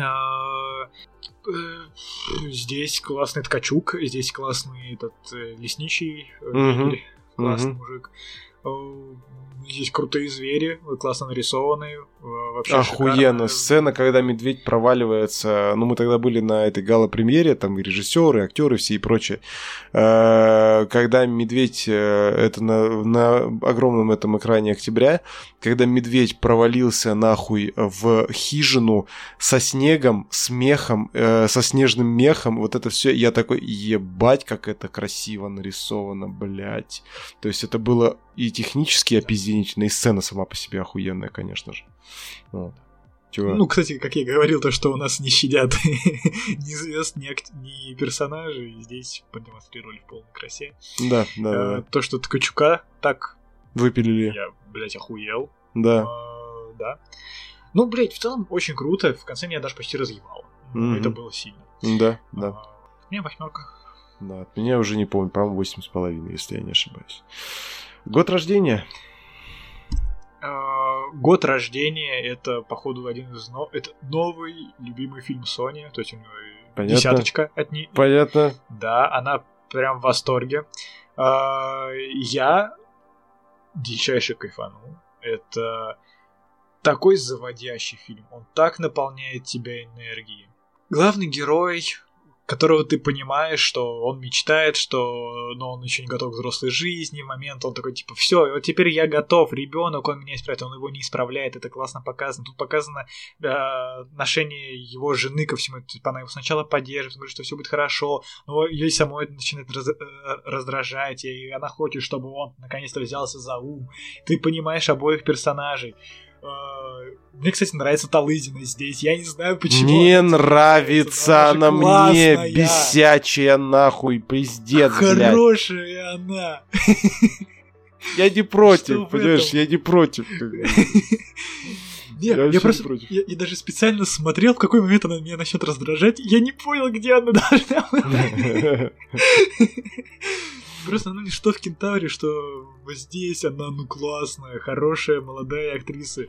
[SPEAKER 2] Здесь классный Ткачук, здесь классный этот лесничий, классный мужик. Здесь крутые звери, классно нарисованные. Вообще
[SPEAKER 1] охуенно. Шикарно. Сцена, когда медведь проваливается. Ну, мы тогда были на этой гала-премьере, там и режиссеры, и актеры, все и прочее. Когда медведь, это на, на огромном этом экране октября, когда медведь провалился нахуй в хижину со снегом, с мехом, со снежным мехом, вот это все, я такой, ебать, как это красиво нарисовано, блядь. То есть это было и технически опизденительно, и сцена сама по себе охуенная, конечно же. Вот. Чего?
[SPEAKER 2] Ну, кстати, как я говорил, то, что у нас не щадят ни звезд, ни, акт... ни персонажей, здесь продемонстрировали в полной красе.
[SPEAKER 1] Да, да,
[SPEAKER 2] а,
[SPEAKER 1] да.
[SPEAKER 2] То, что Ткачука так...
[SPEAKER 1] Выпилили.
[SPEAKER 2] Я, блядь, охуел.
[SPEAKER 1] Да.
[SPEAKER 2] А, да. Ну, блядь, в целом очень круто. В конце меня даже почти разъебало. Mm-hmm. Это было сильно.
[SPEAKER 1] Да, да.
[SPEAKER 2] А, у меня восьмерка.
[SPEAKER 1] Да, от меня уже не помню, по-моему, восемь с половиной, если я не ошибаюсь. Год рождения?
[SPEAKER 2] Uh, год рождения — это, походу, один из... Но... Это новый любимый фильм Sony, то есть у него Понятно. Десяточка от нее.
[SPEAKER 1] Понятно.
[SPEAKER 2] Да, она прям в восторге. Uh, я дичайше кайфанул. Это такой заводящий фильм, он так наполняет тебя энергией. Главный герой... которого ты понимаешь, что он мечтает, что но он еще не готов к взрослой жизни, в момент он такой, типа, все, вот теперь я готов, ребенок, он меня исправит, он его не исправляет, это классно показано. Тут показано э, отношение его жены ко всему, типа, она его сначала поддерживает, говорит, что все будет хорошо, но ей самой это начинает раз, э, раздражать, и она хочет, чтобы он наконец-то взялся за ум. Ты понимаешь обоих персонажей. Мне, кстати, нравится Талызина здесь. Я не знаю, почему.
[SPEAKER 1] Не нравится она, она мне, бесячая нахуй, пиздец, блядь.
[SPEAKER 2] Хорошая она.
[SPEAKER 1] Я не против, понимаешь, я не против.
[SPEAKER 2] Нет, я, я просто, я, я даже специально смотрел, в какой момент она меня начнет раздражать, я не понял, где она должна была. Просто, ну, не что в Кентавре, что здесь она, ну, классная, хорошая, молодая актриса.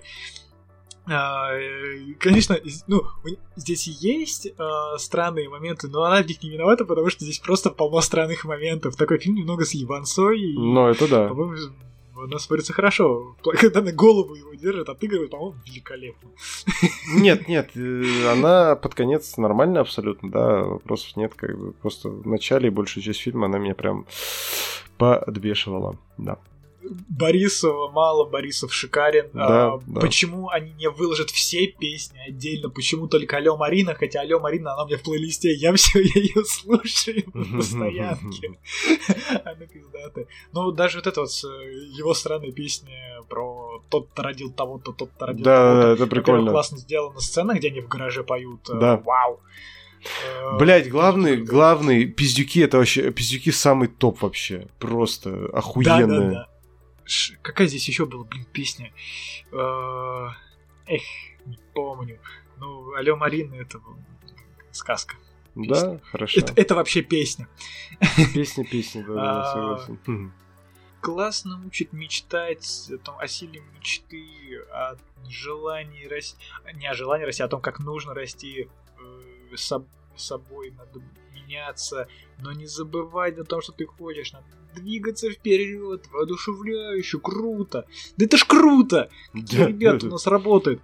[SPEAKER 2] А, конечно, ну, здесь и есть а, странные моменты, но она в них не виновата, потому что здесь просто полно странных моментов. Такой фильм немного с ебанцой.
[SPEAKER 1] Ну, это да.
[SPEAKER 2] По-моему, она смотрится хорошо. Когда на голову его держит, отыгрывает, по-моему, великолепно.
[SPEAKER 1] Нет, нет, она под конец нормальная абсолютно, да, вопросов нет, как бы просто в начале и большую часть фильма она меня прям подбешивала, да.
[SPEAKER 2] Борисова мало, Борисов шикарен.
[SPEAKER 1] Да,
[SPEAKER 2] а,
[SPEAKER 1] да.
[SPEAKER 2] Почему они не выложат все песни отдельно? Почему только Алло Марина? Хотя Алло Марина, она у меня в плейлисте, я все ее слушаю на постоянке. Она пиздатая. Ну, даже вот эта вот его странная песня про тот-то родил того-то, тот-то родил того-то.
[SPEAKER 1] Да, это прикольно.
[SPEAKER 2] Классно сделана сцена, где они в гараже поют.
[SPEAKER 1] Да.
[SPEAKER 2] Вау.
[SPEAKER 1] Блять, главный, главный, пиздюки, это вообще, пиздюки самый топ вообще. Просто охуенные.
[SPEAKER 2] Да, да, да. Ш- какая здесь еще была, блин, песня? Э- Эх, не помню. Ну, Алло, Марина, это сказка.
[SPEAKER 1] Да,
[SPEAKER 2] Песня.
[SPEAKER 1] хорошо.
[SPEAKER 2] Это, это вообще песня.
[SPEAKER 1] Песня, песня, да, да, согласен.
[SPEAKER 2] Классно учит мечтать о, том, о силе мечты, о желании расти. Не о желании расти, а о том, как нужно расти э, соб- собой, надо меняться, но не забывать о том, что ты хочешь, надо двигаться вперед, воодушевляюще, круто. Да это ж круто! Какие ребята у нас работают.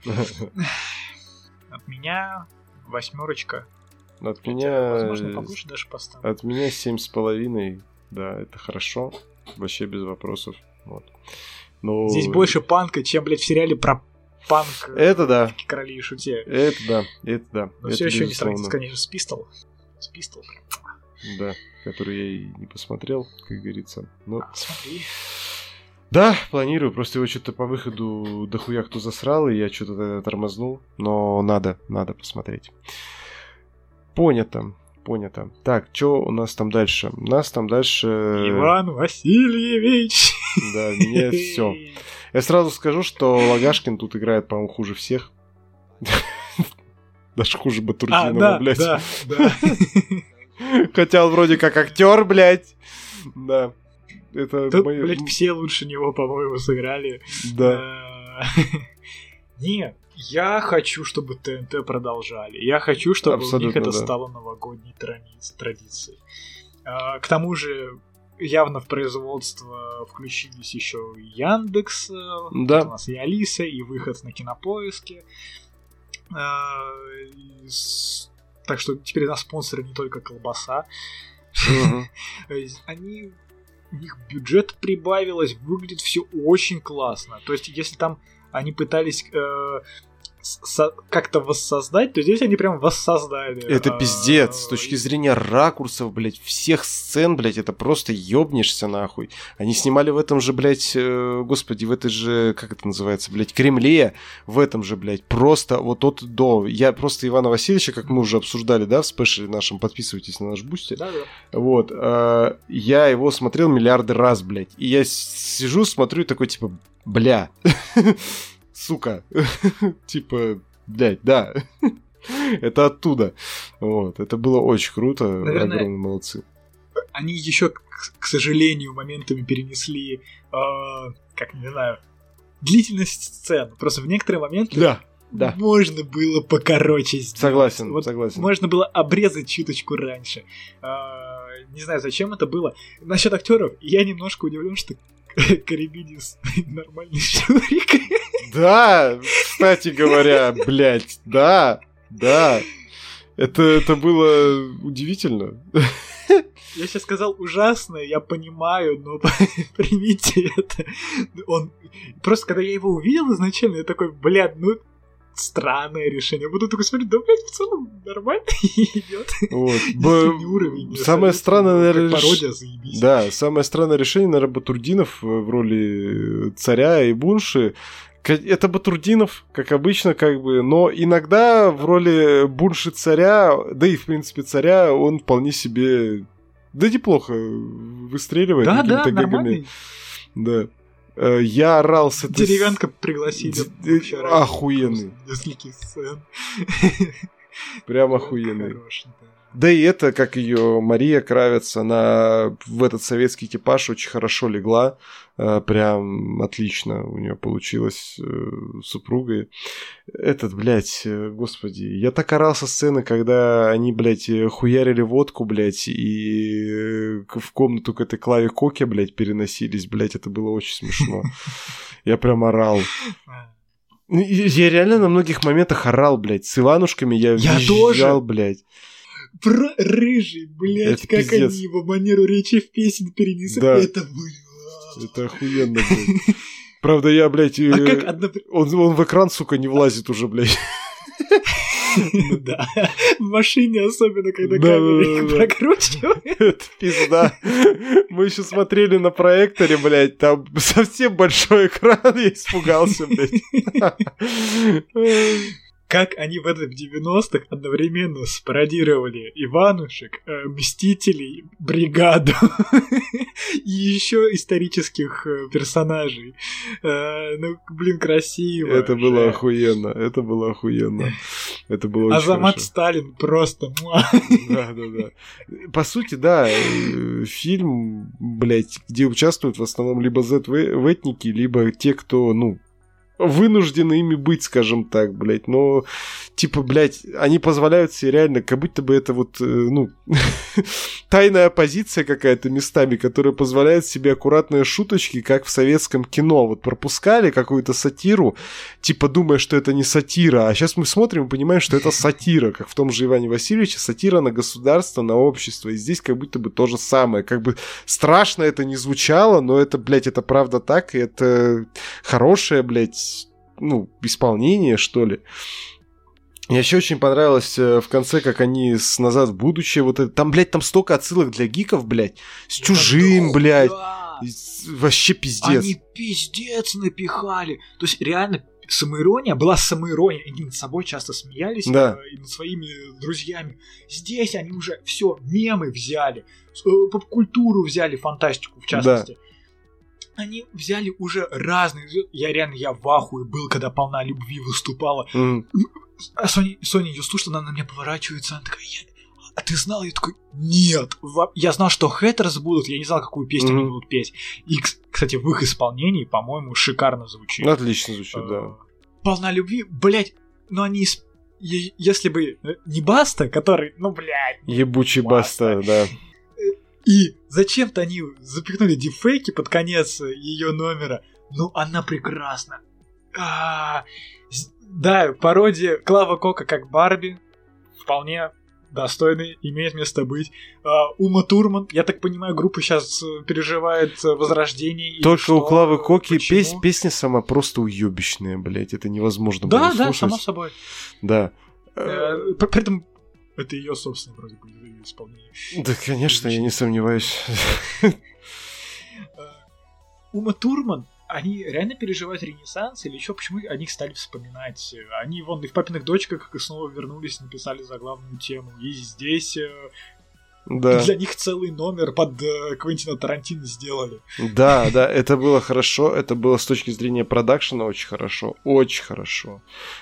[SPEAKER 2] От меня восьмерочка.
[SPEAKER 1] От меня...
[SPEAKER 2] Возможно, побольше даже поставлю.
[SPEAKER 1] От меня семь с половиной. Да, это хорошо. Вообще без вопросов. Вот. Но...
[SPEAKER 2] Здесь больше панка, чем, блядь, в сериале про панк.
[SPEAKER 1] Это да.
[SPEAKER 2] Короли и шуте.
[SPEAKER 1] Это да, это да.
[SPEAKER 2] Но
[SPEAKER 1] это
[SPEAKER 2] все еще не
[SPEAKER 1] безусловно.
[SPEAKER 2] сравнится, конечно, с Пистол. С Пистол прям.
[SPEAKER 1] Да, который я и не посмотрел, как говорится. Но...
[SPEAKER 2] А, смотри.
[SPEAKER 1] Да, планирую, просто его что-то по выходу дохуя кто засрал, и я что-то тормознул. Но надо, надо посмотреть. Понято, понято. Так, что у нас там дальше? У нас там дальше...
[SPEAKER 2] Иван Васильевич!
[SPEAKER 1] Да, мне все. Я сразу скажу, что Лагашкин тут играет, по-моему, хуже всех. Даже хуже Батурдинова,
[SPEAKER 2] а, да,
[SPEAKER 1] блядь.
[SPEAKER 2] Да, да.
[SPEAKER 1] Хотя он вроде как актер, блядь. Да. Это
[SPEAKER 2] Тут,
[SPEAKER 1] моё...
[SPEAKER 2] блядь, все лучше него, по-моему, сыграли.
[SPEAKER 1] Да.
[SPEAKER 2] Не, я хочу, чтобы ТНТ продолжали. Я хочу, чтобы
[SPEAKER 1] Абсолютно,
[SPEAKER 2] у них это
[SPEAKER 1] да.
[SPEAKER 2] стало новогодней традицией. К тому же, явно в производство включились еще Яндекс,
[SPEAKER 1] да.
[SPEAKER 2] у нас и Алиса, и выход на Кинопоиске. Так что теперь на спонсоры не только колбаса. Они... У них бюджет прибавилось, выглядит все очень классно. То есть, если там они пытались э, со- как-то воссоздать, то здесь они прям воссоздали.
[SPEAKER 1] Это
[SPEAKER 2] э,
[SPEAKER 1] пиздец. С точки зрения ракурсов, блядь, всех сцен, блядь, это просто ёбнешься нахуй. Они снимали в этом же, блядь, э, господи, в этой же, как это называется, блядь, Кремле, в этом же, блядь, просто вот от до. Я просто Ивана Васильевича, как мы уже обсуждали, да, в спешле нашем, подписывайтесь на наш бусти.
[SPEAKER 2] Да, да.
[SPEAKER 1] Вот, э, я его смотрел миллиарды раз, блядь. И я сижу, смотрю, такой, типа, бля, сука, типа, блядь, да, это оттуда. Вот, это было очень круто,
[SPEAKER 2] наверное,
[SPEAKER 1] огромные молодцы.
[SPEAKER 2] Они еще, к, к сожалению, моментами перенесли, э, как, не знаю, длительность сцен. Просто в некоторые моменты
[SPEAKER 1] да, да.
[SPEAKER 2] можно было покороче сделать.
[SPEAKER 1] Согласен,
[SPEAKER 2] вот
[SPEAKER 1] согласен.
[SPEAKER 2] Можно было обрезать чуточку раньше. Э, не знаю, зачем это было. Насчет актеров я немножко удивлен, что Карибидис нормальный Шурик.
[SPEAKER 1] Да, кстати говоря, блядь, да, да. Это, это было удивительно.
[SPEAKER 2] Я сейчас сказал ужасно, я понимаю, но примите это. Он... Просто когда я его увидел изначально, я такой, блядь, ну странное решение. Я буду только смотреть, да, блядь, в целом нормально идет.
[SPEAKER 1] Вот.
[SPEAKER 2] Б... уровень.
[SPEAKER 1] Самое странное, наверное,
[SPEAKER 2] пародия, заебись.
[SPEAKER 1] Да, самое странное решение, наверное, Батурдинов в роли царя и Бунши. Это Батурдинов, как обычно, как бы, но иногда в роли Бунши царя, да и, в принципе, царя, он вполне себе, да, неплохо выстреливает
[SPEAKER 2] да,
[SPEAKER 1] какими-то
[SPEAKER 2] да,
[SPEAKER 1] гэгами.
[SPEAKER 2] нормальный.
[SPEAKER 1] Да. Я орал с этой...
[SPEAKER 2] Деревянка пригласили.
[SPEAKER 1] Д... Охуенный.
[SPEAKER 2] Нескольких сцен.
[SPEAKER 1] Прям охуенный. Хорош, да. Да и это, как ее Мария Кравец, она в этот советский типаж очень хорошо легла. Прям отлично у нее получилось с супругой. Этот, блядь, господи, я так орал со сцены, когда они, блядь, хуярили водку, блядь, и в комнату к этой Клаве Коке, блядь, переносились, блядь, это было очень смешно. Я прям орал. Я реально на многих моментах орал, блядь, с Иванушками я визжал, блядь.
[SPEAKER 2] Про рыжий, блядь, это как пиздец. Они его манеру речи в песен перенесли. Да. Это было.
[SPEAKER 1] Это охуенно, блядь. Правда, я, блядь, а э... как одно... он, он в экран, сука, не влазит уже, блядь.
[SPEAKER 2] Ну да. В машине особенно, когда камеру прокручивают.
[SPEAKER 1] Это пизда. Мы еще смотрели на проекторе, блядь, там совсем большой экран, я испугался, блядь.
[SPEAKER 2] Как они в этом девяностых одновременно спародировали Иванушек, э, Мстителей, Бригаду и еще исторических э, персонажей. Э, ну, блин, красиво.
[SPEAKER 1] Это же. Было охуенно, это было охуенно. Это было очень
[SPEAKER 2] Азамат
[SPEAKER 1] хорошо.
[SPEAKER 2] Сталин просто.
[SPEAKER 1] Да, да, да. По сути, да, фильм, блядь, где участвуют в основном либо зет-ветники, либо те, кто, ну, вынуждены ими быть, скажем так, блядь, но, типа, блядь, они позволяют себе реально, как будто бы это вот, ну, тайная оппозиция какая-то местами, которая позволяет себе аккуратные шуточки, как в советском кино, вот пропускали какую-то сатиру, типа, думая, что это не сатира, а сейчас мы смотрим и понимаем, что это сатира, как в том же Иване Васильевиче, сатира на государство, на общество, и здесь как будто бы то же самое, как бы страшно это не звучало, но это, блядь, это правда так, и это хорошее, блядь, ну, исполнение, что ли. Мне еще очень понравилось в конце, как они с «Назад в будущее», вот это, там, блядь, там столько отсылок для гиков, блядь, с да «Чужим», да, блядь, да. Вообще пиздец.
[SPEAKER 2] Они пиздец напихали. То есть, реально, самоирония была самоирония. Они над собой часто смеялись,
[SPEAKER 1] да.
[SPEAKER 2] И над своими друзьями. Здесь они уже все, мемы взяли, поп-культуру взяли, фантастику, в частности. Да. Они взяли уже разные... Я реально, я в ахуе был, когда «Полна любви» выступала.
[SPEAKER 1] Mm.
[SPEAKER 2] А Соня, Соня ее слушает, она на меня поворачивается, она такая, я... а ты знал? Я такой, нет. Я знал, что хейтерс будут, я не знал, какую песню mm-hmm. они будут петь. И, кстати, в их исполнении, по-моему, шикарно звучит.
[SPEAKER 1] Отлично звучит, да.
[SPEAKER 2] «Полна любви», блять, но они... Если бы не Баста, который, ну, блядь...
[SPEAKER 1] Ебучий Баста, Баста да.
[SPEAKER 2] И зачем-то они запихнули дипфейки под конец ее номера. Ну, она прекрасна. А-а-а. Да, пародия Клава Кока как Барби вполне достойный, имеет место быть. А, Ума Турман, я так понимаю, группа сейчас переживает возрождение.
[SPEAKER 1] Только у Клавы Коки пес- песня сама просто уебищная, блядь, это невозможно
[SPEAKER 2] да,
[SPEAKER 1] было
[SPEAKER 2] да,
[SPEAKER 1] слушать.
[SPEAKER 2] Да, само собой.
[SPEAKER 1] Да.
[SPEAKER 2] Э, при этом это ее, собственно, вроде бы исполнение.
[SPEAKER 1] Да, конечно, я не сомневаюсь.
[SPEAKER 2] Ума Турман, они реально переживают ренессанс или еще почему они их стали вспоминать? Они вон и в «Папиных дочках» снова вернулись, написали заглавную тему. И здесь
[SPEAKER 1] да.
[SPEAKER 2] Для них целый номер под Квентина Тарантино сделали.
[SPEAKER 1] Да, да, это было хорошо. Это было с точки зрения продакшена очень хорошо. Очень хорошо.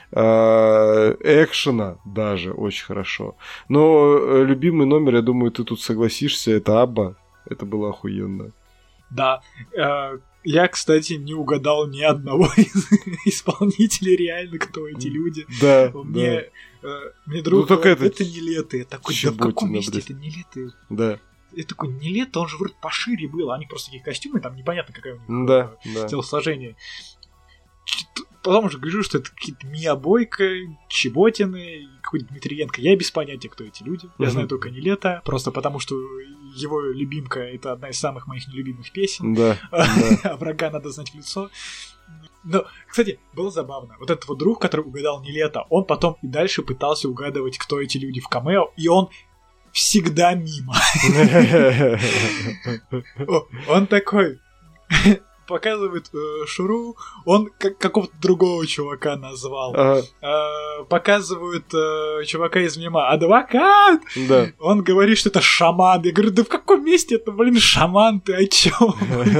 [SPEAKER 1] Экшена даже очень хорошо. Но любимый номер, я думаю, ты тут согласишься, это «Абба». Это было охуенно.
[SPEAKER 2] Да. Я, кстати, не угадал ни одного из исполнителей реально, кто эти люди.
[SPEAKER 1] Да,
[SPEAKER 2] мне,
[SPEAKER 1] да.
[SPEAKER 2] Э, мне друг
[SPEAKER 1] ну,
[SPEAKER 2] говорит, это, это не лето. Я такой,
[SPEAKER 1] Чеботина,
[SPEAKER 2] да в каком месте
[SPEAKER 1] блядь.
[SPEAKER 2] это не лето?
[SPEAKER 1] Да.
[SPEAKER 2] Я такой, не лето, он же вроде пошире был. Они просто такие костюмы, там непонятно, какая у них
[SPEAKER 1] да,
[SPEAKER 2] э,
[SPEAKER 1] да.
[SPEAKER 2] телосложение. Потом уже гляжу, что это какие-то Мия Бойко, Чеботины, какой-то Дмитриенко. Я без понятия, кто эти люди. Я mm-hmm. знаю только «Не лето», просто потому что его любимка — это одна из самых моих нелюбимых песен.
[SPEAKER 1] Да,
[SPEAKER 2] а врага надо знать в лицо. Но, кстати, было забавно. Вот этот вот друг, который угадал «Не лето», он потом и дальше пытался угадывать, кто эти люди в камео, и он всегда мимо. Он такой... показывает э, Шуру, он как- какого-то другого чувака назвал.
[SPEAKER 1] Ага,
[SPEAKER 2] Э, показывают э, чувака из мема «Адвокат!»
[SPEAKER 1] да.
[SPEAKER 2] Он говорит, что это шаман. Я говорю, да в каком месте это, блин, шаман, ты о чём?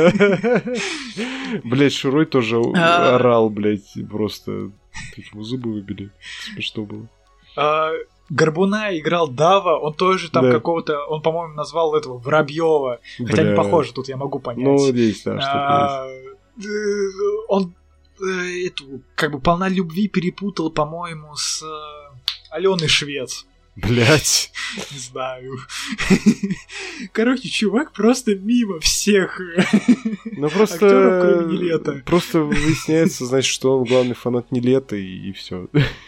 [SPEAKER 1] Блять, Шурой тоже
[SPEAKER 2] А.
[SPEAKER 1] орал, блять, просто как ему зубы выбили. Смешно было.
[SPEAKER 2] А, Горбуна играл Дава, он тоже там
[SPEAKER 1] Да.
[SPEAKER 2] какого-то, он, по-моему, назвал этого Воробьева, хотя не
[SPEAKER 1] Бля.
[SPEAKER 2] похоже, тут я могу понять.
[SPEAKER 1] Ну, есть, да, что-то
[SPEAKER 2] А, э, Он э, эту, как бы, «Полна любви» перепутал, по-моему, с э, Аленой Швец.
[SPEAKER 1] есть. Блять.
[SPEAKER 2] Не знаю. Короче, чувак просто мимо всех.
[SPEAKER 1] Ну
[SPEAKER 2] Актеров,
[SPEAKER 1] просто...
[SPEAKER 2] кроме Нилета.
[SPEAKER 1] Просто выясняется, значит, что он главный фанат Нилета, и, и все.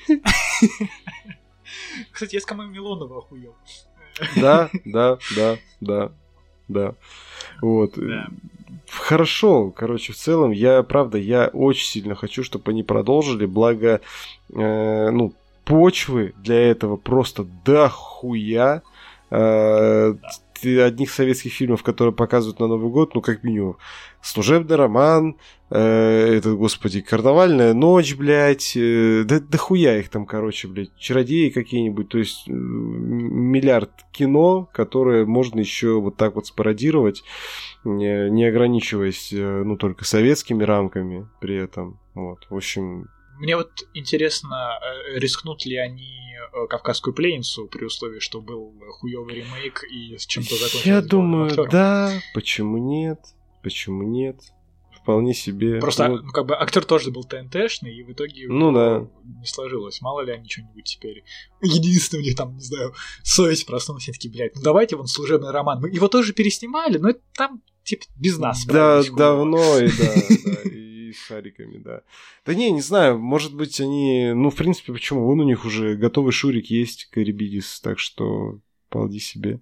[SPEAKER 2] Кстати, я с Камой Милонова охуел.
[SPEAKER 1] Да, да, да, да, да. Вот.
[SPEAKER 2] Да.
[SPEAKER 1] Хорошо, короче, в целом, я, правда, я очень сильно хочу, чтобы они продолжили, благо, э, ну, почвы для этого просто дохуя. Э, т- одних советских фильмов, которые показывают на Новый год, ну, как минимум, «Служебный роман», э, это, господи, «Карнавальная ночь», блядь, э, да дохуя их там, короче, блядь, «Чародеи» какие-нибудь, то есть э, миллиард кино, которые можно еще вот так вот спародировать, не, не ограничиваясь, э, ну, только советскими рамками при этом, вот, в общем...
[SPEAKER 2] Мне вот интересно, э, рискнут ли они э, «Кавказскую пленницу» при условии, что был хуёвый ремейк и с чем-то закончился.
[SPEAKER 1] Я
[SPEAKER 2] с главным
[SPEAKER 1] думаю,
[SPEAKER 2] актером.
[SPEAKER 1] да, почему нет, почему нет, вполне себе.
[SPEAKER 2] Просто,
[SPEAKER 1] вот.
[SPEAKER 2] ну, как бы, актер тоже был ТНТшный, и в итоге
[SPEAKER 1] Ну
[SPEAKER 2] у
[SPEAKER 1] да.
[SPEAKER 2] него не сложилось. Мало ли они что-нибудь теперь... Единственное, у них там, не знаю, совесть проснулась, и такие, блядь, ну давайте вон «Служебный роман». Мы его тоже переснимали, но это там, типа, без нас.
[SPEAKER 1] Да,
[SPEAKER 2] справились хуёво.
[SPEAKER 1] давно, и да, да, и с шариками, да. Да не, не знаю, может быть, они... Ну, в принципе, почему? Вон у них уже готовый Шурик есть, Карибидис, так что полди себе.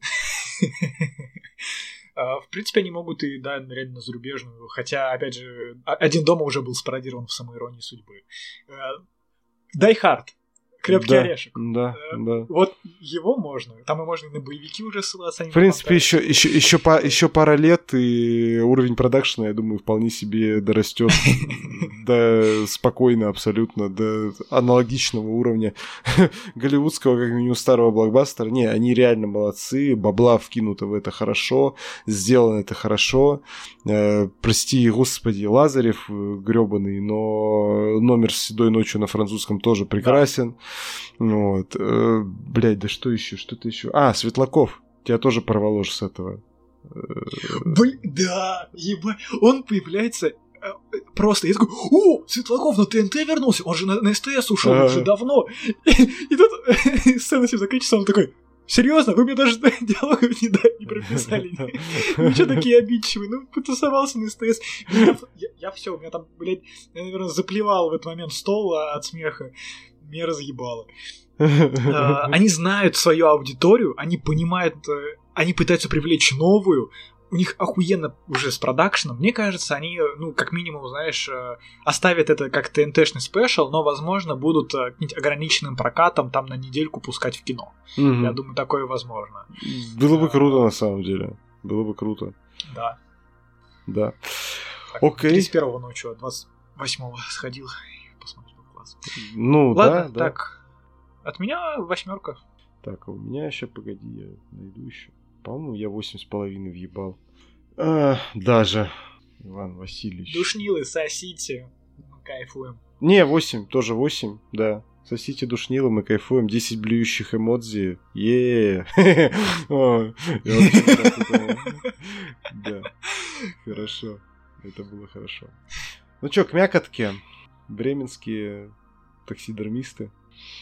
[SPEAKER 2] А, В принципе, они могут и, да, реально на зарубежную, хотя, опять же, «А- «Один дома» уже был спародирован в «Самоиронии судьбы». «Дай Хард», «Крепкий
[SPEAKER 1] Да,
[SPEAKER 2] орешек».
[SPEAKER 1] Да,
[SPEAKER 2] Э,
[SPEAKER 1] да.
[SPEAKER 2] Вот его можно. Там и можно и на боевики уже ссылаться.
[SPEAKER 1] В принципе, еще, еще, еще, по, еще пара лет, и уровень продакшена, я думаю, вполне себе дорастет до спокойно абсолютно, до аналогичного уровня голливудского, как минимум, старого блокбастера. Не, они реально молодцы, бабла вкинуто в это хорошо, сделано это хорошо. Э, прости, господи, Лазарев гребаный, но номер с «Седой ночью» на французском тоже прекрасен. Вот. Э, блядь, да что еще? Что-то еще? А, Светлаков. Тебя тоже порвало же с этого.
[SPEAKER 2] Блин, да, ебать. Он появляется э, просто. Я такой, о, Светлаков на ТНТ вернулся. Он же на, на СТС ушел
[SPEAKER 1] Ага.
[SPEAKER 2] уже давно. И, и тут сцена всем заканчивается, он такой, серьезно, вы мне даже диалогов не, да- не прописали. Вы что такие обидчивые? Ну, потусовался на СТС. Я, я, я все, у меня там, блядь, я, наверное, заплевал в этот момент стол от смеха. Меня разъебало. Э, Они знают свою аудиторию, они понимают, э, они пытаются привлечь новую. У них охуенно уже с продакшеном. Мне кажется, они, э, ну, как минимум, знаешь, э, оставят это как ТНТшный спешл, но, возможно, будут э, каким-нибудь ограниченным прокатом там на недельку пускать в кино.
[SPEAKER 1] Мгм.
[SPEAKER 2] Я думаю, такое возможно.
[SPEAKER 1] Было бы круто, на самом деле. Было бы круто.
[SPEAKER 2] Да.
[SPEAKER 1] Да.
[SPEAKER 2] Так,
[SPEAKER 1] Окей.
[SPEAKER 2] тридцать первого ночью, двадцать восьмого сходил. Посмотрел класс.
[SPEAKER 1] Ну,
[SPEAKER 2] Ладно,
[SPEAKER 1] да, да.
[SPEAKER 2] так. От меня восьмерка.
[SPEAKER 1] Так, а у меня еще, погоди, я найду еще. По-моему, я восемь с половиной въебал. А, даже. Иван Васильевич.
[SPEAKER 2] Душнилы, сосите. Мы кайфуем.
[SPEAKER 1] Не, восемь, тоже восемь, да. Сосите душнило, мы кайфуем. десять блюющих эмодзи. е О, я вообще так это- Да, хорошо. Это было хорошо. Ну чё, к мякотке. Бременские таксидермисты.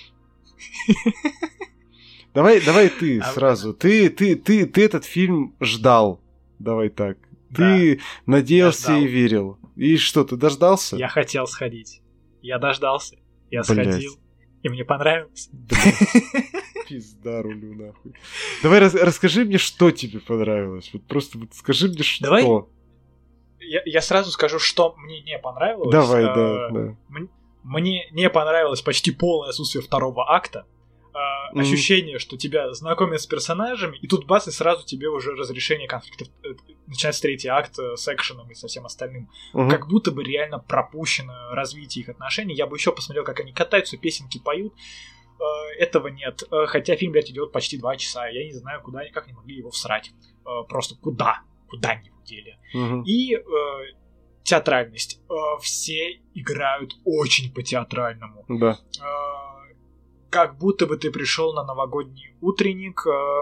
[SPEAKER 1] Давай, давай ты
[SPEAKER 2] А,
[SPEAKER 1] сразу. Ты, ты, ты, ты этот фильм ждал. Давай так. Ты надеялся
[SPEAKER 2] Я
[SPEAKER 1] и
[SPEAKER 2] ждал.
[SPEAKER 1] верил. И что, ты дождался?
[SPEAKER 2] Я хотел сходить. Я дождался. Я
[SPEAKER 1] Блядь.
[SPEAKER 2] сходил. И мне понравилось.
[SPEAKER 1] Пизда рулю нахуй. Давай рас- расскажи мне, что тебе понравилось. Вот просто вот скажи мне, что.
[SPEAKER 2] Давай. Я, я сразу скажу, что мне не понравилось.
[SPEAKER 1] Давай,
[SPEAKER 2] Э,
[SPEAKER 1] да, да.
[SPEAKER 2] м- Мне не понравилось почти полное отсутствие второго акта. Э, э, mm-hmm. ощущение, что тебя знакомят с персонажами, и тут бац, и сразу тебе уже разрешение конфликтов. Э, начинается третий акт э, с экшеном и со всем остальным. Mm-hmm. Как будто бы реально пропущено развитие их отношений. Я бы еще посмотрел, как они катаются, песенки поют. Э, этого нет. Э, хотя фильм, блядь, идет почти два часа. Я не знаю, куда они, как они могли его всрать. Э, просто куда? Куда они его дели? Mm-hmm. И... Э, театральность. Все играют очень по-театральному.
[SPEAKER 1] Да.
[SPEAKER 2] Как будто бы ты пришел на новогодний утренник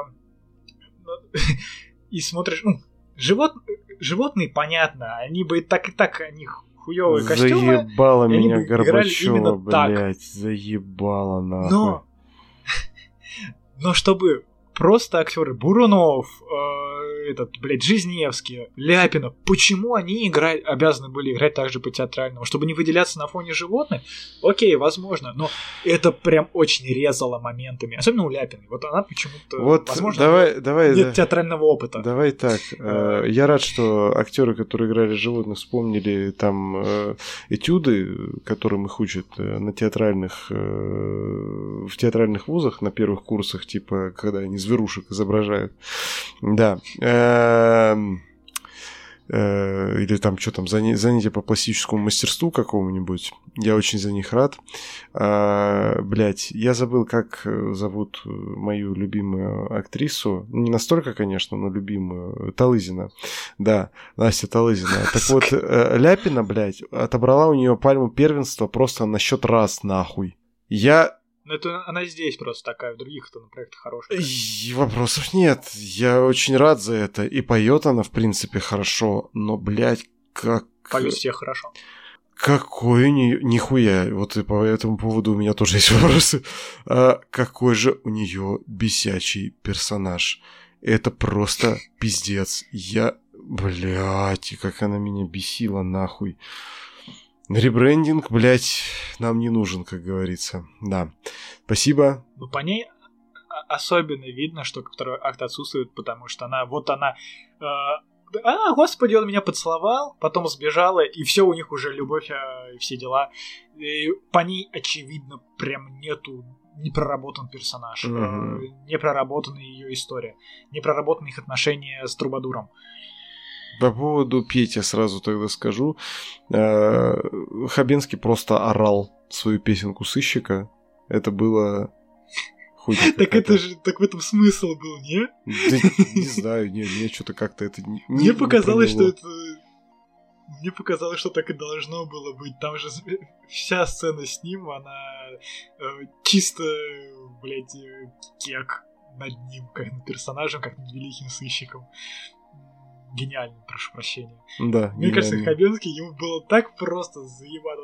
[SPEAKER 2] и смотришь... Ну, живот... животные, понятно, они бы и так, и так, у них хуёвые костюмы.
[SPEAKER 1] Заебало меня Горбачёва, блядь. Заебало, нахуй.
[SPEAKER 2] Но... Но чтобы просто актеры Бурунов... этот, блядь, Жизневский, Ляпина, почему они играть, обязаны были играть так же по-театральному? Чтобы не выделяться на фоне животных? Окей, возможно, но это прям очень резало моментами. Особенно у Ляпиной. Вот она почему-то,
[SPEAKER 1] вот
[SPEAKER 2] возможно,
[SPEAKER 1] давай, давай,
[SPEAKER 2] нет
[SPEAKER 1] да,
[SPEAKER 2] театрального опыта.
[SPEAKER 1] Давай так. Я рад, что актеры, которые играли животных, вспомнили там этюды, которым их учат на театральных, в театральных вузах, на первых курсах, типа, когда они зверушек изображают. Да. Или там что там, занятия по пластическому мастерству какому-нибудь. Я очень за них рад. А, блять, я забыл, как зовут мою любимую актрису. Не настолько, конечно, но любимую. Талызина. Да, Настя Талызина. Так вот, Ляпина, блять, отобрала у нее пальму первенства просто на счет раз, нахуй. Я...
[SPEAKER 2] Ну, это она здесь просто такая, в других-то на проектах хорошая.
[SPEAKER 1] И вопросов нет. Я очень рад за это. И поет она, в принципе, хорошо. Но, блядь, как...
[SPEAKER 2] Поют все хорошо.
[SPEAKER 1] Какой у нее... Нихуя. Вот и по этому поводу у меня тоже есть вопросы. А какой же у нее бесячий персонаж. Это просто пиздец. Я... Блядь, как она меня бесила, нахуй. Ребрендинг, блядь, нам не нужен, как говорится. Да. Спасибо.
[SPEAKER 2] Ну, по ней особенно видно, что второй акт отсутствует, потому что она, вот она... Э, а, господи, он меня поцеловал, потом сбежала, и все у них уже любовь э, и все дела. И по ней, очевидно, прям нету не проработан персонаж, mm-hmm. э, не проработана ее история, не проработаны их отношения с Трубадуром.
[SPEAKER 1] По поводу Пети сразу тогда скажу. Хабенский просто орал свою песенку сыщика. Это было...
[SPEAKER 2] Так это же, так в этом смысл был, не?
[SPEAKER 1] Не знаю, не, мне что-то как-то это...
[SPEAKER 2] Мне показалось, что это... Мне показалось, что так и должно было быть. Там же вся сцена с ним, она чисто, блядь, кек над ним, как над персонажем, как над великим сыщиком. Гениально, прошу прощения.
[SPEAKER 1] Да,
[SPEAKER 2] мне гениально. Кажется, Хабенский ему было так просто заебано.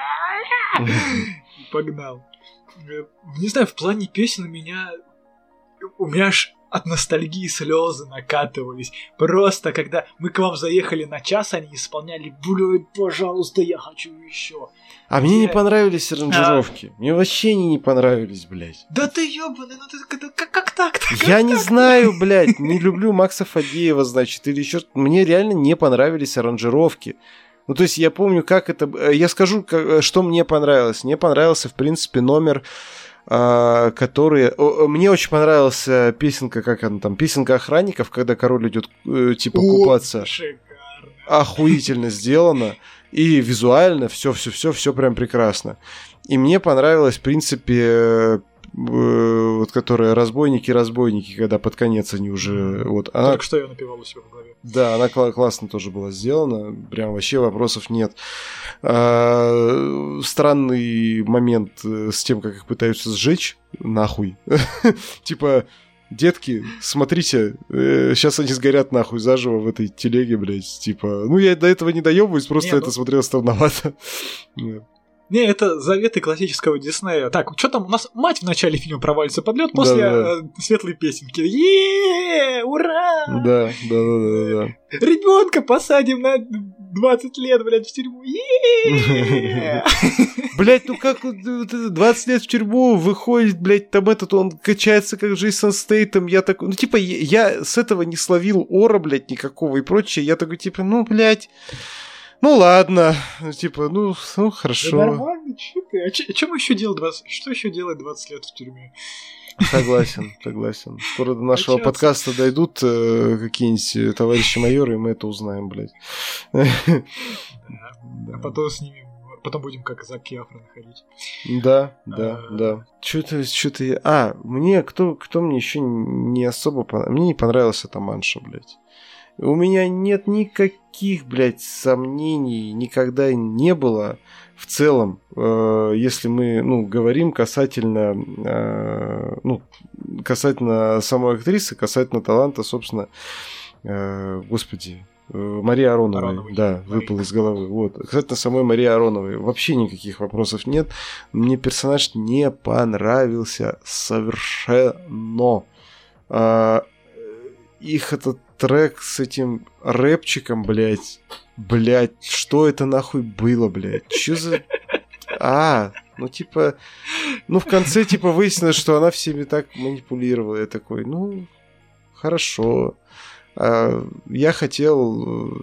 [SPEAKER 2] И погнал. Не знаю, в плане песен у меня... У меня аж от ностальгии слезы накатывались. Просто, когда мы к вам заехали на час, они исполняли «Блядь, пожалуйста, я хочу еще».
[SPEAKER 1] А мне не понравились аранжировки. А... Мне вообще они не понравились, блядь.
[SPEAKER 2] Да ты ёбаный, ну ты как, как так-то? Как
[SPEAKER 1] я
[SPEAKER 2] так?
[SPEAKER 1] не знаю, блядь, не люблю Макса Фадеева, значит, или еще... Мне реально не понравились аранжировки. Ну, то есть я помню, как это... Я скажу, что мне понравилось. Мне понравился, в принципе, номер... которые... Мне очень понравилась песенка, как она там, песенка охранников, когда король идет типа купаться.
[SPEAKER 2] О, шикарно.
[SPEAKER 1] Охуительно сделано. И визуально все-все-все, все прям прекрасно. И мне понравилось, в принципе, вот которая «Разбойники-разбойники», когда под конец они уже... Вот, она...
[SPEAKER 2] Только что я напевал у себя в голове.
[SPEAKER 1] Да, она кл- классно тоже была сделана. Прям вообще вопросов нет. А, странный момент с тем, как их пытаются сжечь. Нахуй. Типа, детки, смотрите, сейчас они сгорят нахуй заживо в этой телеге, блядь. Типа, ну я до этого не доебываюсь, просто это смотрел странновато.
[SPEAKER 2] Не, это заветы классического Диснея. Так, что там у нас мать в начале фильма провалится под лед после да, да. светлой песенки. Е-е-е, ура!
[SPEAKER 1] Да, да, да, да, да.
[SPEAKER 2] Ребенка посадим на двадцать лет, блядь, в тюрьму. Е-е-е!
[SPEAKER 1] Блядь, ну как двадцать лет в тюрьму выходит, блядь, там этот, он качается как Джейсон Стейтем, я такой, ну типа, я с этого не словил ора, блядь, никакого и прочее, я такой, типа, ну, блядь, ну ладно, типа, ну, ну хорошо.
[SPEAKER 2] Да нормально, что ты? А что еще делать двадцать? Что еще делать двадцать лет в тюрьме?
[SPEAKER 1] Согласен, согласен. Скоро до нашего
[SPEAKER 2] Качаться.
[SPEAKER 1] подкаста дойдут э, какие-нибудь товарищи майоры, и мы это узнаем, блядь.
[SPEAKER 2] Да. А потом с ними, потом будем как Зак Эфрон ходить.
[SPEAKER 1] Да, да,
[SPEAKER 2] А.
[SPEAKER 1] да. Что-то, что-то я... А, мне, кто, кто мне еще не особо... пон- Мне не понравился Таманша, блядь. У меня нет никаких, блядь, сомнений, никогда не было в целом, э, если мы, ну, говорим касательно, э, ну, касательно самой актрисы, касательно таланта, собственно, э, господи, э, Марии Ароновой,
[SPEAKER 2] Ароновой.
[SPEAKER 1] да,
[SPEAKER 2] Марии.
[SPEAKER 1] выпал из головы, вот. Касательно самой Марии Ароновой, вообще никаких вопросов нет, мне персонаж не понравился совершенно. А, их этот трек с этим рэпчиком, блядь, блядь, что это нахуй было, блядь, чё за... А, ну типа, ну в конце типа выяснилось, что она всеми так манипулировала, я такой, ну, хорошо. А я хотел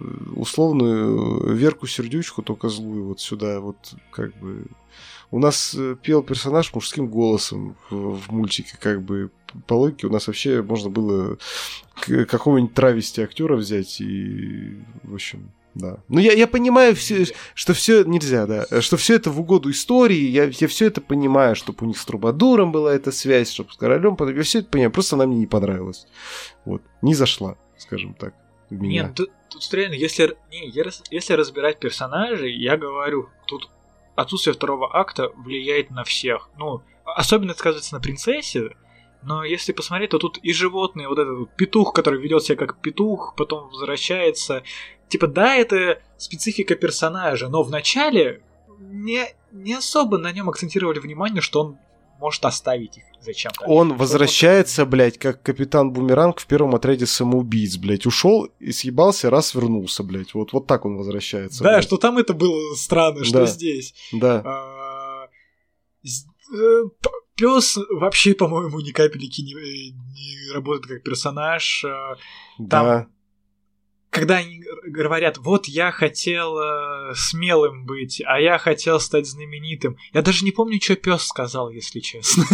[SPEAKER 1] условную Верку Сердючку, только злую, вот сюда, вот как бы... У нас пел персонаж мужским голосом в, в мультике, как бы по логике у нас вообще можно было к- какого-нибудь травести актера взять и, в общем, да. Ну я, я понимаю, все, что все нельзя, да, что все это в угоду истории, я, я все это понимаю, чтобы у них с Трубадуром была эта связь, чтобы с королем, я все это понимаю, просто она мне не понравилась, вот, не зашла, скажем так, в меня.
[SPEAKER 2] Нет, тут, тут реально, если, не, я раз- если разбирать персонажей, я говорю, тут отсутствие второго акта влияет на всех. Ну, особенно это сказывается на принцессе, но если посмотреть, то тут и животные, вот этот вот петух, который ведет себя как петух, потом возвращается. Типа, да, это специфика персонажа, но вначале не, не особо на нем акцентировали внимание, что он может оставить их зачем-то.
[SPEAKER 1] Он возвращается, блядь, как капитан Бумеранг в первом отряде самоубийц, блядь. Ушел и съебался, раз вернулся, блядь. Вот, вот так он возвращается.
[SPEAKER 2] Да,
[SPEAKER 1] блядь.
[SPEAKER 2] что там это было странно, что
[SPEAKER 1] Да.
[SPEAKER 2] здесь.
[SPEAKER 1] Да.
[SPEAKER 2] А, с- э, п- Пес вообще, по-моему, ни капельки не, не работает как персонаж. А, там-
[SPEAKER 1] Да.
[SPEAKER 2] Когда они г- говорят, вот я хотел э, смелым быть, а я хотел стать знаменитым. Я даже не помню, что пес сказал, если честно.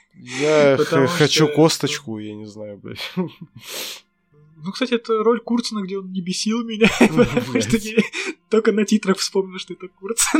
[SPEAKER 1] Я
[SPEAKER 2] Потому
[SPEAKER 1] х- хочу
[SPEAKER 2] что-
[SPEAKER 1] косточку, я не знаю, блядь.
[SPEAKER 2] Ну, кстати, это роль Курцена, где он не бесил меня, потому что я только на титрах вспомнил, что это Курцен.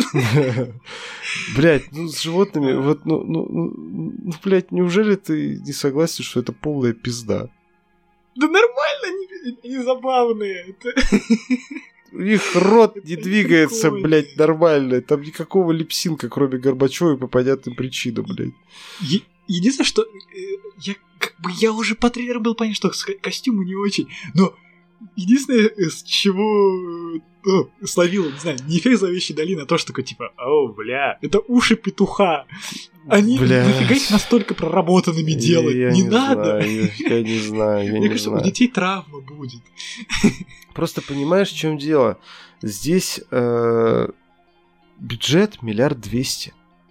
[SPEAKER 1] Блядь, ну с животными, вот, ну, ну, ну, ну, блядь, неужели ты не согласен, что это полная пизда?
[SPEAKER 2] Да нормально, они, они забавные. Это...
[SPEAKER 1] У них рот не
[SPEAKER 2] Это
[SPEAKER 1] двигается,
[SPEAKER 2] прикольно.
[SPEAKER 1] блядь, нормально. Там никакого липсинка, кроме Горбачёва, по понятным причинам, блядь.
[SPEAKER 2] Е- Единственное, что э, я как бы я уже по трейлеру был понятен, что с- костюмы не очень, но единственное, э, с чего э, ну, словил, не знаю, не эффект зловещей долины, а то, что такое типа, о, бля, это уши петуха. Они
[SPEAKER 1] Бля.
[SPEAKER 2] нафига их настолько проработанными делать?
[SPEAKER 1] Я
[SPEAKER 2] не, надо.
[SPEAKER 1] Знаю, я не знаю, я
[SPEAKER 2] Мне
[SPEAKER 1] не
[SPEAKER 2] кажется,
[SPEAKER 1] знаю.
[SPEAKER 2] у детей травма будет.
[SPEAKER 1] Просто понимаешь, в чем дело? Здесь э, бюджет миллиард двести.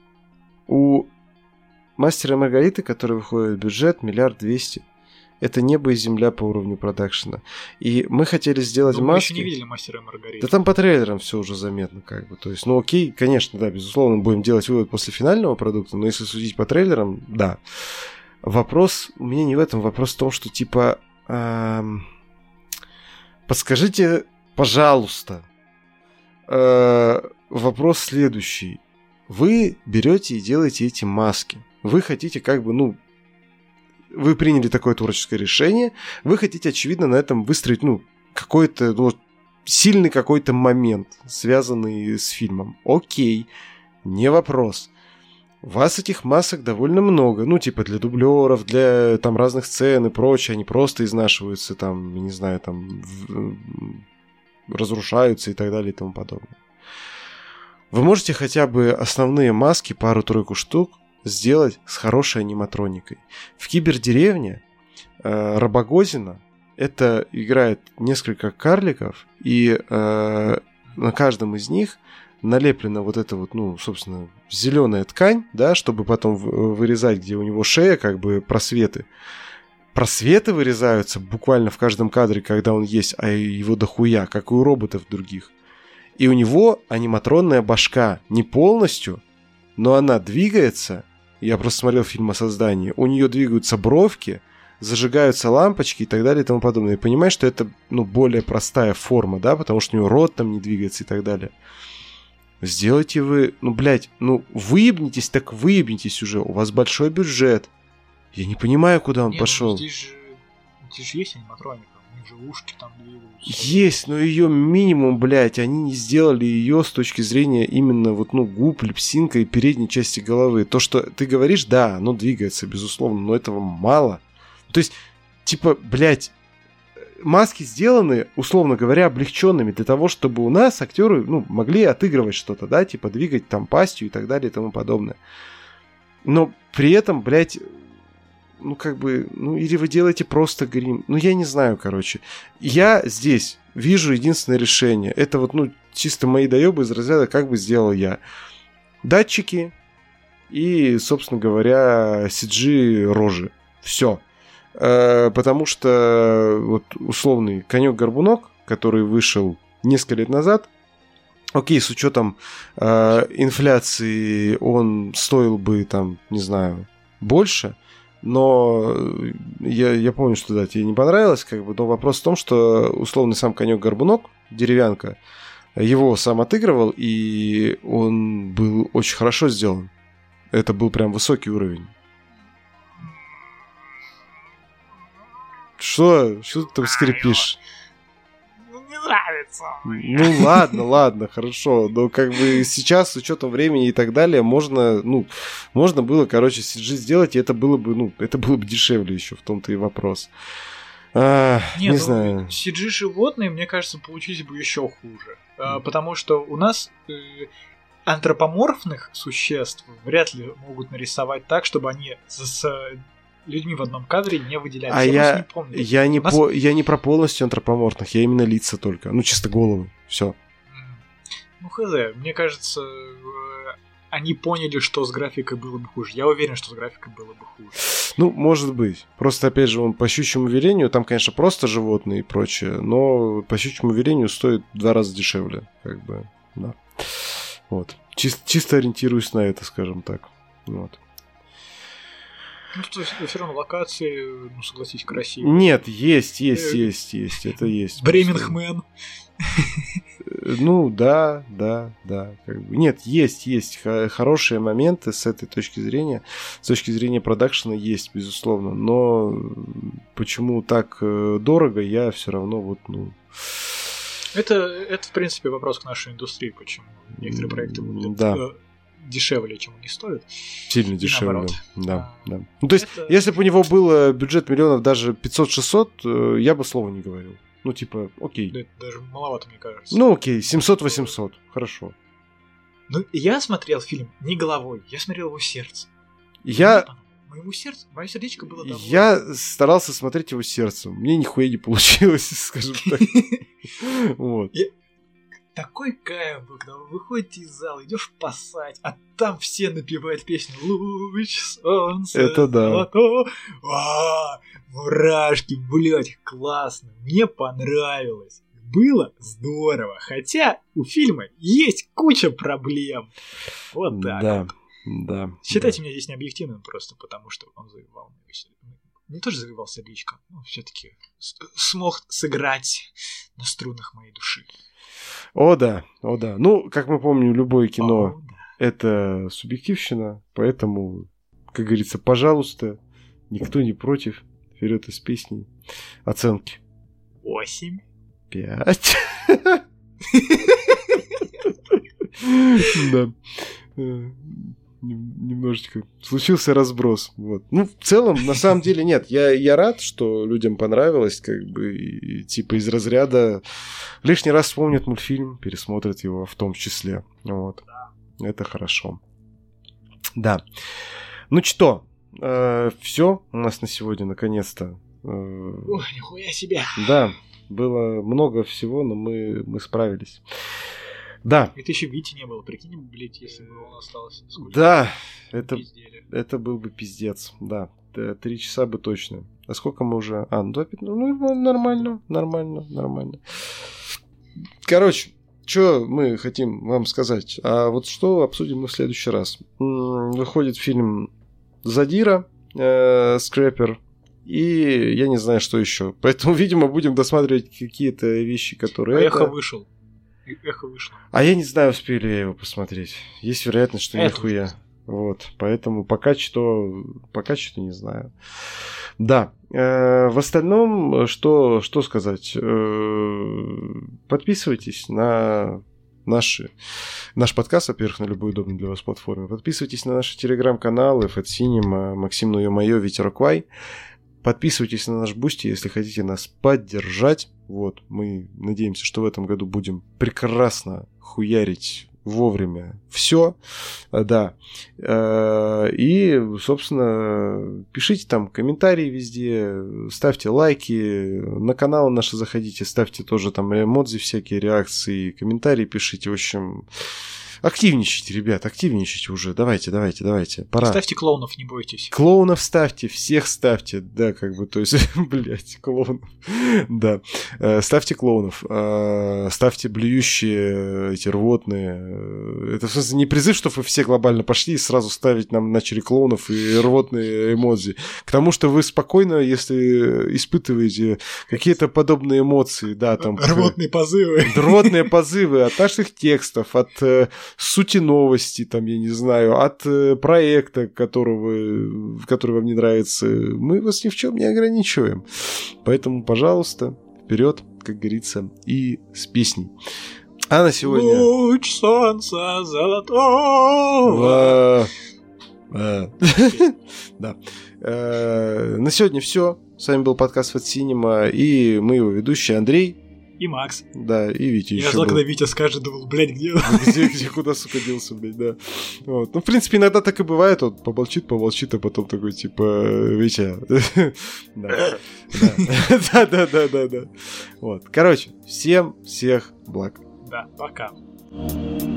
[SPEAKER 1] У Мастера и Маргариты, который выходит, бюджет миллиард двести. Это небо и земля по уровню продакшена. И мы хотели сделать
[SPEAKER 2] Но мы
[SPEAKER 1] маски.
[SPEAKER 2] еще не видели Мастера и Маргариту.
[SPEAKER 1] Да там по трейлерам все уже заметно, как бы. То есть, ну окей, конечно, да, безусловно, будем делать вывод после финального продукта, но если судить по трейлерам, да. Вопрос у меня не в этом, вопрос в том, что типа эм, подскажите, пожалуйста, э, вопрос следующий. Вы берете и делаете эти маски. Вы хотите как бы, ну, вы приняли такое творческое решение, вы хотите, очевидно, на этом выстроить, ну, какой-то, ну, сильный какой-то момент, связанный с фильмом. Окей, не вопрос. У вас этих масок довольно много, ну, типа для дублеров, для там разных сцен и прочее, они просто изнашиваются, там, я не знаю, там, в- разрушаются и так далее и тому подобное. Вы можете хотя бы основные маски, пару-тройку штук, сделать с хорошей аниматроникой. В Кибердеревне э, Рабогозина это играет несколько карликов, и э, на каждом из них налеплена вот эта вот, ну, собственно, зеленая ткань, да, чтобы потом в- вырезать, где у него шея, как бы просветы. Просветы вырезаются буквально в каждом кадре, когда он есть, а его дохуя, как и у роботов других. И у него аниматронная башка не полностью, но она двигается, я просто смотрел фильм о создании, у нее двигаются бровки, зажигаются лампочки и так далее и тому подобное. И понимаешь, что это, ну, более простая форма, да, потому что у нее рот там не двигается и так далее. Сделайте вы, ну, блядь, ну, выебнитесь, так выебнитесь уже, у вас большой бюджет. Я не понимаю, куда он
[SPEAKER 2] не,
[SPEAKER 1] пошел.
[SPEAKER 2] Ну, здесь же, здесь же есть аниматроника, у них же ушки там двигаются.
[SPEAKER 1] Есть, но ее минимум, блядь, они не сделали ее с точки зрения именно вот, ну, губ, липсинка и передней части головы. То, что ты говоришь, да, оно двигается, безусловно, но этого мало. То есть, типа, блядь, маски сделаны, условно говоря, облегченными для того, чтобы у нас актеры, ну, могли отыгрывать что-то, да, типа двигать там пастью и так далее и тому подобное. Но при этом, блядь, ну, как бы, ну, или вы делаете просто грим. Ну, я не знаю, короче. Я здесь вижу единственное решение. Это вот, ну, чисто мои доебы из разряда, как бы сделал я. Датчики и, собственно говоря, си джи рожи. Все. Потому что вот условный конек-горбунок, который вышел несколько лет назад, окей, с учетом э, инфляции он стоил бы там, не знаю, больше, но я, я помню, что да, тебе не понравилось, как бы, но вопрос в том, что условный сам конек-горбунок, деревянка, его сам отыгрывал, и он был очень хорошо сделан. Это был прям высокий уровень. Что? Что ты там скрипишь?
[SPEAKER 2] Ну, не нравится.
[SPEAKER 1] Ну, ладно, ладно, хорошо. Но как бы сейчас, с учетом времени и так далее, можно, ну, можно было, короче, си джи сделать, и это было бы, ну, это было бы дешевле еще, в том-то и вопрос. А, не, не ну, знаю.
[SPEAKER 2] си джи-животные, мне кажется, получились бы еще хуже. А, потому что у нас э, антропоморфных существ вряд ли могут нарисовать так, чтобы они с... людьми в одном кадре не выделялись.
[SPEAKER 1] А я, я,
[SPEAKER 2] не помню.
[SPEAKER 1] Я, не
[SPEAKER 2] нас...
[SPEAKER 1] по, я не про полностью антропоморфных, я именно лица только. Ну, чисто головы. Все.
[SPEAKER 2] Ну, хз. Мне кажется, они поняли, что с графикой было бы хуже. Я уверен, что с графикой было бы хуже.
[SPEAKER 1] Ну, может быть. Просто, опять же, он по щучьему велению, там, конечно, просто животные и прочее, но по щучьему велению стоит в два раза дешевле. Как бы, да. Вот. Чис- чисто ориентируюсь на это, скажем так. Вот.
[SPEAKER 2] Ну, то есть, все равно локации, ну, согласись, красивые.
[SPEAKER 1] Нет, есть, есть, есть, есть, это есть.
[SPEAKER 2] Бремингмен.
[SPEAKER 1] Ну, да, да, да. Как бы. Нет, есть, есть хорошие моменты с этой точки зрения. С точки зрения продакшена есть, безусловно. Но почему так дорого, я все равно вот, ну...
[SPEAKER 2] Это, это, в принципе, вопрос к нашей индустрии, почему некоторые проекты будут...
[SPEAKER 1] Да.
[SPEAKER 2] дешевле, чем они стоят.
[SPEAKER 1] Сильно дешевле. Да,
[SPEAKER 2] а,
[SPEAKER 1] да. Ну, то есть, это... если бы у него был бюджет миллионов даже пятьсот-шестьсот, я бы слова не говорил. Ну, типа, окей.
[SPEAKER 2] Да, это даже маловато, мне кажется.
[SPEAKER 1] Ну, окей, семьсот-восемьсот. Хорошо.
[SPEAKER 2] Ну, я смотрел фильм не головой, я смотрел его сердцем.
[SPEAKER 1] Я...
[SPEAKER 2] Моему сердцу, мое сердечко было довольно.
[SPEAKER 1] Я старался смотреть его сердцем. Мне нихуя не получилось, скажем так. Вот.
[SPEAKER 2] Такой кайф был, когда вы выходите из зала, идешь пасать, а там все напевают песню «Луч солнца».
[SPEAKER 1] Это да.
[SPEAKER 2] А, мурашки, блядь, классно. Мне понравилось. Было здорово. Хотя у фильма есть куча проблем. Вот так.
[SPEAKER 1] Да,
[SPEAKER 2] вот.
[SPEAKER 1] да.
[SPEAKER 2] Считайте
[SPEAKER 1] да.
[SPEAKER 2] меня здесь необъективным просто потому, что он завоевал мое сердечко. Не тоже завоевал сердечко, но все-таки смог сыграть на струнах моей души.
[SPEAKER 1] О да, о да. Ну, как мы помним, любое кино
[SPEAKER 2] О, да.
[SPEAKER 1] это субъективщина, поэтому, как говорится, пожалуйста, никто не против. Вперед из песни. Оценки.
[SPEAKER 2] Восемь.
[SPEAKER 1] Пять. Да. Немножечко случился разброс. Вот. Ну, в целом, на самом деле, нет. Я, я рад, что людям понравилось, как бы, и, типа, из разряда лишний раз вспомнят мультфильм, пересмотрят его в том числе. Вот. Это хорошо. Да. Ну что, э, все у нас на сегодня, наконец-то. Э,
[SPEAKER 2] Ой, нихуя себе.
[SPEAKER 1] Да, было много всего, но мы, мы справились. Да.
[SPEAKER 2] Ведь еще Вити не было. Прикинь, блядь, если бы он остался.
[SPEAKER 1] Да, это, это был бы пиздец. Да, три часа бы точно. А сколько мы уже... А, ну, ну нормально, нормально, нормально. Короче, что мы хотим вам сказать? А вот что обсудим мы в следующий раз? Выходит фильм Задира, э, Скрэпер и я не знаю, что еще. Поэтому, видимо, будем досматривать какие-то вещи, которые...
[SPEAKER 2] А Эхо
[SPEAKER 1] это...
[SPEAKER 2] вышел. Эхо вышло.
[SPEAKER 1] А я не знаю, успели я его посмотреть. Есть вероятность, что
[SPEAKER 2] Это
[SPEAKER 1] нихуя.
[SPEAKER 2] ужасно.
[SPEAKER 1] Вот, поэтому пока что, пока что не знаю. Да, э, в остальном, что, что сказать? Э, подписывайтесь на наши, наш подкаст, во-первых, на любой удобной для вас платформе. Подписывайтесь на наши телеграм-каналы Fat Cinema, Максим Ну Ё-Моё, Ветер Аквай. Подписывайтесь на наш Бусти, если хотите нас поддержать. Вот, мы надеемся, что в этом году будем прекрасно хуярить вовремя все, да. И, собственно, пишите там комментарии везде, ставьте лайки, на канал наши заходите, ставьте тоже там эмодзи всякие, реакции, комментарии пишите, в общем... Активничайте, ребят, активничайте уже. Давайте, давайте, давайте. Пора.
[SPEAKER 2] Ставьте клоунов, не бойтесь.
[SPEAKER 1] Клоунов ставьте, всех ставьте. Да, как бы, то есть, блядь, клоунов. Да. Ставьте клоунов. Ставьте блюющие, эти рвотные. Это, в смысле, не призыв, что вы все глобально пошли и сразу ставить нам начали клоунов и рвотные эмодзи. К тому, что вы спокойно, если испытываете какие-то подобные эмоции, да, там...
[SPEAKER 2] Рвотные позывы.
[SPEAKER 1] Рвотные позывы от наших текстов, от сути новости, там, я не знаю, от э, проекта, которого, который вам не нравится, мы вас ни в чем не ограничиваем. Поэтому, пожалуйста, вперед, как говорится, и с песней. А на сегодня...
[SPEAKER 2] Луч солнца золотого.
[SPEAKER 1] Да. На сегодня все. С вами был подкаст Fat Cinema, и мы его ведущие Андрей.
[SPEAKER 2] И Макс.
[SPEAKER 1] Да, и Витя
[SPEAKER 2] я
[SPEAKER 1] еще
[SPEAKER 2] ждал,
[SPEAKER 1] был.
[SPEAKER 2] когда Витя скажет, думал, блядь, где он?
[SPEAKER 1] Где, где, куда, сука, делся, блядь, да. Вот. Ну, в принципе, иногда так и бывает, он помолчит, помолчит, а потом такой, типа, Витя. Да, да, да, да, да. Вот, короче, всем всех благ.
[SPEAKER 2] Да, пока.